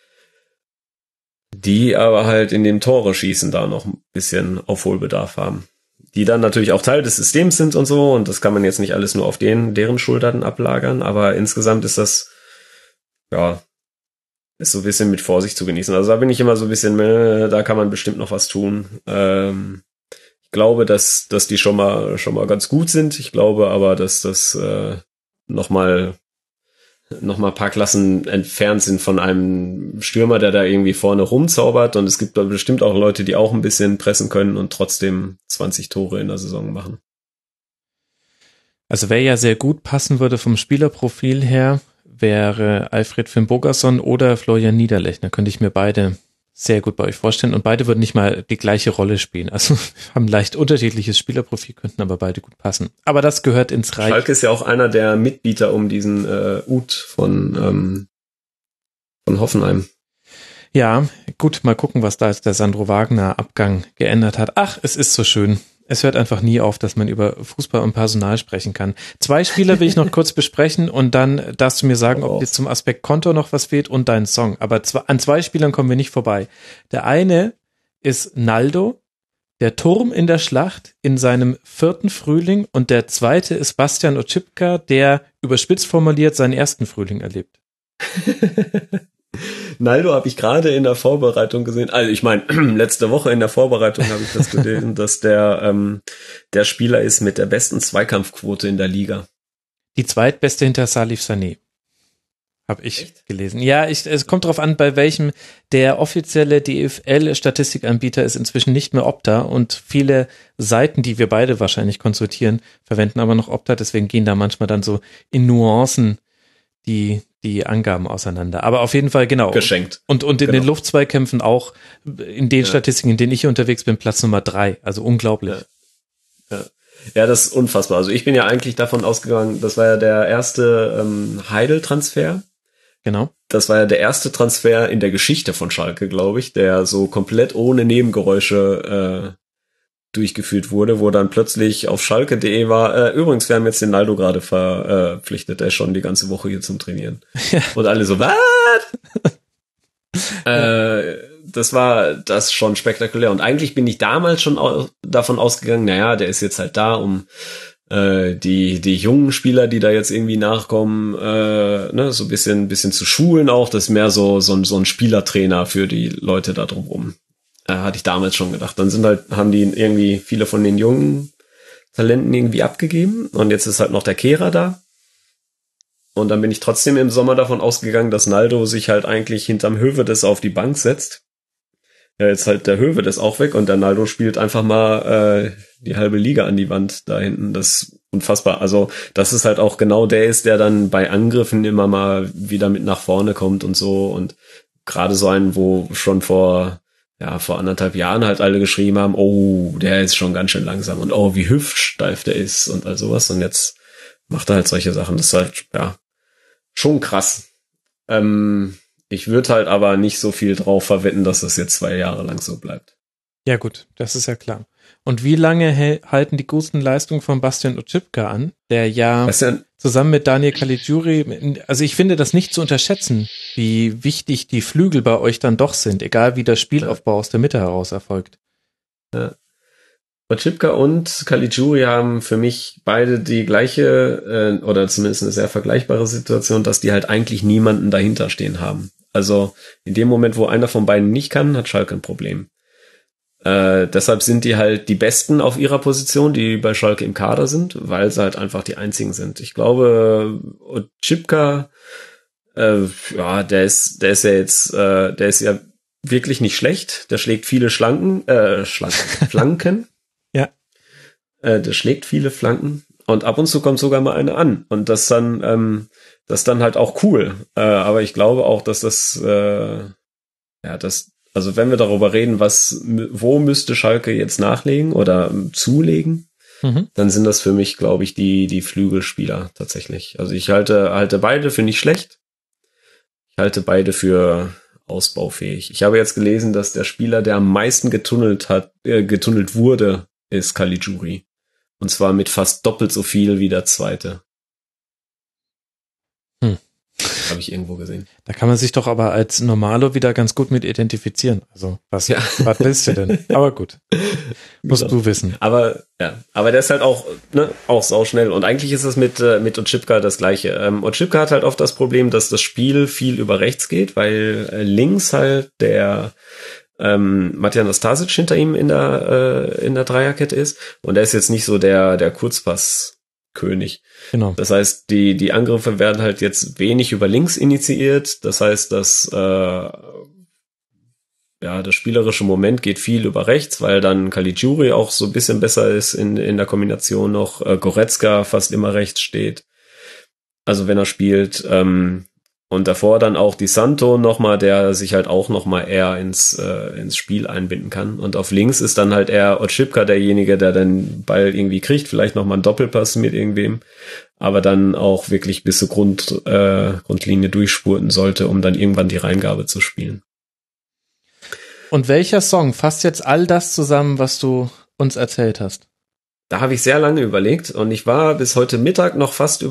Die aber halt in dem Tore schießen da noch ein bisschen Aufholbedarf haben. Die dann natürlich auch Teil des Systems sind und so, und das kann man jetzt nicht alles nur auf deren Schultern ablagern, aber insgesamt ist das, ja, ist so ein bisschen mit Vorsicht zu genießen. Also da bin ich immer so ein bisschen, da kann man bestimmt noch was tun. Ich glaube, dass die schon mal ganz gut sind. Ich glaube aber, dass das noch mal ein paar Klassen entfernt sind von einem Stürmer, der da irgendwie vorne rumzaubert, und es gibt bestimmt auch Leute, die auch ein bisschen pressen können und trotzdem 20 Tore in der Saison machen. Also wer ja sehr gut passen würde vom Spielerprofil her, wäre Alfred Finnbogason oder Florian Niederlechner. Könnte ich mir beide sehr gut bei euch vorstellen, und beide würden nicht mal die gleiche Rolle spielen. Also haben leicht unterschiedliches Spielerprofil, könnten aber beide gut passen. Aber das gehört ins Reich. Schalke ist ja auch einer der Mitbieter um diesen Uth von Hoffenheim. Ja, gut, mal gucken, was da jetzt der Sandro Wagner Abgang geändert hat. Ach, es ist so schön. Es hört einfach nie auf, dass man über Fußball und Personal sprechen kann. 2 Spieler will ich noch kurz besprechen, und dann darfst du mir sagen, ob dir zum Aspekt Konto noch was fehlt und dein Song. Aber an 2 Spielern kommen wir nicht vorbei. Der eine ist Naldo, der Turm in der Schlacht in seinem 4. Frühling, und der zweite ist Bastian Oczipka, der überspitzt formuliert seinen 1. Frühling erlebt. Naldo habe ich gerade in der Vorbereitung gesehen. Also ich meine, letzte Woche in der Vorbereitung habe ich das gelesen, dass der Spieler ist mit der besten Zweikampfquote in der Liga. Die zweitbeste hinter Salif Sané. Habe ich gelesen. Ja, es kommt drauf an, bei welchem. Der offizielle DFL-Statistikanbieter ist inzwischen nicht mehr Opta, und viele Seiten, die wir beide wahrscheinlich konsultieren, verwenden aber noch Opta. Deswegen gehen da manchmal dann so in Nuancen die Angaben auseinander. Aber auf jeden Fall, genau. Geschenkt. Und in den Luftzweikämpfen auch, in den Statistiken, in denen ich unterwegs bin, Platz Nummer 3. Also unglaublich. Ja, das ist unfassbar. Also ich bin ja eigentlich davon ausgegangen, das war ja der erste Heidel-Transfer. Genau. Das war ja der erste Transfer in der Geschichte von Schalke, glaube ich, der so komplett ohne Nebengeräusche durchgeführt wurde, wo dann plötzlich auf schalke.de war, übrigens, wir haben jetzt den Naldo gerade verpflichtet, der ist schon die ganze Woche hier zum Trainieren. Ja. Und alle so, was? Das war das schon spektakulär. Und eigentlich bin ich damals schon davon ausgegangen, naja, der ist jetzt halt da, um die jungen Spieler, die da jetzt irgendwie nachkommen, so ein bisschen zu schulen auch. Das ist mehr so ein Spielertrainer für die Leute da drumherum. Hatte ich damals schon gedacht. Dann haben die irgendwie viele von den jungen Talenten irgendwie abgegeben, und jetzt ist halt noch der Kehrer da. Und dann bin ich trotzdem im Sommer davon ausgegangen, dass Naldo sich halt eigentlich hinterm Hövedes auf die Bank setzt. Ja, jetzt halt der Hövedes auch weg, und der Naldo spielt einfach mal die halbe Liga an die Wand da hinten. Das ist unfassbar. Also das ist halt auch genau der ist, der dann bei Angriffen immer mal wieder mit nach vorne kommt und so. Und gerade so einen, wo schon vor 1,5 Jahren halt alle geschrieben haben, oh, der ist schon ganz schön langsam, und oh, wie hüftsteif der ist und all sowas. Und jetzt macht er halt solche Sachen. Das ist halt, ja, schon krass. Ich würde halt aber nicht so viel drauf verwetten, dass das jetzt 2 Jahre lang so bleibt. Ja gut, das ist ja klar. Und wie lange halten die guten Leistungen von Bastian Oczipka an, der ja zusammen mit Daniel Caligiuri, also ich finde das nicht zu unterschätzen, wie wichtig die Flügel bei euch dann doch sind, egal wie der Spielaufbau aus der Mitte heraus erfolgt. Ja. Oczipka und Caligiuri haben für mich beide die gleiche oder zumindest eine sehr vergleichbare Situation, dass die halt eigentlich niemanden dahinter stehen haben. Also in dem Moment, wo einer von beiden nicht kann, hat Schalke ein Problem. Deshalb sind die halt die Besten auf ihrer Position, die bei Schalke im Kader sind, weil sie halt einfach die einzigen sind. Ich glaube, Oczipka, der ist ja wirklich nicht schlecht. Der schlägt viele Flanken. Ja. Der schlägt viele Flanken und ab und zu kommt sogar mal eine an und das dann halt auch cool. Aber ich glaube auch, dass also wenn wir darüber reden, wo müsste Schalke jetzt nachlegen oder zulegen, dann sind das für mich, glaube ich, die Flügelspieler tatsächlich. Also ich halte beide für nicht schlecht. Ich halte beide für ausbaufähig. Ich habe jetzt gelesen, dass der Spieler, der am meisten getunnelt wurde, ist Caligiuri. Und zwar mit fast doppelt so viel wie der zweite. Habe ich irgendwo gesehen. Da kann man sich doch aber als Normalo wieder ganz gut mit identifizieren. Also, was willst du denn? Aber gut. Musst du wissen. Aber der ist halt auch sauschnell. Und eigentlich ist es mit Oczipka das Gleiche. Oczipka hat halt oft das Problem, dass das Spiel viel über rechts geht, weil links halt der Matija Nastasic hinter ihm in der Dreierkette ist. Und er ist jetzt nicht so der Kurzpasskönig. Genau. Das heißt, die Angriffe werden halt jetzt wenig über links initiiert. Das heißt, dass das spielerische Moment geht viel über rechts, weil dann Caligiuri auch so ein bisschen besser ist in der Kombination noch. Goretzka fast immer rechts steht. Also wenn er spielt. Und davor dann auch Di Santo nochmal, der sich halt auch nochmal eher ins Spiel einbinden kann. Und auf links ist dann halt eher Oczipka derjenige, der den Ball irgendwie kriegt, vielleicht nochmal einen Doppelpass mit irgendwem, aber dann auch wirklich bis zur Grundlinie durchspurten sollte, um dann irgendwann die Reingabe zu spielen. Und welcher Song fasst jetzt all das zusammen, was du uns erzählt hast? Da habe ich sehr lange überlegt und ich war bis heute Mittag noch fast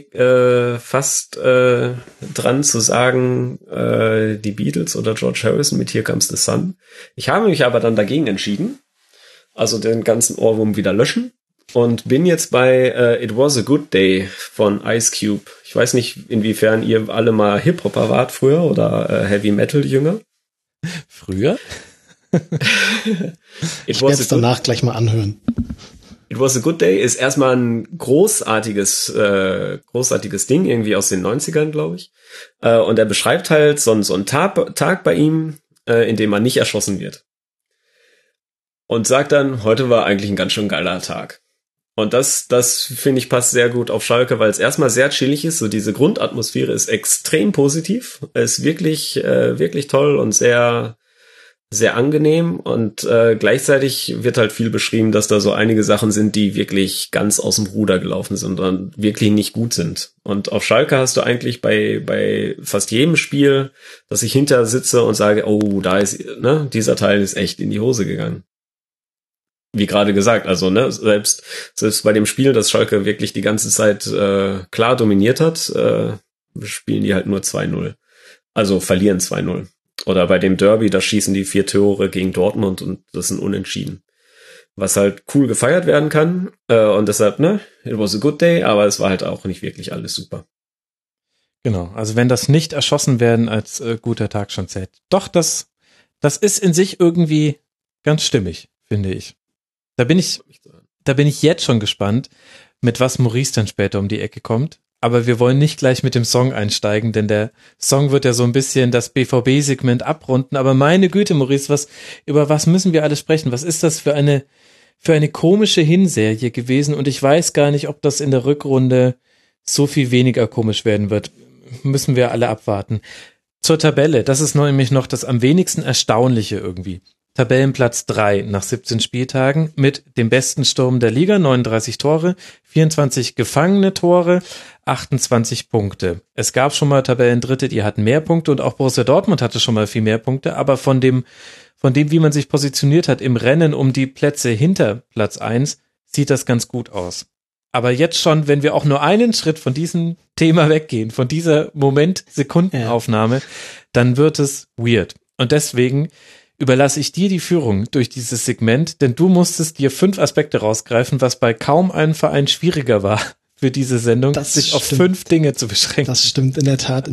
dran zu sagen, die Beatles oder George Harrison mit Here Comes the Sun. Ich habe mich aber dann dagegen entschieden, also den ganzen Ohrwurm wieder löschen und bin jetzt bei It Was a Good Day von Ice Cube. Ich weiß nicht, inwiefern ihr alle mal Hip-Hopper wart früher oder Heavy-Metal-Jünger. Früher? Ich werde es danach gleich mal anhören. It Was a Good Day ist erstmal ein großartiges Ding, irgendwie aus den 90ern, glaube ich. Und er beschreibt halt so einen Tag bei ihm, in dem man nicht erschossen wird. Und sagt dann, heute war eigentlich ein ganz schön geiler Tag. Und das finde ich passt sehr gut auf Schalke, weil es erstmal sehr chillig ist. So diese Grundatmosphäre ist extrem positiv. Ist wirklich, wirklich toll und sehr, sehr angenehm und gleichzeitig wird halt viel beschrieben, dass da so einige Sachen sind, die wirklich ganz aus dem Ruder gelaufen sind und wirklich nicht gut sind. Und auf Schalke hast du eigentlich bei fast jedem Spiel, dass ich hinter sitze und sage, oh, da ist, dieser Teil ist echt in die Hose gegangen. Wie gerade gesagt, also selbst bei dem Spiel, das Schalke wirklich die ganze Zeit klar dominiert hat, spielen die halt nur 2-0. Also verlieren 2-0. Oder bei dem Derby, da schießen die 4 Tore gegen Dortmund und das sind Unentschieden. Was halt cool gefeiert werden kann. Und deshalb, it was a good day, aber es war halt auch nicht wirklich alles super. Genau, also wenn das nicht erschossen werden als guter Tag schon zählt. Doch, das ist in sich irgendwie ganz stimmig, finde ich. Da bin ich jetzt schon gespannt, mit was Maurice dann später um die Ecke kommt. Aber wir wollen nicht gleich mit dem Song einsteigen, denn der Song wird ja so ein bisschen das BVB-Segment abrunden. Aber meine Güte, Maurice, über was müssen wir alles sprechen? Was ist das für eine komische Hinserie gewesen? Und ich weiß gar nicht, ob das in der Rückrunde so viel weniger komisch werden wird. Müssen wir alle abwarten. Zur Tabelle, das ist nämlich noch das am wenigsten Erstaunliche irgendwie. Tabellenplatz 3 nach 17 Spieltagen mit dem besten Sturm der Liga, 39 Tore, 24 gefangene Tore, 28 Punkte. Es gab schon mal Tabellendritte, die hatten mehr Punkte und auch Borussia Dortmund hatte schon mal viel mehr Punkte, aber von dem, wie man sich positioniert hat im Rennen um die Plätze hinter Platz 1, sieht das ganz gut aus. Aber jetzt schon, wenn wir auch nur einen Schritt von diesem Thema weggehen, von dieser Moment-Sekundenaufnahme, dann wird es weird. Und deswegen überlasse ich dir die Führung durch dieses Segment, denn du musstest dir 5 Aspekte rausgreifen, was bei kaum einem Verein schwieriger war für diese Sendung, sich auf 5 Dinge zu beschränken. Das stimmt, in der Tat.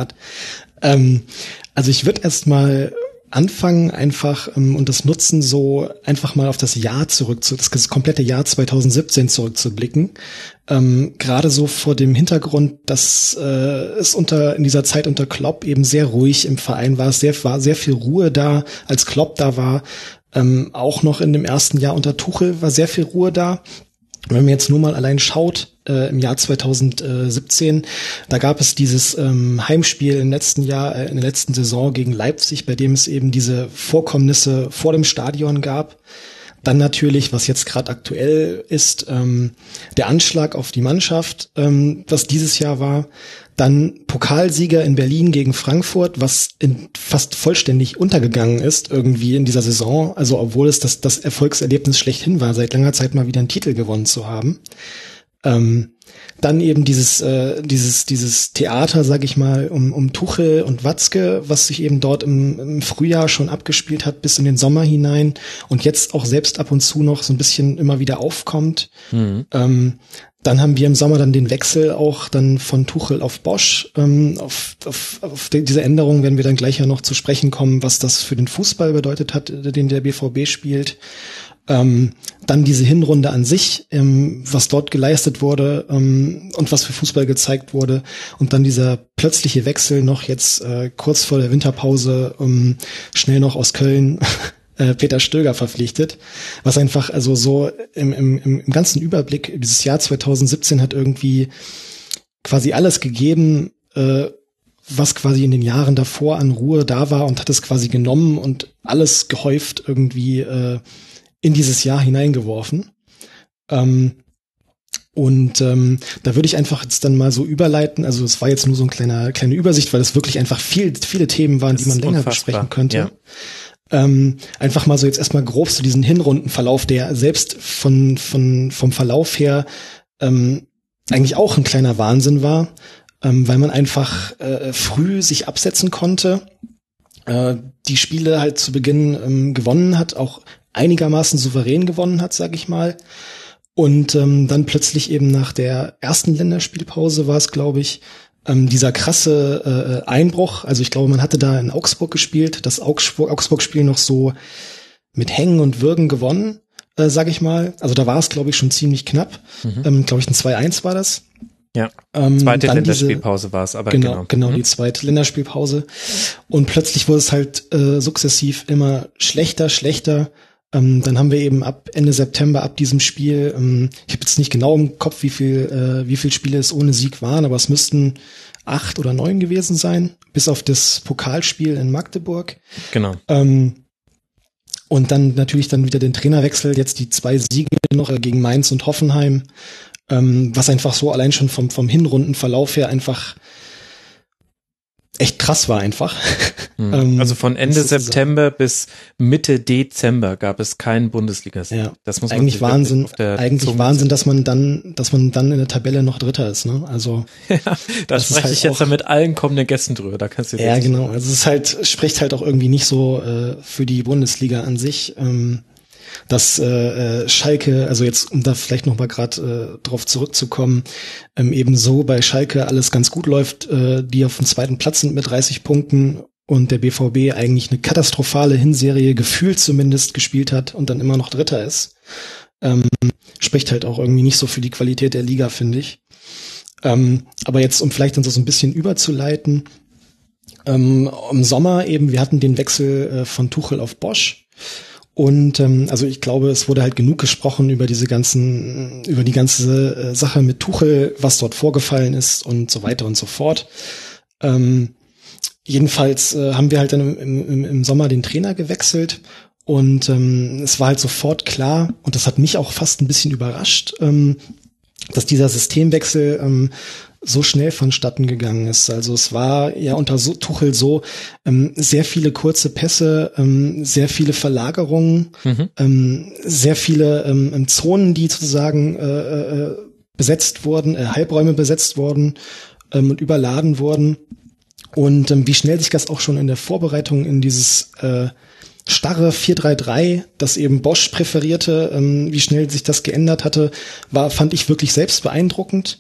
Also ich würde erstmal anfangen einfach und das nutzen, so einfach mal auf das Jahr das komplette Jahr 2017 zurückzublicken. Gerade so vor dem Hintergrund, dass es in dieser Zeit unter Klopp eben sehr ruhig im Verein war. Es war sehr viel Ruhe da, als Klopp da war. Auch noch in dem ersten Jahr unter Tuchel war sehr viel Ruhe da. Wenn man jetzt nur mal allein schaut, im Jahr 2017, da gab es dieses Heimspiel im letzten Jahr, in der letzten Saison gegen Leipzig, bei dem es eben diese Vorkommnisse vor dem Stadion gab. Dann natürlich, was jetzt gerade aktuell ist, der Anschlag auf die Mannschaft, was dieses Jahr war. Dann Pokalsieger in Berlin gegen Frankfurt, was fast vollständig untergegangen ist irgendwie in dieser Saison. Also obwohl es das Erfolgserlebnis schlechthin war, seit langer Zeit mal wieder einen Titel gewonnen zu haben. Dann eben dieses Theater, sag ich mal, um Tuchel und Watzke, was sich eben dort im Frühjahr schon abgespielt hat bis in den Sommer hinein und jetzt auch selbst ab und zu noch so ein bisschen immer wieder aufkommt. Mhm. Dann haben wir im Sommer dann den Wechsel auch dann von Tuchel auf Bosz. Auf diese Änderung werden wir dann gleich ja noch zu sprechen kommen, was das für den Fußball bedeutet hat, den der BVB spielt. Dann diese Hinrunde an sich, was dort geleistet wurde und was für Fußball gezeigt wurde. Und dann dieser plötzliche Wechsel noch jetzt kurz vor der Winterpause schnell noch aus Köln Peter Stöger verpflichtet, was einfach also so im ganzen Überblick dieses Jahr 2017 hat irgendwie quasi alles gegeben, was quasi in den Jahren davor an Ruhe da war und hat es quasi genommen und alles gehäuft irgendwie in dieses Jahr hineingeworfen. Da würde ich einfach jetzt dann mal so überleiten, also es war jetzt nur so eine kleine Übersicht, weil es wirklich einfach viele Themen waren, die man länger besprechen könnte. Ja. Einfach mal so jetzt erstmal grob zu diesen Hinrundenverlauf, der selbst vom Verlauf her eigentlich auch ein kleiner Wahnsinn war, weil man einfach früh sich absetzen konnte, die Spiele halt zu Beginn gewonnen hat, auch einigermaßen souverän gewonnen hat, sag ich mal. Und dann plötzlich eben nach der ersten Länderspielpause war es, glaube ich, dieser krasse Einbruch. Also ich glaube, man hatte da in Augsburg gespielt, das Augsburg-Spiel noch so mit Hängen und Würgen gewonnen, sag ich mal. Also da war es, glaube ich, schon ziemlich knapp. Glaube ich, ein 2-1 war das. Ja, zweite Länderspielpause war es, aber genau, die zweite Länderspielpause. Und plötzlich wurde es halt sukzessiv immer schlechter. Dann haben wir eben ab Ende September, ab diesem Spiel, ich habe jetzt nicht genau im Kopf, wie viel Spiele es ohne Sieg waren, aber es müssten 8 oder 9 gewesen sein, bis auf das Pokalspiel in Magdeburg. Genau. Und dann natürlich dann wieder den Trainerwechsel, jetzt die 2 Siege noch gegen Mainz und Hoffenheim, was einfach so allein schon vom Hinrundenverlauf her einfach echt krass war einfach. Also von Ende September bis Mitte Dezember gab es keinen Bundesligasieg. Ja, das muss man eigentlich Wahnsinn, dass man dann in der Tabelle noch Dritter ist, ne? Also ja, da spreche ich jetzt mit allen kommenden Gästen drüber. Da kannst du ja genau. Also es ist halt spricht halt auch irgendwie nicht so für die Bundesliga an sich. Dass Schalke, also jetzt, um da vielleicht noch mal gerade drauf zurückzukommen, eben so bei Schalke alles ganz gut läuft, die auf dem 2. Platz sind mit 30 Punkten und der BVB eigentlich eine katastrophale Hinserie gefühlt zumindest gespielt hat und dann immer noch Dritter ist. Spricht halt auch irgendwie nicht so für die Qualität der Liga, finde ich. Aber jetzt, um vielleicht uns das so ein bisschen überzuleiten, im Sommer eben, wir hatten den Wechsel von Tuchel auf Bosz. Und also ich glaube, es wurde halt genug gesprochen über die ganze Sache mit Tuchel, was dort vorgefallen ist und so weiter und so fort. Jedenfalls haben wir halt dann im Sommer den Trainer gewechselt Und es war halt sofort klar, und das hat mich auch fast ein bisschen überrascht, dass dieser Systemwechsel so schnell vonstatten gegangen ist. Also es war ja unter Tuchel so, sehr viele kurze Pässe, sehr viele Verlagerungen, sehr viele Zonen, die sozusagen besetzt wurden, Halbräume besetzt wurden und überladen wurden. Und wie schnell sich das auch schon in der Vorbereitung in dieses starre 4-3-3, das eben Bosz präferierte, wie schnell sich das geändert hatte, fand ich wirklich selbst beeindruckend.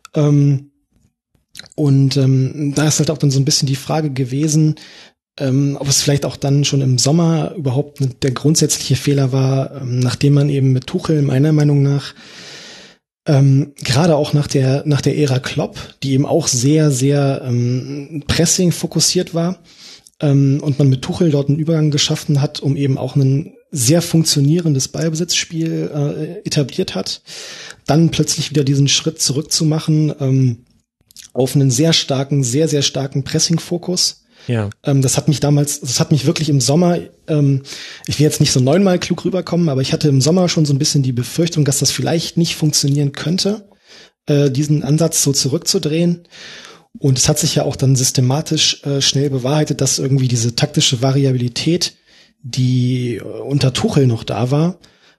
Da ist halt auch dann so ein bisschen die Frage gewesen, ob es vielleicht auch dann schon im Sommer überhaupt der grundsätzliche Fehler war, nachdem man eben mit Tuchel meiner Meinung nach gerade auch nach der Ära Klopp, die eben auch sehr, sehr Pressing fokussiert war, und man mit Tuchel dort einen Übergang geschaffen hat, um eben auch ein sehr funktionierendes Ballbesitzspiel etabliert hat, dann plötzlich wieder diesen Schritt zurück zu machen, auf einen sehr, sehr starken Pressing-Fokus. Ja. Das hat mich wirklich im Sommer, ich will jetzt nicht so 9-mal klug rüberkommen, aber ich hatte im Sommer schon so ein bisschen die Befürchtung, dass das vielleicht nicht funktionieren könnte, diesen Ansatz so zurückzudrehen. Und es hat sich ja auch dann systematisch schnell bewahrheitet, dass irgendwie diese taktische Variabilität, die unter Tuchel noch da war,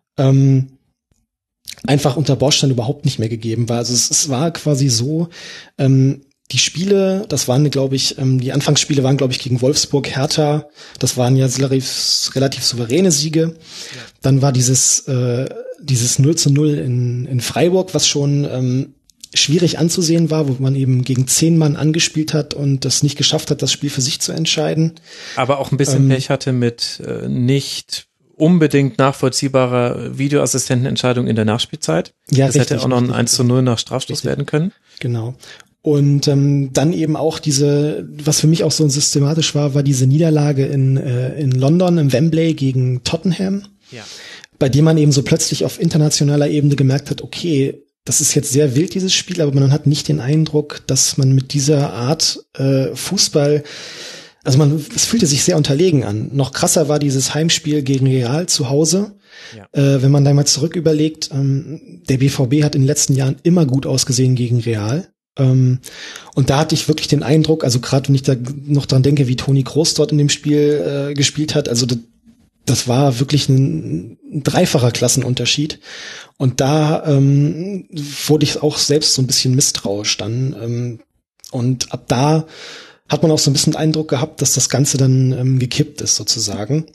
einfach unter Bosz dann überhaupt nicht mehr gegeben war. Also es war quasi so, die Spiele, das waren, glaube ich, die Anfangsspiele waren, glaube ich, gegen Wolfsburg, Hertha, das waren ja relativ souveräne Siege. Ja. Dann war dieses 0-0 in Freiburg, was schon schwierig anzusehen war, wo man eben gegen 10 Mann angespielt hat und das nicht geschafft hat, das Spiel für sich zu entscheiden. Aber auch ein bisschen Pech hatte mit nicht unbedingt nachvollziehbarer Videoassistentenentscheidung in der Nachspielzeit. Ja, das hätte auch noch ein 1-0 nach Strafstoß werden können. Genau. Und dann eben auch was für mich auch so systematisch war diese Niederlage in London, im Wembley gegen Tottenham, ja, bei dem man eben so plötzlich auf internationaler Ebene gemerkt hat, okay, das ist jetzt sehr wild, dieses Spiel, aber man hat nicht den Eindruck, dass man mit dieser Art Fußball, also es fühlte sich sehr unterlegen an. Noch krasser war dieses Heimspiel gegen Real zu Hause. Ja. Wenn man da mal zurück überlegt, der BVB hat in den letzten Jahren immer gut ausgesehen gegen Real. Und da hatte ich wirklich den Eindruck, also gerade wenn ich da noch dran denke, wie Toni Kroos dort in dem Spiel gespielt hat, also das war wirklich ein dreifacher Klassenunterschied. Und da wurde ich auch selbst so ein bisschen misstrauisch dann. Und ab da hat man auch so ein bisschen den Eindruck gehabt, dass das Ganze dann gekippt ist sozusagen.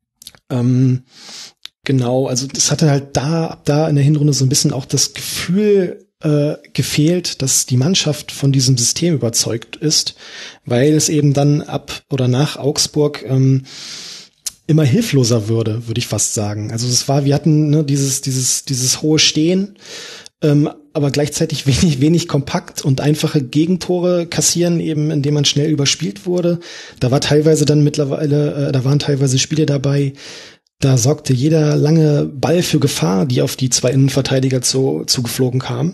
Genau, also das hatte halt ab da in der Hinrunde so ein bisschen auch das Gefühl gefehlt, dass die Mannschaft von diesem System überzeugt ist, weil es eben dann ab oder nach Augsburg immer hilfloser würde ich fast sagen. Also wir hatten dieses hohe Stehen, aber gleichzeitig wenig kompakt und einfache Gegentore kassieren, eben indem man schnell überspielt wurde. Da waren teilweise Spiele dabei, da sorgte jeder lange Ball für Gefahr, die auf die zwei Innenverteidiger zugeflogen kam.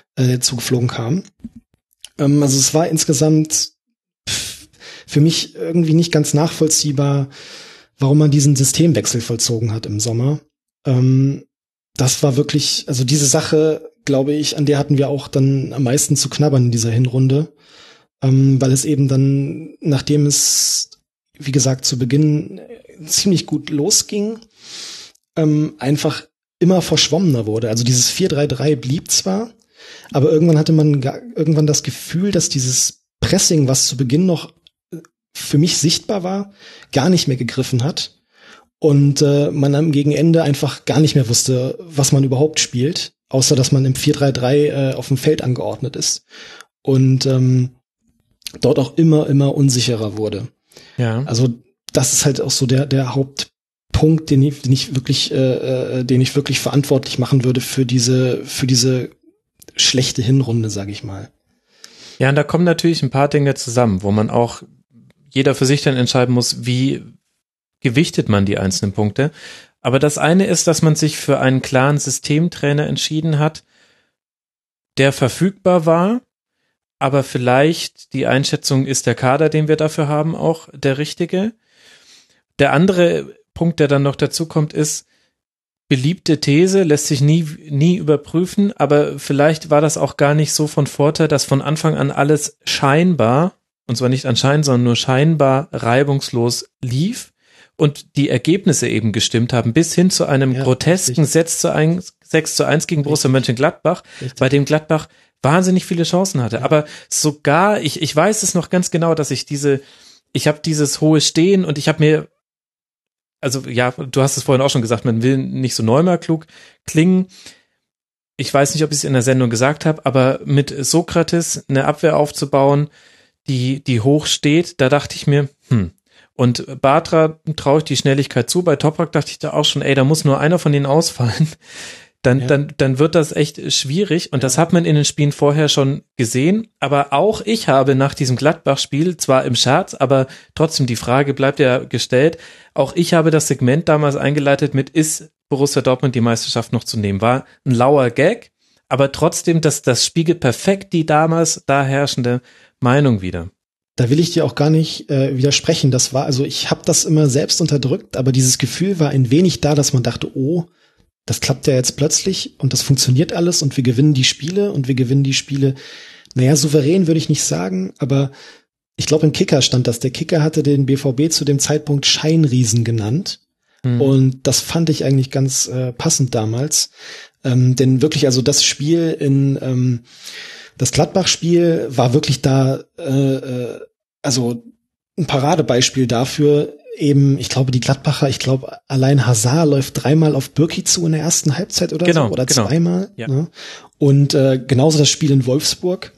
Also es war insgesamt für mich irgendwie nicht ganz nachvollziehbar, warum man diesen Systemwechsel vollzogen hat im Sommer. Das war wirklich, also diese Sache, glaube ich, an der hatten wir auch dann am meisten zu knabbern in dieser Hinrunde, weil es eben dann, nachdem es, wie gesagt, zu Beginn ziemlich gut losging, einfach immer verschwommener wurde. Also dieses 4-3-3 blieb zwar, aber irgendwann hatte man irgendwann das Gefühl, dass dieses Pressing, was zu Beginn noch für mich sichtbar war, gar nicht mehr gegriffen hat und man am Gegenende einfach gar nicht mehr wusste, was man überhaupt spielt, außer dass man im 4-3-3 auf dem Feld angeordnet ist und dort auch immer unsicherer wurde. Ja. Also das ist halt auch so der Hauptpunkt, den ich wirklich verantwortlich machen würde für diese schlechte Hinrunde, sage ich mal. Ja, und da kommen natürlich ein paar Dinge zusammen, wo man auch jeder für sich dann entscheiden muss, wie gewichtet man die einzelnen Punkte. Aber das eine ist, dass man sich für einen klaren Systemtrainer entschieden hat, der verfügbar war, aber vielleicht die Einschätzung ist der Kader, den wir dafür haben, auch der richtige. Der andere Punkt, der dann noch dazu kommt, ist, beliebte These, lässt sich nie überprüfen, aber vielleicht war das auch gar nicht so von Vorteil, dass von Anfang an alles scheinbar, und zwar nicht anscheinend, sondern nur scheinbar reibungslos lief und die Ergebnisse eben gestimmt haben, bis hin zu einem grotesken 6:1 gegen Borussia Mönchengladbach, bei dem Gladbach wahnsinnig viele Chancen hatte. Aber sogar, ich weiß es noch ganz genau, dass ich habe dieses hohe Stehen und ich habe mir, also ja, du hast es vorhin auch schon gesagt, man will nicht so Neumer-klug klingen. Ich weiß nicht, ob ich es in der Sendung gesagt habe, aber mit Sokrates eine Abwehr aufzubauen, die hoch steht, da dachte ich mir, Und Bartra traue ich die Schnelligkeit zu. Bei Toprak dachte ich da auch schon, da muss nur einer von denen ausfallen. Dann wird das echt schwierig. Und das hat man in den Spielen vorher schon gesehen. Aber auch ich habe nach diesem Gladbach-Spiel, zwar im Scherz, aber trotzdem die Frage bleibt ja gestellt. Auch ich habe das Segment damals eingeleitet mit, ist Borussia Dortmund die Meisterschaft noch zu nehmen? War ein lauer Gag, aber trotzdem, das spiegelt perfekt die damals da herrschende Meinung wieder. Da will ich dir auch gar nicht widersprechen. Das war, also ich habe das immer selbst unterdrückt, aber dieses Gefühl war ein wenig da, dass man dachte, oh, das klappt ja jetzt plötzlich und das funktioniert alles und wir gewinnen die Spiele naja, souverän würde ich nicht sagen, aber ich glaube im Kicker stand das. Der Kicker hatte den BVB zu dem Zeitpunkt Scheinriesen genannt und das fand ich eigentlich ganz passend damals, denn wirklich, also das Spiel das Gladbach-Spiel war wirklich da, also ein Paradebeispiel dafür. Eben, ich glaube, die Gladbacher, allein Hazard läuft 3-mal auf Birki zu in der ersten Halbzeit oder so, oder 2-mal. Ja. Ne? Und genauso das Spiel in Wolfsburg,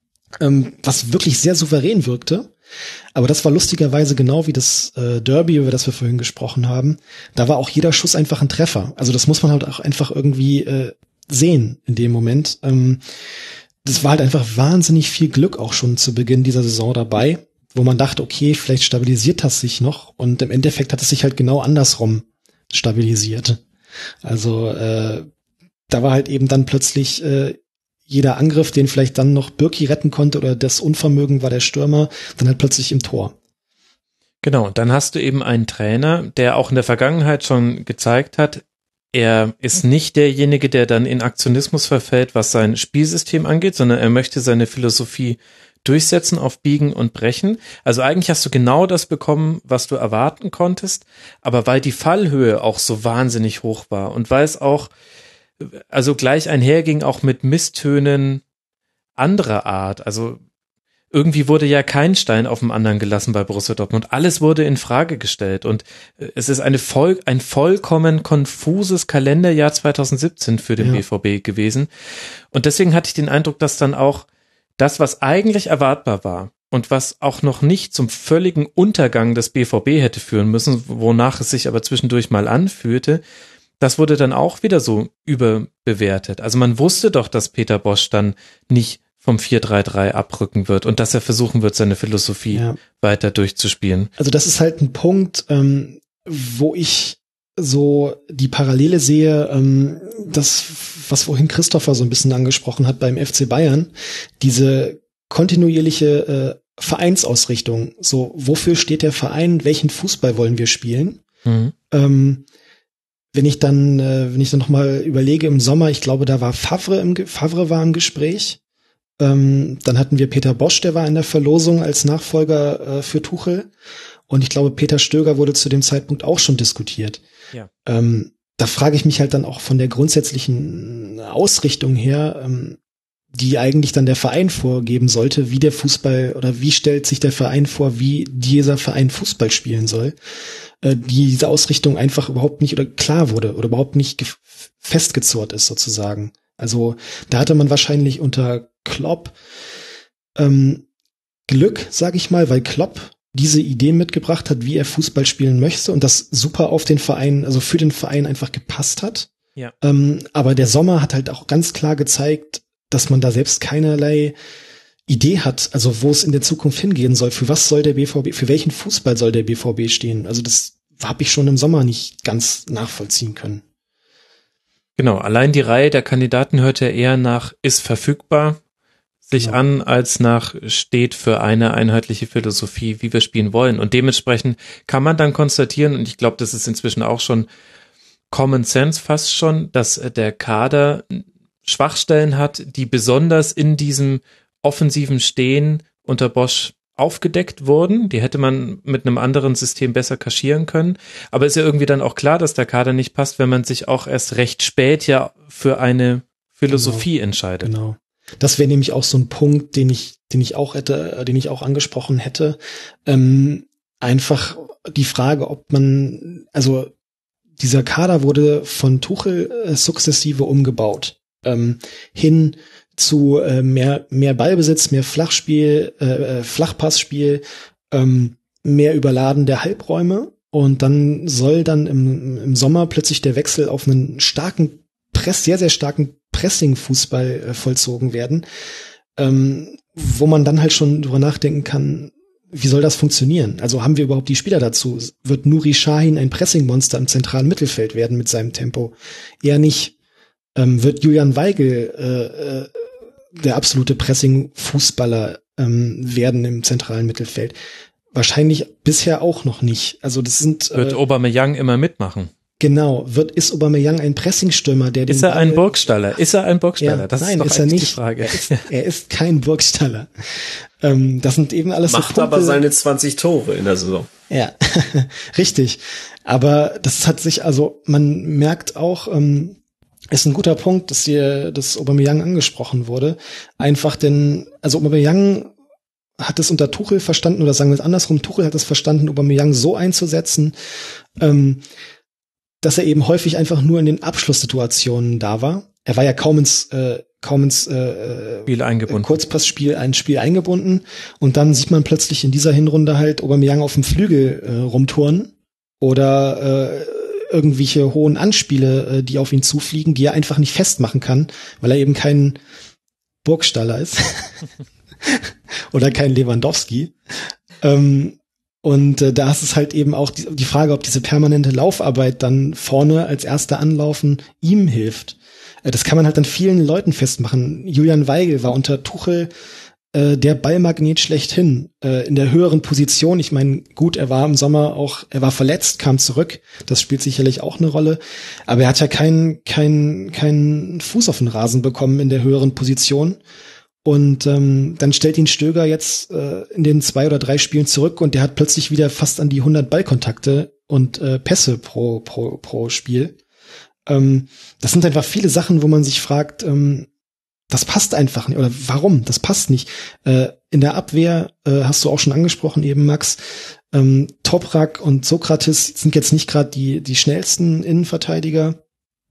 was wirklich sehr souverän wirkte. Aber das war lustigerweise genau wie das Derby, über das wir vorhin gesprochen haben. Da war auch jeder Schuss einfach ein Treffer. Also das muss man halt auch einfach irgendwie sehen in dem Moment. Das war halt einfach wahnsinnig viel Glück auch schon zu Beginn dieser Saison dabei, wo man dachte, okay, vielleicht stabilisiert das sich noch und im Endeffekt hat es sich halt genau andersrum stabilisiert. Also da war halt eben dann plötzlich jeder Angriff, den vielleicht dann noch Birki retten konnte oder das Unvermögen war der Stürmer, dann halt plötzlich im Tor. Genau, und dann hast du eben einen Trainer, der auch in der Vergangenheit schon gezeigt hat, er ist nicht derjenige, der dann in Aktionismus verfällt, was sein Spielsystem angeht, sondern er möchte seine Philosophie durchsetzen auf Biegen und Brechen. Also eigentlich hast du genau das bekommen, was du erwarten konntest, aber weil die Fallhöhe auch so wahnsinnig hoch war und weil es auch also gleich einherging auch mit Misstönen anderer Art, also irgendwie wurde ja kein Stein auf dem anderen gelassen bei Borussia Dortmund. Alles wurde in Frage gestellt und es ist ein vollkommen konfuses Kalenderjahr 2017 für den BVB gewesen. Und deswegen hatte ich den Eindruck, dass dann auch das, was eigentlich erwartbar war und was auch noch nicht zum völligen Untergang des BVB hätte führen müssen, wonach es sich aber zwischendurch mal anfühlte, das wurde dann auch wieder so überbewertet. Also man wusste doch, dass Peter Bosz dann nicht vom 4-3-3 abrücken wird und dass er versuchen wird, seine Philosophie weiter durchzuspielen. Also das ist halt ein Punkt, wo ich so die Parallele sehe, das, was vorhin Christopher so ein bisschen angesprochen hat beim FC Bayern, diese kontinuierliche Vereinsausrichtung. So, wofür steht der Verein? Welchen Fußball wollen wir spielen? Wenn ich dann noch mal überlege im Sommer, ich glaube, da war Favre war im Gespräch. Dann hatten wir Peter Bosz, der war in der Verlosung als Nachfolger für Tuchel. Und ich glaube, Peter Stöger wurde zu dem Zeitpunkt auch schon diskutiert. Ja. Da frage ich mich halt dann auch von der grundsätzlichen Ausrichtung her, die eigentlich dann der Verein vorgeben sollte, wie der Fußball oder wie stellt sich der Verein vor, wie dieser Verein Fußball spielen soll, diese Ausrichtung einfach überhaupt nicht oder klar wurde oder überhaupt nicht festgezurrt ist sozusagen. Also da hatte man wahrscheinlich unter Klopp Glück, sage ich mal, weil Klopp diese Idee mitgebracht hat, wie er Fußball spielen möchte und das super auf den Verein, also für den Verein einfach gepasst hat. Ja. Aber der Sommer hat halt auch ganz klar gezeigt, dass man da selbst keinerlei Idee hat, also wo es in der Zukunft hingehen soll. Für was soll der BVB, für welchen Fußball soll der BVB stehen? Also das habe ich schon im Sommer nicht ganz nachvollziehen können. Genau, allein die Reihe der Kandidaten hört ja eher nach ist verfügbar, sich an, als nach steht für eine einheitliche Philosophie, wie wir spielen wollen. Und dementsprechend kann man dann konstatieren, und ich glaube, das ist inzwischen auch schon Common Sense fast schon, dass der Kader Schwachstellen hat, die besonders in diesem offensiven Stehen unter Bosz aufgedeckt wurden. Die hätte man mit einem anderen System besser kaschieren können. Aber ist ja irgendwie dann auch klar, dass der Kader nicht passt, wenn man sich auch erst recht spät ja für eine Philosophie entscheidet. Genau. Das wäre nämlich auch so ein Punkt, den ich auch angesprochen hätte. Einfach die Frage, ob man, also dieser Kader wurde von Tuchel sukzessive umgebaut, hin zu mehr Ballbesitz, mehr Flachspiel, Flachpassspiel, mehr Überladen der Halbräume, und dann soll dann im Sommer plötzlich der Wechsel auf einen sehr, sehr starken Pressing-Fußball vollzogen werden, wo man dann halt schon drüber nachdenken kann, wie soll das funktionieren? Also haben wir überhaupt die Spieler dazu? Wird Nuri Sahin ein Pressing-Monster im zentralen Mittelfeld werden mit seinem Tempo? Eher nicht. Wird Julian Weigl der absolute Pressing-Fußballer werden im zentralen Mittelfeld? Wahrscheinlich bisher auch noch nicht. Also das sind wird Aubameyang immer mitmachen? Genau. Ist Aubameyang ein Pressingstürmer, der den Ist er ein Burgstaller? Ja, das nein, ist doch ist er eigentlich nicht. die Frage. Er ist kein Burgstaller. Das sind eben alles Macht so aber seine 20 Tore in der Saison. Ja, richtig. Aber das hat sich, also man merkt auch, ist ein guter Punkt, dass Aubameyang angesprochen wurde. Einfach also Aubameyang hat es unter Tuchel verstanden, oder sagen wir es andersrum, Tuchel hat es verstanden, Aubameyang so einzusetzen, dass er eben häufig einfach nur in den Abschlusssituationen da war. Er war ja kaum ins Spiel eingebunden. Kurzpassspiel, ein Spiel eingebunden, und dann sieht man plötzlich in dieser Hinrunde halt Aubameyang auf dem Flügel rumturnen oder irgendwelche hohen Anspiele, die auf ihn zufliegen, die er einfach nicht festmachen kann, weil er eben kein Burgstaller ist oder kein Lewandowski. Und da ist es halt eben auch die Frage, ob diese permanente Laufarbeit dann vorne als erster Anlaufen ihm hilft. Das kann man halt an vielen Leuten festmachen. Julian Weigl war unter Tuchel der Ballmagnet schlechthin, in der höheren Position. Ich meine, gut, er war im Sommer er war verletzt, kam zurück. Das spielt sicherlich auch eine Rolle. Aber er hat ja keinen Fuß auf den Rasen bekommen in der höheren Position. Und dann stellt ihn Stöger jetzt in den 2 oder 3 Spielen zurück, und der hat plötzlich wieder fast an die 100 Ballkontakte und Pässe pro Spiel. Das sind einfach viele Sachen, wo man sich fragt, das passt einfach nicht, oder warum? Das passt nicht. In der Abwehr hast du auch schon angesprochen eben, Max. Toprak und Sokratis sind jetzt nicht gerade die schnellsten Innenverteidiger.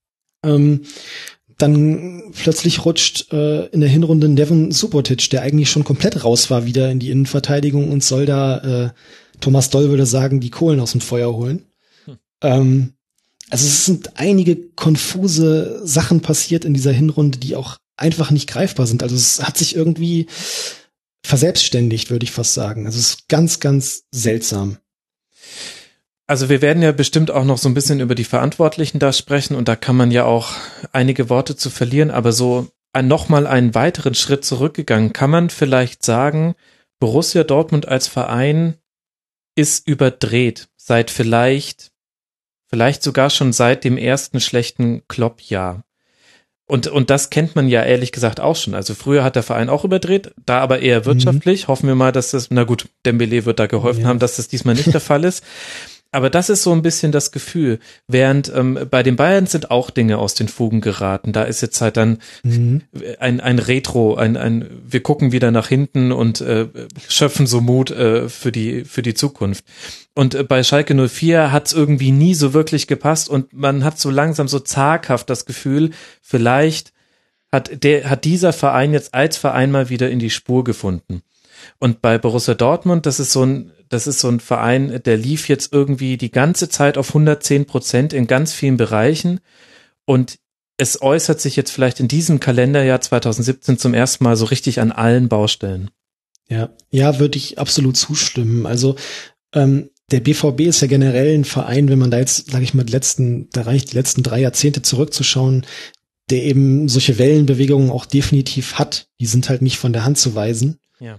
Dann plötzlich rutscht in der Hinrunde Neven Subotic, der eigentlich schon komplett raus war, wieder in die Innenverteidigung und soll da, Thomas Doll würde sagen, die Kohlen aus dem Feuer holen. Also es sind einige konfuse Sachen passiert in dieser Hinrunde, die auch einfach nicht greifbar sind. Also es hat sich irgendwie verselbstständigt, würde ich fast sagen. Also es ist ganz, ganz seltsam. Also wir werden ja bestimmt auch noch so ein bisschen über die Verantwortlichen da sprechen, und da kann man ja auch einige Worte zu verlieren, aber so nochmal einen weiteren Schritt zurückgegangen, kann man vielleicht sagen, Borussia Dortmund als Verein ist überdreht, seit vielleicht sogar schon seit dem ersten schlechten Klopp-Jahr. Und das kennt man ja ehrlich gesagt auch schon. Also früher hat der Verein auch überdreht, da aber eher wirtschaftlich. Hoffen wir mal, dass das, na gut, Dembélé wird da geholfen haben, dass das diesmal nicht der Fall ist. Aber das ist so ein bisschen das Gefühl. Während bei den Bayern sind auch Dinge aus den Fugen geraten. Da ist jetzt halt dann ein Retro, wir gucken wieder nach hinten und schöpfen so Mut für die Zukunft. Und bei Schalke 04 hat's irgendwie nie so wirklich gepasst, und man hat so langsam so zaghaft das Gefühl, vielleicht hat dieser Verein jetzt als Verein mal wieder in die Spur gefunden. Und bei Borussia Dortmund, das ist so ein Verein, der lief jetzt irgendwie die ganze Zeit auf 110% in ganz vielen Bereichen, und es äußert sich jetzt vielleicht in diesem Kalenderjahr 2017 zum ersten Mal so richtig an allen Baustellen. Ja, würde ich absolut zustimmen. Also der BVB ist ja generell ein Verein, wenn man da jetzt, sage ich mal, die letzten 3 Jahrzehnte zurückzuschauen, der eben solche Wellenbewegungen auch definitiv hat. Die sind halt nicht von der Hand zu weisen. Ja.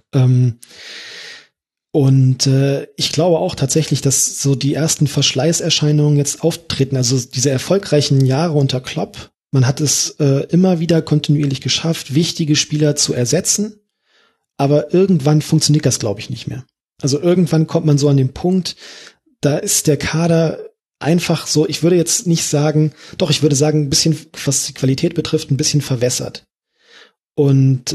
Ich glaube auch tatsächlich, dass so die ersten Verschleißerscheinungen jetzt auftreten. Also diese erfolgreichen Jahre unter Klopp, man hat es immer wieder kontinuierlich geschafft, wichtige Spieler zu ersetzen. Aber irgendwann funktioniert das, glaube ich, nicht mehr. Also irgendwann kommt man so an den Punkt, da ist der Kader einfach so, ich würde jetzt nicht sagen, doch, ich würde sagen, ein bisschen, was die Qualität betrifft, ein bisschen verwässert. Und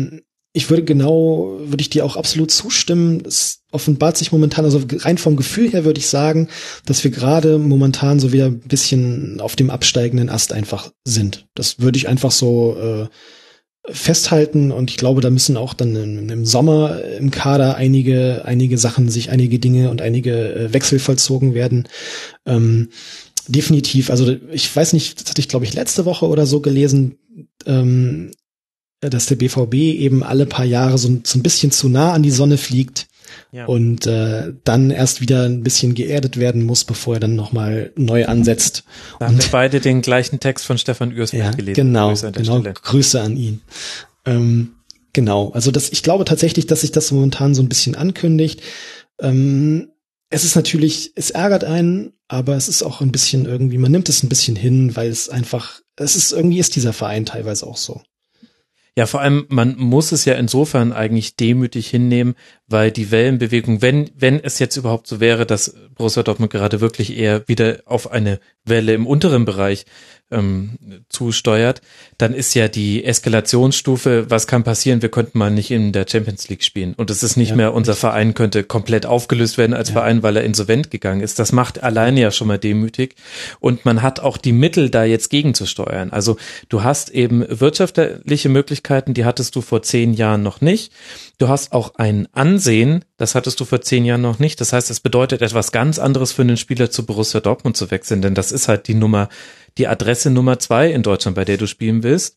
würde ich dir auch absolut zustimmen. Es offenbart sich momentan, also rein vom Gefühl her würde ich sagen, dass wir gerade momentan so wieder ein bisschen auf dem absteigenden Ast einfach sind. Das würde ich einfach so festhalten, und ich glaube, da müssen auch dann im Sommer im Kader einige Dinge und einige Wechsel vollzogen werden. Definitiv, also ich weiß nicht, das hatte ich glaube ich letzte Woche oder so gelesen, dass der BVB eben alle paar Jahre so ein bisschen zu nah an die Sonne fliegt. Ja. Und dann erst wieder ein bisschen geerdet werden muss, bevor er dann nochmal neu ansetzt. Da haben wir beide den gleichen Text von Stefan Ürsberg gelesen. Genau, Grüße an ihn. Genau, also ich glaube tatsächlich, dass sich das momentan so ein bisschen ankündigt. Es ist natürlich, es ärgert einen, aber es ist auch ein bisschen irgendwie, man nimmt es ein bisschen hin, weil irgendwie ist dieser Verein teilweise auch so. Ja, vor allem, man muss es ja insofern eigentlich demütig hinnehmen, weil die Wellenbewegung, wenn es jetzt überhaupt so wäre, dass Borussia Dortmund gerade wirklich eher wieder auf eine Welle im unteren Bereich zusteuert, dann ist ja die Eskalationsstufe, was kann passieren, wir könnten mal nicht in der Champions League spielen. Und es ist nicht mehr, unser Verein könnte komplett aufgelöst werden als Verein, weil er insolvent gegangen ist. Das macht alleine ja schon mal demütig. Und man hat auch die Mittel, da jetzt gegenzusteuern. Also du hast eben wirtschaftliche Möglichkeiten, die hattest du vor 10 Jahren noch nicht. Du hast auch ein Ansehen, das hattest du vor 10 Jahren noch nicht. Das heißt, es bedeutet etwas ganz anderes für einen Spieler zu Borussia Dortmund zu wechseln, denn das ist halt die Adresse Nummer 2 in Deutschland, bei der du spielen willst.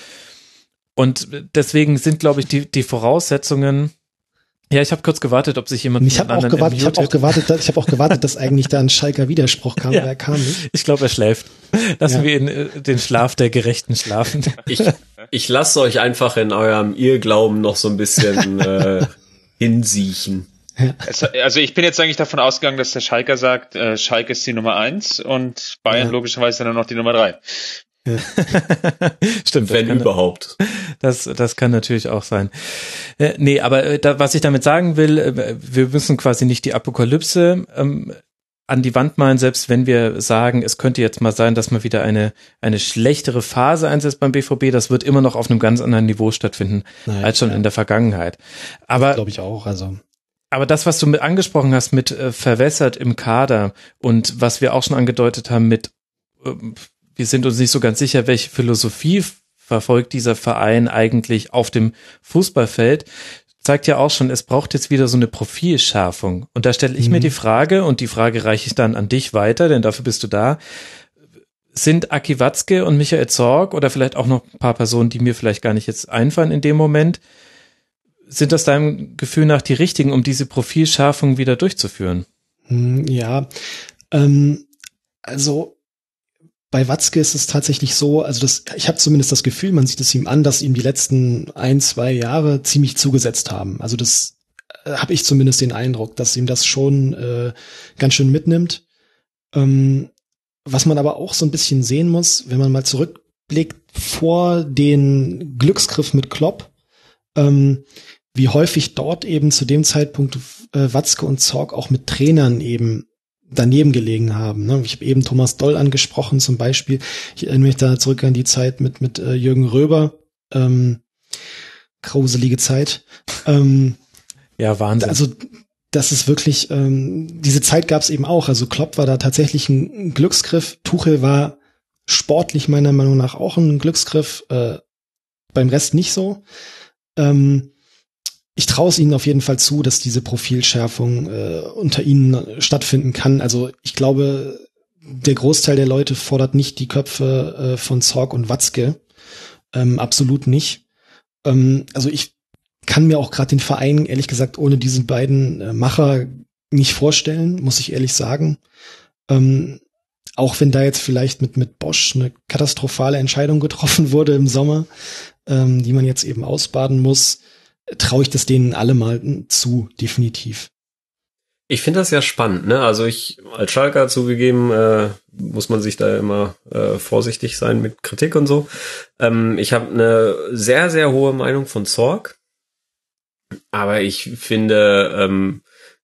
Und deswegen sind, glaube ich, die Voraussetzungen. Ja, ich habe kurz gewartet, ob sich jemand. Ich habe auch gewartet, dass eigentlich da ein Schalker Widerspruch kam, aber er kam nicht. Ich glaube, er schläft. Lassen wir ihn den Schlaf der Gerechten schlafen. Ich lasse euch einfach in eurem Irrglauben noch so ein bisschen hinsiechen. Also ich bin jetzt eigentlich davon ausgegangen, dass der Schalker sagt, Schalke ist die Nummer 1 und Bayern logischerweise dann noch die Nummer 3. Ja. Stimmt. Wenn überhaupt. Das kann natürlich auch sein. Nee, aber was ich damit sagen will, wir müssen quasi nicht die Apokalypse an die Wand malen, selbst wenn wir sagen, es könnte jetzt mal sein, dass man wieder eine schlechtere Phase einsetzt beim BVB, das wird immer noch auf einem ganz anderen Niveau stattfinden als schon in der Vergangenheit. Aber glaube ich auch, also. Aber das, was du mit angesprochen hast, mit verwässert im Kader und was wir auch schon angedeutet haben mit, wir sind uns nicht so ganz sicher, welche Philosophie verfolgt dieser Verein eigentlich auf dem Fußballfeld, zeigt ja auch schon, es braucht jetzt wieder so eine Profilschärfung. Und da stelle ich mir die Frage, und die Frage reiche ich dann an dich weiter, denn dafür bist du da. Sind Aki Watzke und Michael Zorc oder vielleicht auch noch ein paar Personen, die mir vielleicht gar nicht jetzt einfallen in dem Moment, sind das deinem Gefühl nach die richtigen, um diese Profilschärfung wieder durchzuführen? Ja, also bei Watzke ist es tatsächlich so, also ich habe zumindest das Gefühl, man sieht es ihm an, dass ihm die letzten 1-2 Jahre ziemlich zugesetzt haben. Also das habe ich zumindest den Eindruck, dass ihm das schon ganz schön mitnimmt. Was man aber auch so ein bisschen sehen muss, wenn man mal zurückblickt vor den Glücksgriff mit Klopp, wie häufig dort eben zu dem Zeitpunkt Watzke und Zorc auch mit Trainern eben daneben gelegen haben. Ne? Ich habe eben Thomas Doll angesprochen zum Beispiel. Ich erinnere mich da zurück an die Zeit mit Jürgen Röber. Gruselige Zeit. Ja, Wahnsinn. Also das ist wirklich, diese Zeit gab es eben auch. Also Klopp war da tatsächlich ein Glücksgriff. Tuchel war sportlich meiner Meinung nach auch ein Glücksgriff. Beim Rest nicht so. Ich traue es ihnen auf jeden Fall zu, dass diese Profilschärfung unter ihnen stattfinden kann. Also ich glaube, der Großteil der Leute fordert nicht die Köpfe von Zorc und Watzke. Absolut nicht. Also ich kann mir auch gerade den Verein, ehrlich gesagt, ohne diese beiden Macher nicht vorstellen, muss ich ehrlich sagen. auch wenn da jetzt vielleicht mit Bosch eine katastrophale Entscheidung getroffen wurde im Sommer, die man jetzt eben ausbaden muss, traue ich das denen alle mal zu, definitiv. Ich finde das ja spannend, ne? Also ich als Schalker zugegeben, muss man sich da immer vorsichtig sein mit Kritik und so. Ich habe eine sehr, sehr hohe Meinung von Zorc, aber ich finde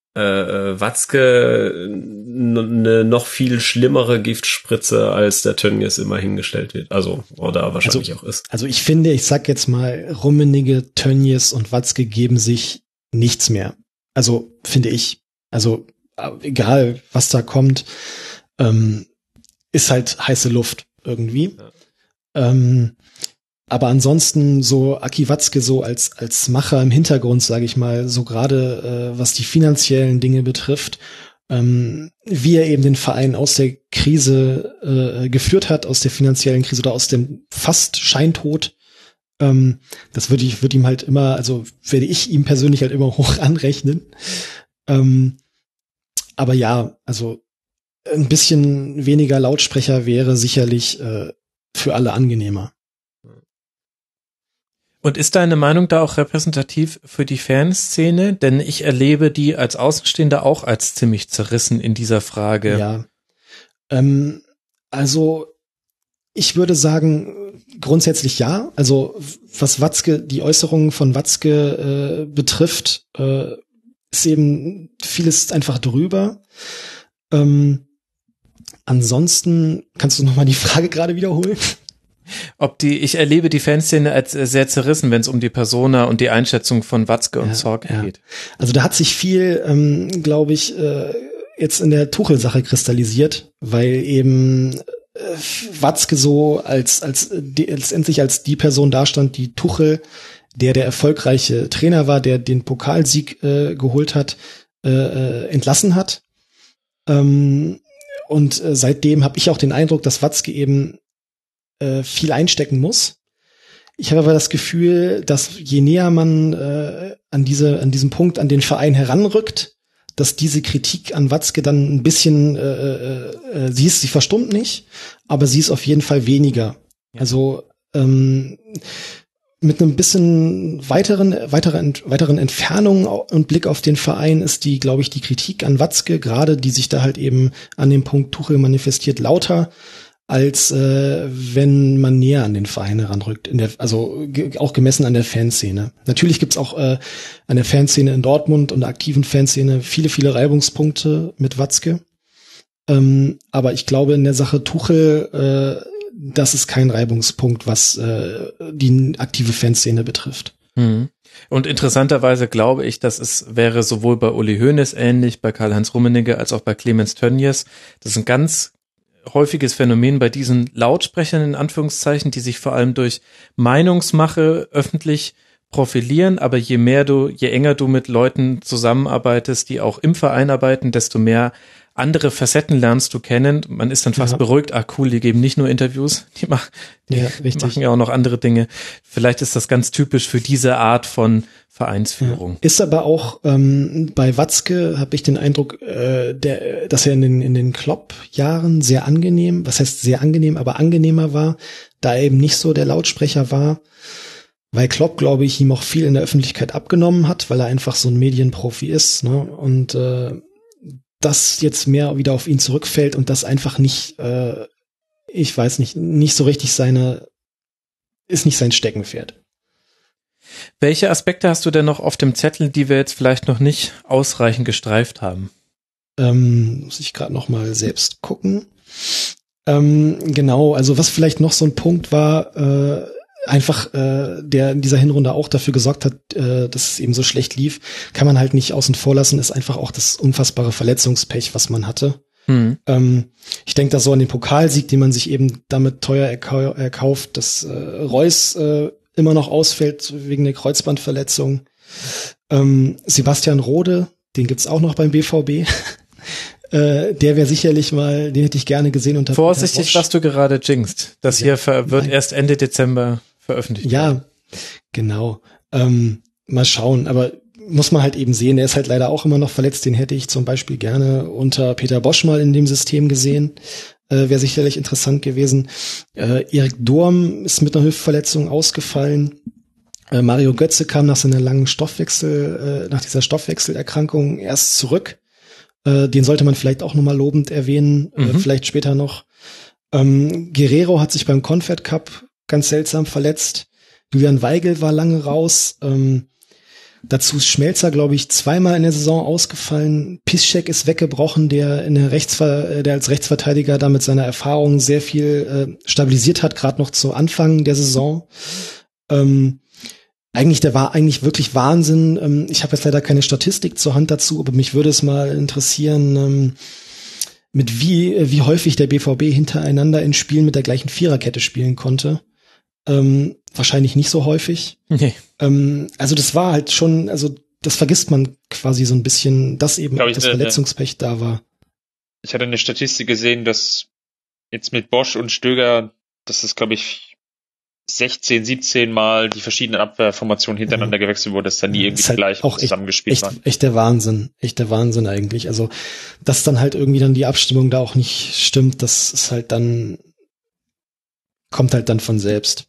Watzke eine noch viel schlimmere Giftspritze, als der Tönnies immer hingestellt wird. Also, oder wahrscheinlich auch ist. Also ich finde, ich sag jetzt mal, Rummenigge, Tönnies und Watzke geben sich nichts mehr. Also, finde ich. Also, egal, was da kommt, ist halt heiße Luft irgendwie. Ja. Aber ansonsten so Aki Watzke so als Macher im Hintergrund, sage ich mal, so gerade was die finanziellen Dinge betrifft, wie er eben den Verein aus der Krise geführt hat, aus der finanziellen Krise oder aus dem fast Scheintod, das würde ihm halt immer, also werde ich ihm persönlich halt immer hoch anrechnen. Aber ja, also ein bisschen weniger Lautsprecher wäre sicherlich für alle angenehmer. Und ist deine Meinung da auch repräsentativ für die Fanszene? Denn ich erlebe die als Außenstehender auch als ziemlich zerrissen in dieser Frage. Ja, also ich würde sagen, grundsätzlich ja. Also was Watzke, die Äußerungen von Watzke betrifft, ist eben vieles einfach drüber. Ansonsten, kannst du nochmal die Frage gerade wiederholen? Ich erlebe die Fanszene als sehr zerrissen, wenn es um die Persona und die Einschätzung von Watzke und Zorc geht. Also da hat sich viel, glaube ich, jetzt in der Tuchel-Sache kristallisiert, weil eben Watzke so letztendlich als die Person dastand, die Tuchel, der erfolgreiche Trainer war, der den Pokalsieg geholt hat, entlassen hat. Und seitdem habe ich auch den Eindruck, dass Watzke eben viel einstecken muss. Ich habe aber das Gefühl, dass je näher man an diesem Punkt an den Verein heranrückt, dass diese Kritik an Watzke dann ein bisschen, sie verstummt nicht, aber sie ist auf jeden Fall weniger. Ja. Also mit einem bisschen weiteren Entfernung und Blick auf den Verein ist glaube ich, die Kritik an Watzke, gerade die sich da halt eben an dem Punkt Tuchel manifestiert, lauter, als wenn man näher an den Verein heranrückt, also auch gemessen an der Fanszene. Natürlich gibt's auch an der Fanszene in Dortmund und der aktiven Fanszene viele, viele Reibungspunkte mit Watzke. Aber ich glaube, in der Sache Tuchel, das ist kein Reibungspunkt, was die aktive Fanszene betrifft. Und interessanterweise glaube ich, dass wäre sowohl bei Uli Hoeneß ähnlich, bei Karl-Heinz Rummenigge als auch bei Clemens Tönnies. Das ist ein ganz häufiges Phänomen bei diesen Lautsprechern in Anführungszeichen, die sich vor allem durch Meinungsmache öffentlich profilieren, aber je enger du mit Leuten zusammenarbeitest, die auch im Verein arbeiten, desto mehr andere Facetten lernst du kennen. Man ist dann fast beruhigt, cool, die geben nicht nur Interviews, die machen ja auch noch andere Dinge. Vielleicht ist das ganz typisch für diese Art von Vereinsführung. Ja. Ist aber auch bei Watzke, habe ich den Eindruck, dass er in den Klopp-Jahren sehr angenehm, was heißt sehr angenehm, aber angenehmer war, da er eben nicht so der Lautsprecher war, weil Klopp, glaube ich, ihm auch viel in der Öffentlichkeit abgenommen hat, weil er einfach so ein Medienprofi ist, ne? Und das jetzt mehr wieder auf ihn zurückfällt und das einfach nicht, ich weiß nicht so richtig ist nicht sein Steckenpferd. Welche Aspekte hast du denn noch auf dem Zettel, die wir jetzt vielleicht noch nicht ausreichend gestreift haben? Muss ich gerade noch mal selbst gucken. Genau, also was vielleicht noch so ein Punkt war, einfach der in dieser Hinrunde auch dafür gesorgt hat, dass es eben so schlecht lief, kann man halt nicht außen vor lassen, ist einfach auch das unfassbare Verletzungspech, was man hatte. Ich denke da so an den Pokalsieg, den man sich eben damit teuer erkauft, dass Reus immer noch ausfällt wegen der Kreuzbandverletzung. Sebastian Rode, den gibt's auch noch beim BVB. Der wäre sicherlich mal, den hätte ich gerne gesehen unter Vorsichtig, was du gerade jinxst. Das hier wird erst Ende Dezember veröffentlicht. Ja, genau. Mal schauen, aber muss man halt eben sehen, der ist halt leider auch immer noch verletzt. Den hätte ich zum Beispiel gerne unter Peter Bosch mal in dem System gesehen. wäre sicherlich interessant gewesen. Erik Durm ist mit einer Hüftverletzung ausgefallen. Mario Götze kam nach seiner langen nach dieser Stoffwechselerkrankung erst zurück. Den sollte man vielleicht auch nochmal lobend erwähnen, vielleicht später noch. Guerrero hat sich beim Confed Cup ganz seltsam verletzt. Julian Weigel war lange raus. Dazu ist Schmelzer, glaube ich, 2-mal in der Saison ausgefallen. Piszczek ist weggebrochen, der als Rechtsverteidiger da mit seiner Erfahrung sehr viel stabilisiert hat, gerade noch zu Anfang der Saison. Der war eigentlich wirklich Wahnsinn. Ich habe jetzt leider keine Statistik zur Hand dazu, aber mich würde es mal interessieren, mit wie häufig der BVB hintereinander in Spielen mit der gleichen Viererkette spielen konnte. Wahrscheinlich nicht so häufig. Nee. Also das war halt schon, also das vergisst man quasi so ein bisschen, dass eben das Verletzungspech da war. Ich hatte eine Statistik gesehen, dass jetzt mit Bosch und Stöger, das ist, glaube ich, 16, 17 Mal die verschiedenen Abwehrformationen hintereinander gewechselt wurde, dass da nie irgendwie halt gleich zusammengespielt war. Echt der Wahnsinn eigentlich. Also, dass dann halt irgendwie dann die Abstimmung da auch nicht stimmt, das ist halt dann, kommt halt dann von selbst.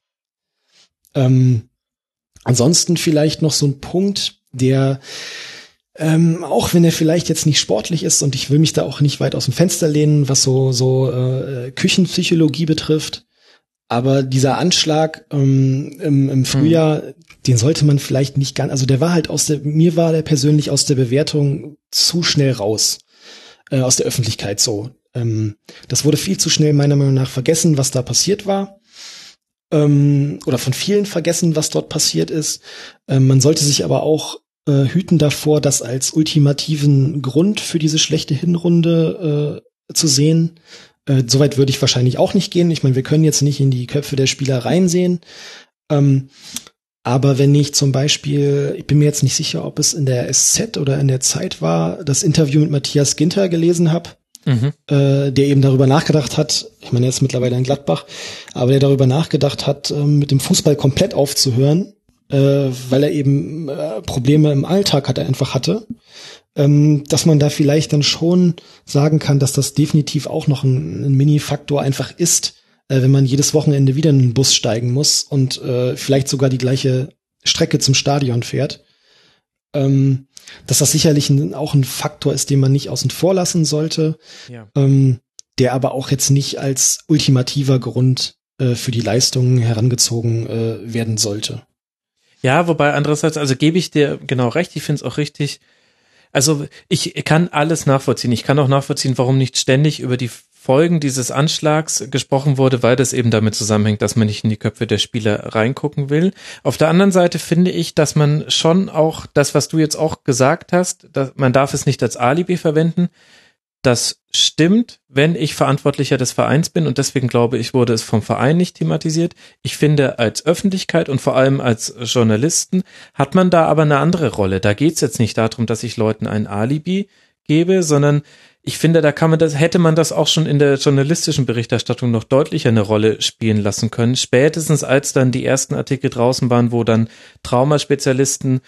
Ansonsten vielleicht noch so ein Punkt, der auch wenn er vielleicht jetzt nicht sportlich ist und ich will mich da auch nicht weit aus dem Fenster lehnen, was so Küchenpsychologie betrifft, aber dieser Anschlag im Frühjahr, den sollte man vielleicht nicht ganz, also der war halt mir war der persönlich aus der Bewertung zu schnell raus, aus der Öffentlichkeit so. Das wurde viel zu schnell meiner Meinung nach vergessen, was da passiert war. Oder von vielen vergessen, was dort passiert ist. Man sollte sich aber auch hüten davor, das als ultimativen Grund für diese schlechte Hinrunde zu sehen. Soweit würde ich wahrscheinlich auch nicht gehen. Ich meine, wir können jetzt nicht in die Köpfe der Spieler reinsehen. Aber wenn ich zum Beispiel, ich bin mir jetzt nicht sicher, ob es in der SZ oder in der Zeit war, das Interview mit Matthias Ginter gelesen habe, der eben darüber nachgedacht hat, ich meine, er ist mittlerweile in Gladbach, aber der darüber nachgedacht hat, mit dem Fußball komplett aufzuhören, weil er eben Probleme im Alltag hatte, dass man da vielleicht dann schon sagen kann, dass das definitiv auch noch ein Mini-Faktor einfach ist, wenn man jedes Wochenende wieder in den Bus steigen muss und vielleicht sogar die gleiche Strecke zum Stadion fährt. Dass das sicherlich auch ein Faktor ist, den man nicht außen vor lassen sollte, der aber auch jetzt nicht als ultimativer Grund für die Leistungen herangezogen werden sollte. Ja, wobei andererseits, also gebe ich dir genau recht, ich finde es auch richtig. Also ich kann alles nachvollziehen. Ich kann auch nachvollziehen, warum nicht ständig über die Folgen dieses Anschlags gesprochen wurde, weil das eben damit zusammenhängt, dass man nicht in die Köpfe der Spieler reingucken will. Auf der anderen Seite finde ich, dass man schon auch das, was du jetzt auch gesagt hast, dass man darf es nicht als Alibi verwenden. Das stimmt, wenn ich Verantwortlicher des Vereins bin und deswegen glaube ich, wurde es vom Verein nicht thematisiert. Ich finde, als Öffentlichkeit und vor allem als Journalisten hat man da aber eine andere Rolle. Da geht es jetzt nicht darum, dass ich Leuten ein Alibi gebe, sondern ich finde, da hätte man das auch schon in der journalistischen Berichterstattung noch deutlicher eine Rolle spielen lassen können. Spätestens als dann die ersten Artikel draußen waren, wo dann Traumaspezialisten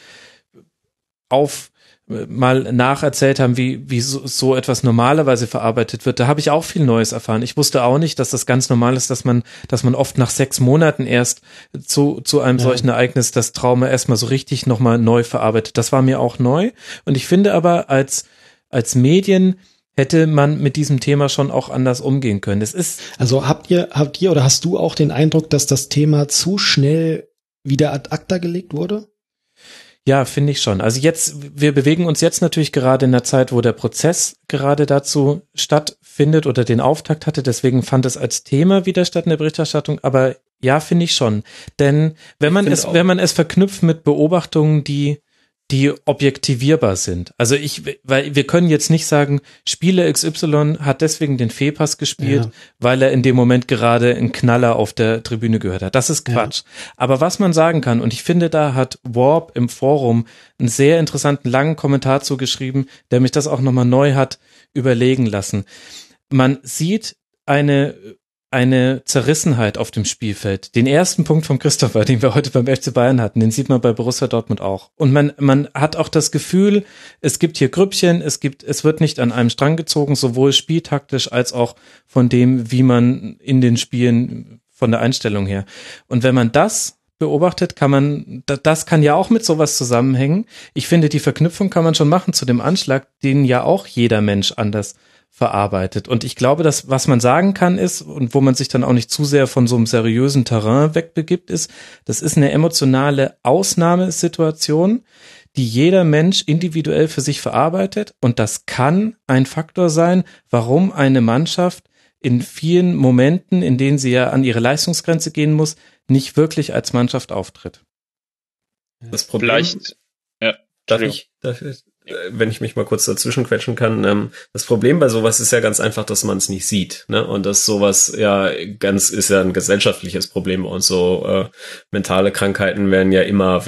mal nacherzählt haben, wie so etwas normalerweise verarbeitet wird. Da habe ich auch viel Neues erfahren. Ich wusste auch nicht, dass das ganz normal ist, dass man oft nach 6 Monaten erst zu einem solchen Ereignis das Trauma erstmal so richtig nochmal neu verarbeitet. Das war mir auch neu. Und ich finde aber, als Medien hätte man mit diesem Thema schon auch anders umgehen können. Also habt ihr oder hast du auch den Eindruck, dass das Thema zu schnell wieder ad acta gelegt wurde? Ja, finde ich schon. Also wir bewegen uns jetzt natürlich gerade in einer Zeit, wo der Prozess gerade dazu stattfindet oder den Auftakt hatte. Deswegen fand es als Thema wieder statt in der Berichterstattung. Aber ja, finde ich schon. Denn wenn man es verknüpft mit Beobachtungen, die objektivierbar sind. Also weil wir können jetzt nicht sagen, Spieler XY hat deswegen den Fehlpass gespielt, weil er in dem Moment gerade einen Knaller auf der Tribüne gehört hat. Das ist Quatsch. Ja. Aber was man sagen kann, und ich finde, da hat Warp im Forum einen sehr interessanten, langen Kommentar zugeschrieben, der mich das auch nochmal neu hat überlegen lassen. Man sieht eine eine Zerrissenheit auf dem Spielfeld. Den ersten Punkt von Christopher, den wir heute beim FC Bayern hatten, den sieht man bei Borussia Dortmund auch. Und man hat auch das Gefühl, es gibt hier Grüppchen, es wird nicht an einem Strang gezogen, sowohl spieltaktisch als auch von dem, wie man in den Spielen von der Einstellung her. Und wenn man das beobachtet, das kann ja auch mit sowas zusammenhängen. Ich finde, die Verknüpfung kann man schon machen zu dem Anschlag, den ja auch jeder Mensch anders verarbeitet. Und ich glaube, dass was man sagen kann ist, und wo man sich dann auch nicht zu sehr von so einem seriösen Terrain wegbegibt, ist, das ist eine emotionale Ausnahmesituation, die jeder Mensch individuell für sich verarbeitet. Und das kann ein Faktor sein, warum eine Mannschaft in vielen Momenten, in denen sie ja an ihre Leistungsgrenze gehen muss, nicht wirklich als Mannschaft auftritt. Das Problem, vielleicht, ja, darf ich, wenn ich mich mal kurz dazwischen quetschen kann, das Problem bei sowas ist ja ganz einfach, dass man es nicht sieht, ne? Und dass sowas ja ist ja ein gesellschaftliches Problem und so mentale Krankheiten werden ja immer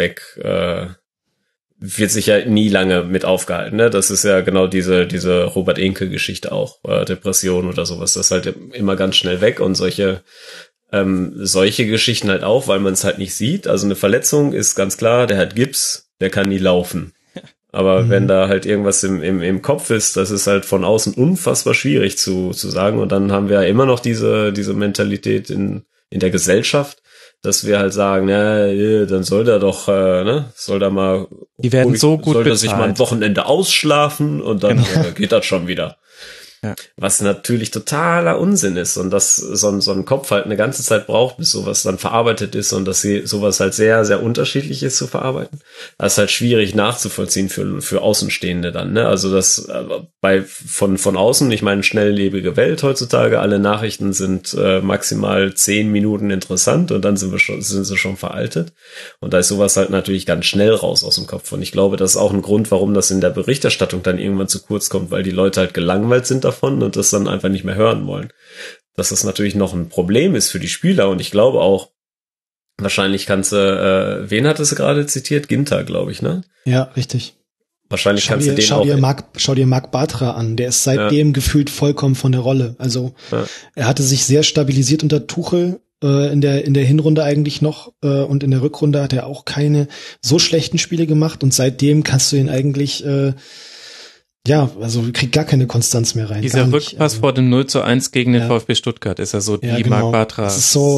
wird sich ja nie lange mit aufgehalten, ne? Das ist ja genau diese Robert Enke-Geschichte auch, Depression oder sowas, das ist halt immer ganz schnell weg und solche Geschichten halt auch, weil man es halt nicht sieht. Also eine Verletzung ist ganz klar, der hat Gips, der kann nie laufen. Aber wenn da halt irgendwas im Kopf ist, das ist halt von außen unfassbar schwierig zu sagen. Und dann haben wir ja immer noch diese Mentalität in der Gesellschaft, dass wir halt sagen, ja, dann soll der doch, soll da mal, die werden so gut soll bezahlt. Sich mal ein Wochenende ausschlafen und dann geht das schon wieder. Ja. Was natürlich totaler Unsinn ist und dass so ein Kopf halt eine ganze Zeit braucht, bis sowas dann verarbeitet ist und dass sowas halt sehr, sehr unterschiedlich ist zu verarbeiten. Das ist halt schwierig nachzuvollziehen für Außenstehende dann, ne? Also das von außen, ich meine, schnelllebige Welt heutzutage, alle Nachrichten sind maximal 10 Minuten interessant und dann sind sie schon veraltet. Und da ist sowas halt natürlich ganz schnell raus aus dem Kopf. Und ich glaube, das ist auch ein Grund, warum das in der Berichterstattung dann irgendwann zu kurz kommt, weil die Leute halt gelangweilt sind davon und das dann einfach nicht mehr hören wollen. Dass das natürlich noch ein Problem ist für die Spieler und ich glaube auch, wahrscheinlich kannst du, wen hattest du gerade zitiert? Ginter, glaube ich, ne? Ja, richtig. Wahrscheinlich kannst du den schau dir Marc Bartra an, der ist seitdem gefühlt vollkommen von der Rolle. Also er hatte sich sehr stabilisiert unter Tuchel in der Hinrunde eigentlich noch und in der Rückrunde hat er auch keine so schlechten Spiele gemacht und seitdem kannst du ihn eigentlich also kriegt gar keine Konstanz mehr rein. Dieser Rückpass vor dem 0:1 gegen den VfB Stuttgart ist ja so die Marc Bartra. Das ist so,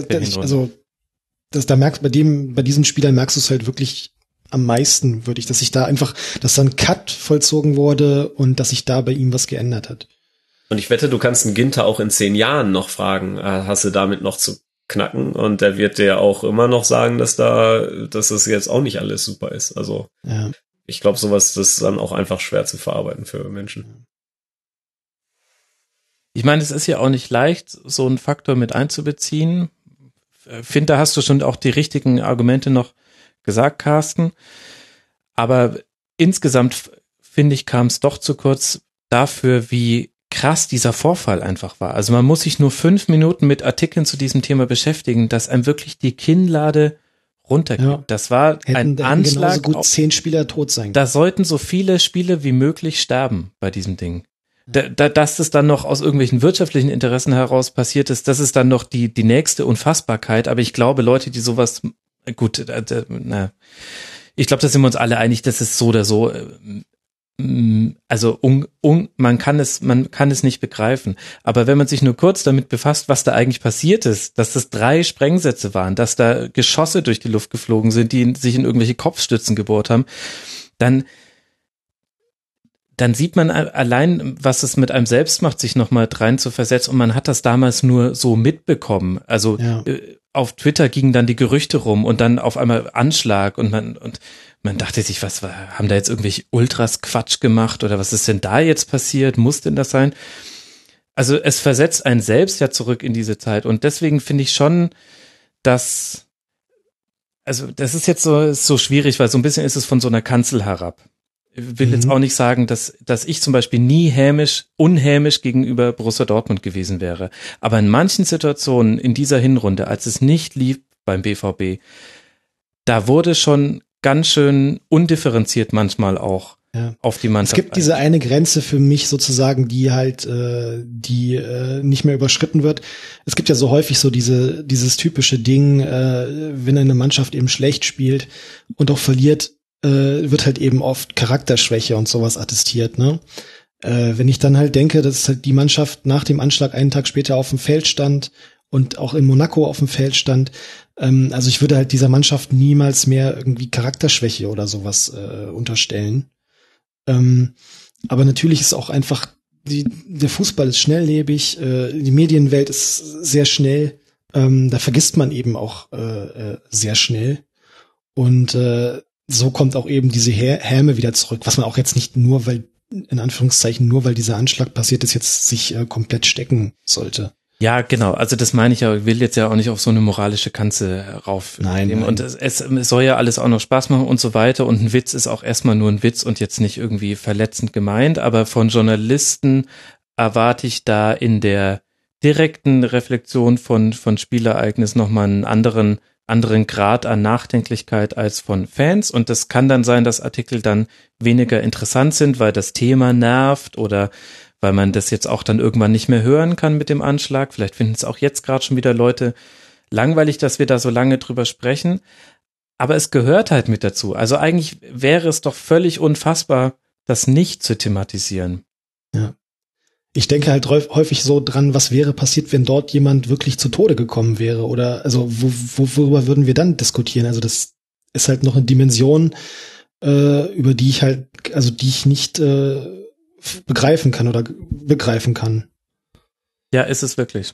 da merkst bei diesen Spielern merkst du es halt wirklich am meisten, dass da ein Cut vollzogen wurde und dass sich da bei ihm was geändert hat. Und ich wette, du kannst einen Ginter auch in 10 Jahren noch fragen, hast du damit noch zu knacken? Und der wird dir auch immer noch sagen, dass das jetzt auch nicht alles super ist. Also ich glaube, sowas, das ist dann auch einfach schwer zu verarbeiten für Menschen. Ich meine, es ist ja auch nicht leicht, so einen Faktor mit einzubeziehen. Ich finde, da hast du schon auch die richtigen Argumente noch gesagt, Carsten. Aber insgesamt, finde ich, kam es doch zu kurz dafür, wie krass dieser Vorfall einfach war. Also man muss sich nur 5 Minuten mit Artikeln zu diesem Thema beschäftigen, dass einem wirklich die Kinnlade runtergeht. Ja. Das war ein Anschlag. Genauso gut 10 Spieler tot sein. Da sollten so viele Spieler wie möglich sterben bei diesem Ding. Dass es dann noch aus irgendwelchen wirtschaftlichen Interessen heraus passiert ist, das ist dann noch die nächste Unfassbarkeit. Aber ich glaube, Leute, die sowas, ich glaube, da sind wir uns alle einig, dass es so oder so, also man kann es nicht begreifen. Aber wenn man sich nur kurz damit befasst, was da eigentlich passiert ist, dass das 3 Sprengsätze waren, dass da Geschosse durch die Luft geflogen sind, die sich in irgendwelche Kopfstützen gebohrt haben, dann sieht man allein, was es mit einem selbst macht, sich nochmal rein zu versetzen. Und man hat das damals nur so mitbekommen. Also auf Twitter gingen dann die Gerüchte rum und dann auf einmal Anschlag und man dachte sich, haben da jetzt irgendwelche Ultras Quatsch gemacht oder was ist denn da jetzt passiert? Muss denn das sein? Also es versetzt einen selbst ja zurück in diese Zeit und deswegen finde ich schon, dass, also das ist jetzt so schwierig, weil so ein bisschen ist es von so einer Kanzel herab. Ich will jetzt auch nicht sagen, dass ich zum Beispiel nie unhämisch gegenüber Borussia Dortmund gewesen wäre. Aber in manchen Situationen in dieser Hinrunde, als es nicht lief beim BVB, da wurde schon ganz schön undifferenziert manchmal auch auf die Mannschaft. Es gibt diese eine Grenze für mich sozusagen, die halt, nicht mehr überschritten wird. Es gibt ja so häufig so dieses typische Ding, wenn eine Mannschaft eben schlecht spielt und auch verliert, wird halt eben oft Charakterschwäche und sowas attestiert, ne? Wenn ich dann halt denke, dass halt die Mannschaft nach dem Anschlag einen Tag später auf dem Feld stand und auch in Monaco auf dem Feld stand, also ich würde halt dieser Mannschaft niemals mehr irgendwie Charakterschwäche oder sowas unterstellen. Aber natürlich ist auch einfach, der Fußball ist schnelllebig, die Medienwelt ist sehr schnell, da vergisst man eben auch sehr schnell. Und so kommt auch eben diese Häme wieder zurück, was man auch jetzt nicht nur, weil, in Anführungszeichen, nur weil dieser Anschlag passiert ist, jetzt sich komplett stecken sollte. Ja, genau. Also das meine ich ja, ich will jetzt ja auch nicht auf so eine moralische Kanzel rauf. Nein. Und es soll ja alles auch noch Spaß machen und so weiter. Und ein Witz ist auch erstmal nur ein Witz und jetzt nicht irgendwie verletzend gemeint. Aber von Journalisten erwarte ich da in der direkten Reflexion von Spielereignissen nochmal einen anderen Grad an Nachdenklichkeit als von Fans. Und das kann dann sein, dass Artikel dann weniger interessant sind, weil das Thema nervt oder weil man das jetzt auch dann irgendwann nicht mehr hören kann mit dem Anschlag. Vielleicht finden es auch jetzt gerade schon wieder Leute langweilig, dass wir da so lange drüber sprechen. Aber es gehört halt mit dazu. Also eigentlich wäre es doch völlig unfassbar, das nicht zu thematisieren. Ja. Ich denke halt häufig so dran, was wäre passiert, wenn dort jemand wirklich zu Tode gekommen wäre, oder also worüber würden wir dann diskutieren? Also das ist halt noch eine Dimension, über die ich nicht begreifen kann. Ja, ist es wirklich.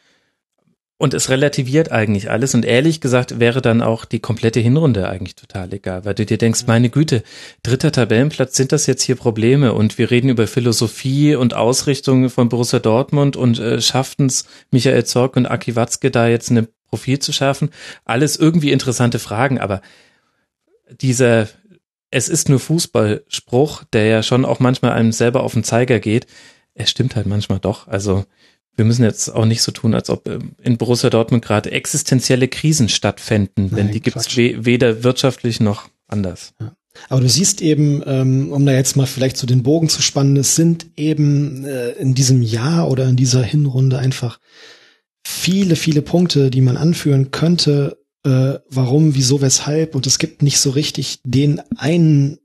Und es relativiert eigentlich alles und ehrlich gesagt wäre dann auch die komplette Hinrunde eigentlich total egal, weil du dir denkst, meine Güte, 3. Tabellenplatz, sind das jetzt hier Probleme? Und wir reden über Philosophie und Ausrichtung von Borussia Dortmund und schafften es Michael Zorc und Aki Watzke da jetzt eine Profil zu schärfen. Alles irgendwie interessante Fragen, aber dieser "Es ist nur Fußball"-Spruch, der ja schon auch manchmal einem selber auf den Zeiger geht, er stimmt halt manchmal doch, also wir müssen jetzt auch nicht so tun, als ob in Borussia Dortmund gerade existenzielle Krisen stattfänden, denn die gibt es weder wirtschaftlich noch anders. Ja. Aber du siehst eben, um da jetzt mal vielleicht so den Bogen zu spannen, es sind eben in diesem Jahr oder in dieser Hinrunde einfach viele, viele Punkte, die man anführen könnte, warum, wieso, weshalb, und es gibt nicht so richtig den einen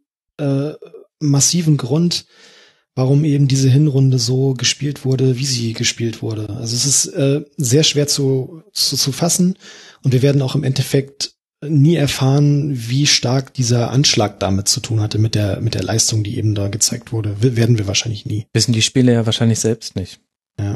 massiven Grund, warum eben diese Hinrunde so gespielt wurde, wie sie gespielt wurde. Also es ist sehr schwer zu fassen und wir werden auch im Endeffekt nie erfahren, wie stark dieser Anschlag damit zu tun hatte, mit der Leistung, die eben da gezeigt wurde. Werden wir wahrscheinlich nie. Wissen die Spieler ja wahrscheinlich selbst nicht. Ja.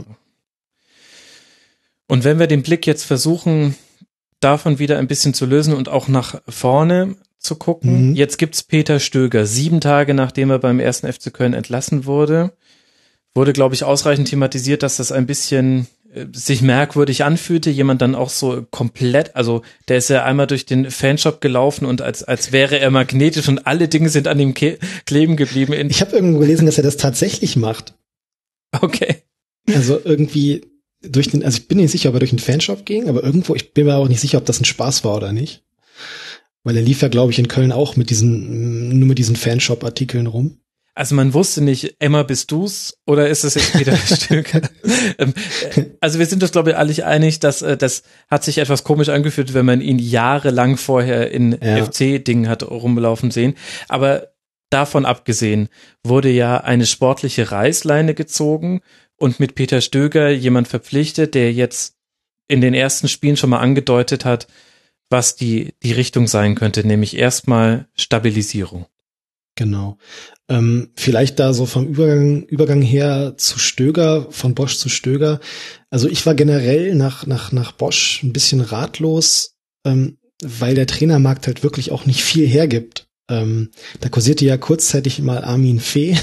Und wenn wir den Blick jetzt versuchen, davon wieder ein bisschen zu lösen und auch nach vorne zu gucken. Jetzt gibt's Peter Stöger. 7 Tage, nachdem er beim 1. FC Köln entlassen wurde, glaube ich, ausreichend thematisiert, dass das ein bisschen sich merkwürdig anfühlte. Jemand dann auch so komplett, also der ist ja einmal durch den Fanshop gelaufen und als wäre er magnetisch und alle Dinge sind an ihm kleben geblieben. Ich habe irgendwo gelesen, dass er das tatsächlich macht. Okay. Also irgendwie also ich bin nicht sicher, ob er durch den Fanshop ging, aber irgendwo, ich bin mir auch nicht sicher, ob das ein Spaß war oder nicht. Weil er lief ja, glaube ich, in Köln auch nur mit diesen Fanshop-Artikeln rum. Also man wusste nicht, Emma, bist du's oder ist es jetzt Peter Stöger? Also wir sind uns, glaube ich, alle einig, dass das hat sich etwas komisch angefühlt, wenn man ihn jahrelang vorher in FC-Dingen hat rumlaufen sehen. Aber davon abgesehen wurde ja eine sportliche Reißleine gezogen und mit Peter Stöger jemand verpflichtet, der jetzt in den ersten Spielen schon mal angedeutet hat, was die Richtung sein könnte, nämlich erstmal Stabilisierung. Genau. Vielleicht da so vom Übergang her zu Stöger, von Bosz zu Stöger. Also ich war generell nach Bosz ein bisschen ratlos, weil der Trainermarkt halt wirklich auch nicht viel hergibt. Da kursierte ja kurzzeitig mal Armin Fee.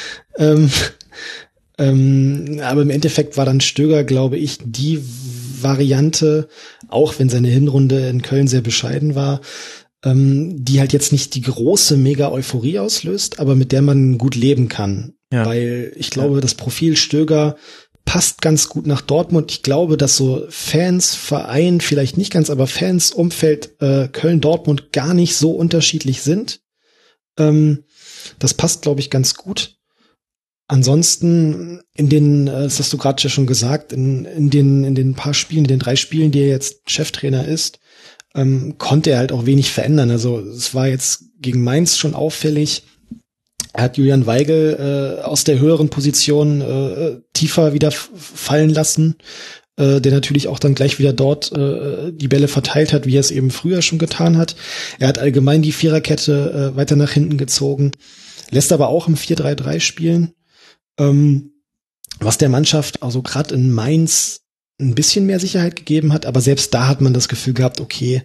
Aber im Endeffekt war dann Stöger, glaube ich, die Variante, auch wenn seine Hinrunde in Köln sehr bescheiden war, die halt jetzt nicht die große Mega-Euphorie auslöst, aber mit der man gut leben kann. Ja. Weil ich glaube, das Profil Stöger passt ganz gut nach Dortmund. Ich glaube, dass so Fans, Verein, vielleicht nicht ganz, aber Fans, Umfeld Köln-Dortmund gar nicht so unterschiedlich sind. Das passt, glaube ich, ganz gut. Ansonsten das hast du gerade ja schon gesagt, in den paar Spielen, in den 3 Spielen, die er jetzt Cheftrainer ist, konnte er halt auch wenig verändern. Also es war jetzt gegen Mainz schon auffällig. Er hat Julian Weigl aus der höheren Position tiefer wieder fallen lassen, der natürlich auch dann gleich wieder dort die Bälle verteilt hat, wie er es eben früher schon getan hat. Er hat allgemein die Viererkette weiter nach hinten gezogen, lässt aber auch im 4-3-3 spielen. Was der Mannschaft, also gerade in Mainz, ein bisschen mehr Sicherheit gegeben hat, aber selbst da hat man das Gefühl gehabt, okay,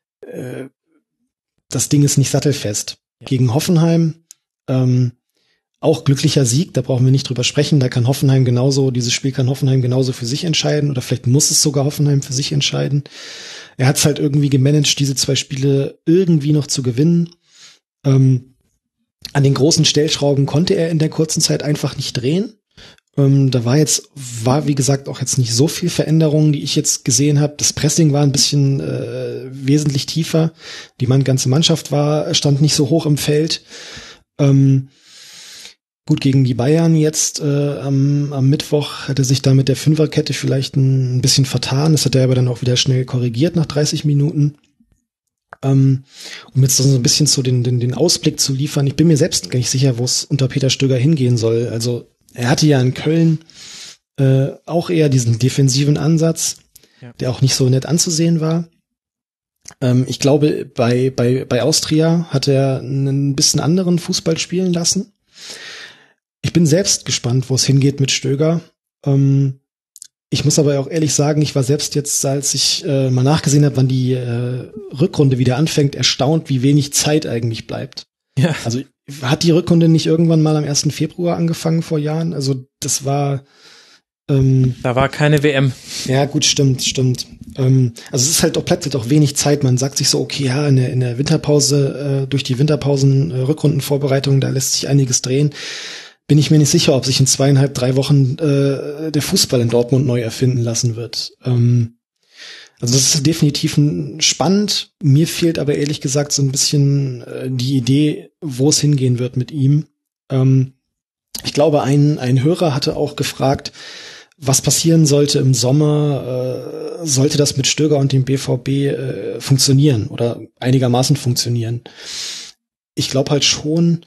das Ding ist nicht sattelfest. Ja. Gegen Hoffenheim, auch glücklicher Sieg, da brauchen wir nicht drüber sprechen, dieses Spiel kann Hoffenheim genauso für sich entscheiden, oder vielleicht muss es sogar Hoffenheim für sich entscheiden. Er hat es halt irgendwie gemanagt, diese 2 Spiele irgendwie noch zu gewinnen. An den großen Stellschrauben konnte er in der kurzen Zeit einfach nicht drehen. Da war wie gesagt auch jetzt nicht so viel Veränderung, die ich jetzt gesehen habe. Das Pressing war ein bisschen wesentlich tiefer. Die ganze Mannschaft stand nicht so hoch im Feld. Gut, gegen die Bayern jetzt am Mittwoch hat er sich da mit der Fünferkette vielleicht ein bisschen vertan. Das hat er aber dann auch wieder schnell korrigiert nach 30 Minuten. Um jetzt so ein bisschen den Ausblick zu liefern. Ich bin mir selbst gar nicht sicher, wo es unter Peter Stöger hingehen soll. Also er hatte ja in Köln auch eher diesen defensiven Ansatz, der auch nicht so nett anzusehen war. Ich glaube, bei Austria hat er einen bisschen anderen Fußball spielen lassen. Ich bin selbst gespannt, wo es hingeht mit Stöger. Ich muss aber auch ehrlich sagen, ich war selbst jetzt, als ich mal nachgesehen habe, wann die Rückrunde wieder anfängt, erstaunt, wie wenig Zeit eigentlich bleibt. Ja. Also hat die Rückrunde nicht irgendwann mal am 1. Februar angefangen vor Jahren? Also das war da war keine WM. Ja, gut, stimmt. Also es ist halt auch, bleibt halt auch wenig Zeit. Man sagt sich so, okay, ja, in der Winterpause, durch die Winterpausen, Rückrundenvorbereitung, da lässt sich einiges drehen. Bin ich mir nicht sicher, ob sich in 2,5, 3 Wochen der Fußball in Dortmund neu erfinden lassen wird. Also das ist definitiv spannend. Mir fehlt aber ehrlich gesagt so ein bisschen die Idee, wo es hingehen wird mit ihm. Ich glaube, ein Hörer hatte auch gefragt, was passieren sollte im Sommer, sollte das mit Stöger und dem BVB funktionieren oder einigermaßen funktionieren. Ich glaube halt schon,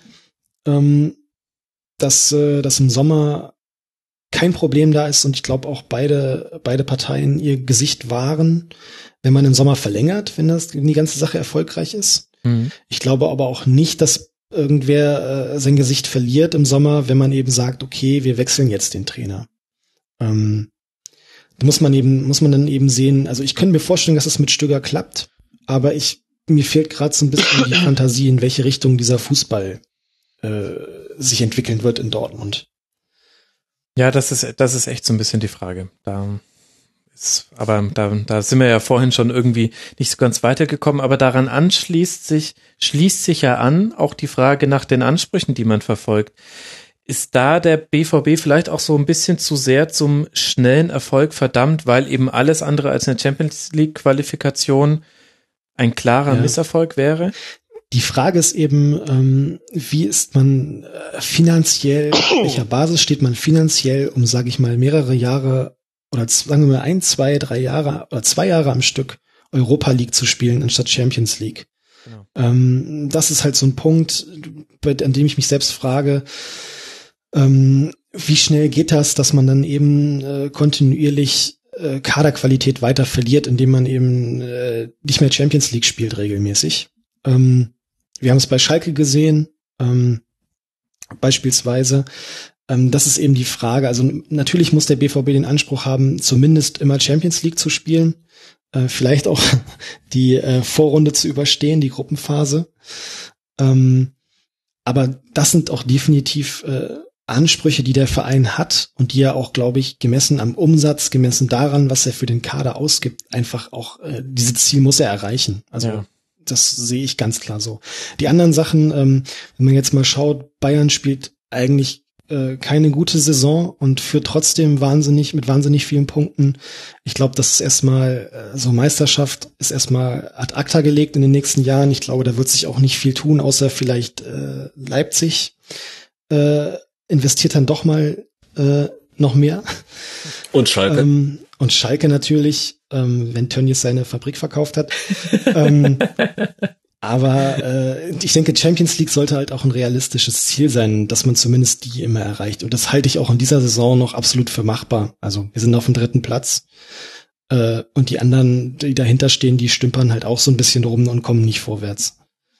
dass im Sommer kein Problem da ist, und ich glaube auch beide Parteien ihr Gesicht wahren, wenn man im Sommer verlängert, wenn die ganze Sache erfolgreich ist. Mhm. Ich glaube aber auch nicht, dass irgendwer sein Gesicht verliert im Sommer, wenn man eben sagt, okay, wir wechseln jetzt den Trainer. Da muss man dann eben sehen, also ich könnte mir vorstellen, dass es mit Stöger klappt, aber mir fehlt gerade so ein bisschen die Fantasie, in welche Richtung dieser Fußball sich entwickeln wird in Dortmund. Ja, das ist echt so ein bisschen die Frage. Da sind wir ja vorhin schon irgendwie nicht so ganz weitergekommen, aber daran schließt sich ja an auch die Frage nach den Ansprüchen, die man verfolgt. Ist da der BVB vielleicht auch so ein bisschen zu sehr zum schnellen Erfolg verdammt, weil eben alles andere als eine Champions-League-Qualifikation ein klarer Misserfolg wäre? Die Frage ist eben, wie ist man finanziell, auf welcher Basis steht man finanziell, um, sage ich mal, mehrere Jahre oder sagen wir mal 1, 2, 3 Jahre oder 2 Jahre am Stück Europa League zu spielen anstatt Champions League. Genau. Das ist halt so ein Punkt, an dem ich mich selbst frage, wie schnell geht das, dass man dann eben kontinuierlich Kaderqualität weiter verliert, indem man eben nicht mehr Champions League spielt regelmäßig. Wir haben es bei Schalke gesehen, beispielsweise. Das ist eben die Frage. Also natürlich muss der BVB den Anspruch haben, zumindest immer Champions League zu spielen, vielleicht auch die Vorrunde zu überstehen, die Gruppenphase. Aber das sind auch definitiv Ansprüche, die der Verein hat und die er auch, glaube ich, gemessen am Umsatz, gemessen daran, was er für den Kader ausgibt, einfach auch dieses Ziel muss er erreichen. Also das sehe ich ganz klar so. Die anderen Sachen, wenn man jetzt mal schaut, Bayern spielt eigentlich keine gute Saison und führt trotzdem mit wahnsinnig vielen Punkten. Ich glaube, das ist erstmal, so Meisterschaft ist erstmal ad acta gelegt in den nächsten Jahren. Ich glaube, da wird sich auch nicht viel tun, außer vielleicht Leipzig investiert dann doch mal noch mehr. Und Schalke. Und Schalke natürlich, wenn Tönnies seine Fabrik verkauft hat. Aber ich denke, Champions League sollte halt auch ein realistisches Ziel sein, dass man zumindest die immer erreicht. Und das halte ich auch in dieser Saison noch absolut für machbar. Also wir sind auf dem 3. Platz. Und die anderen, die dahinter stehen, die stümpern halt auch so ein bisschen rum und kommen nicht vorwärts.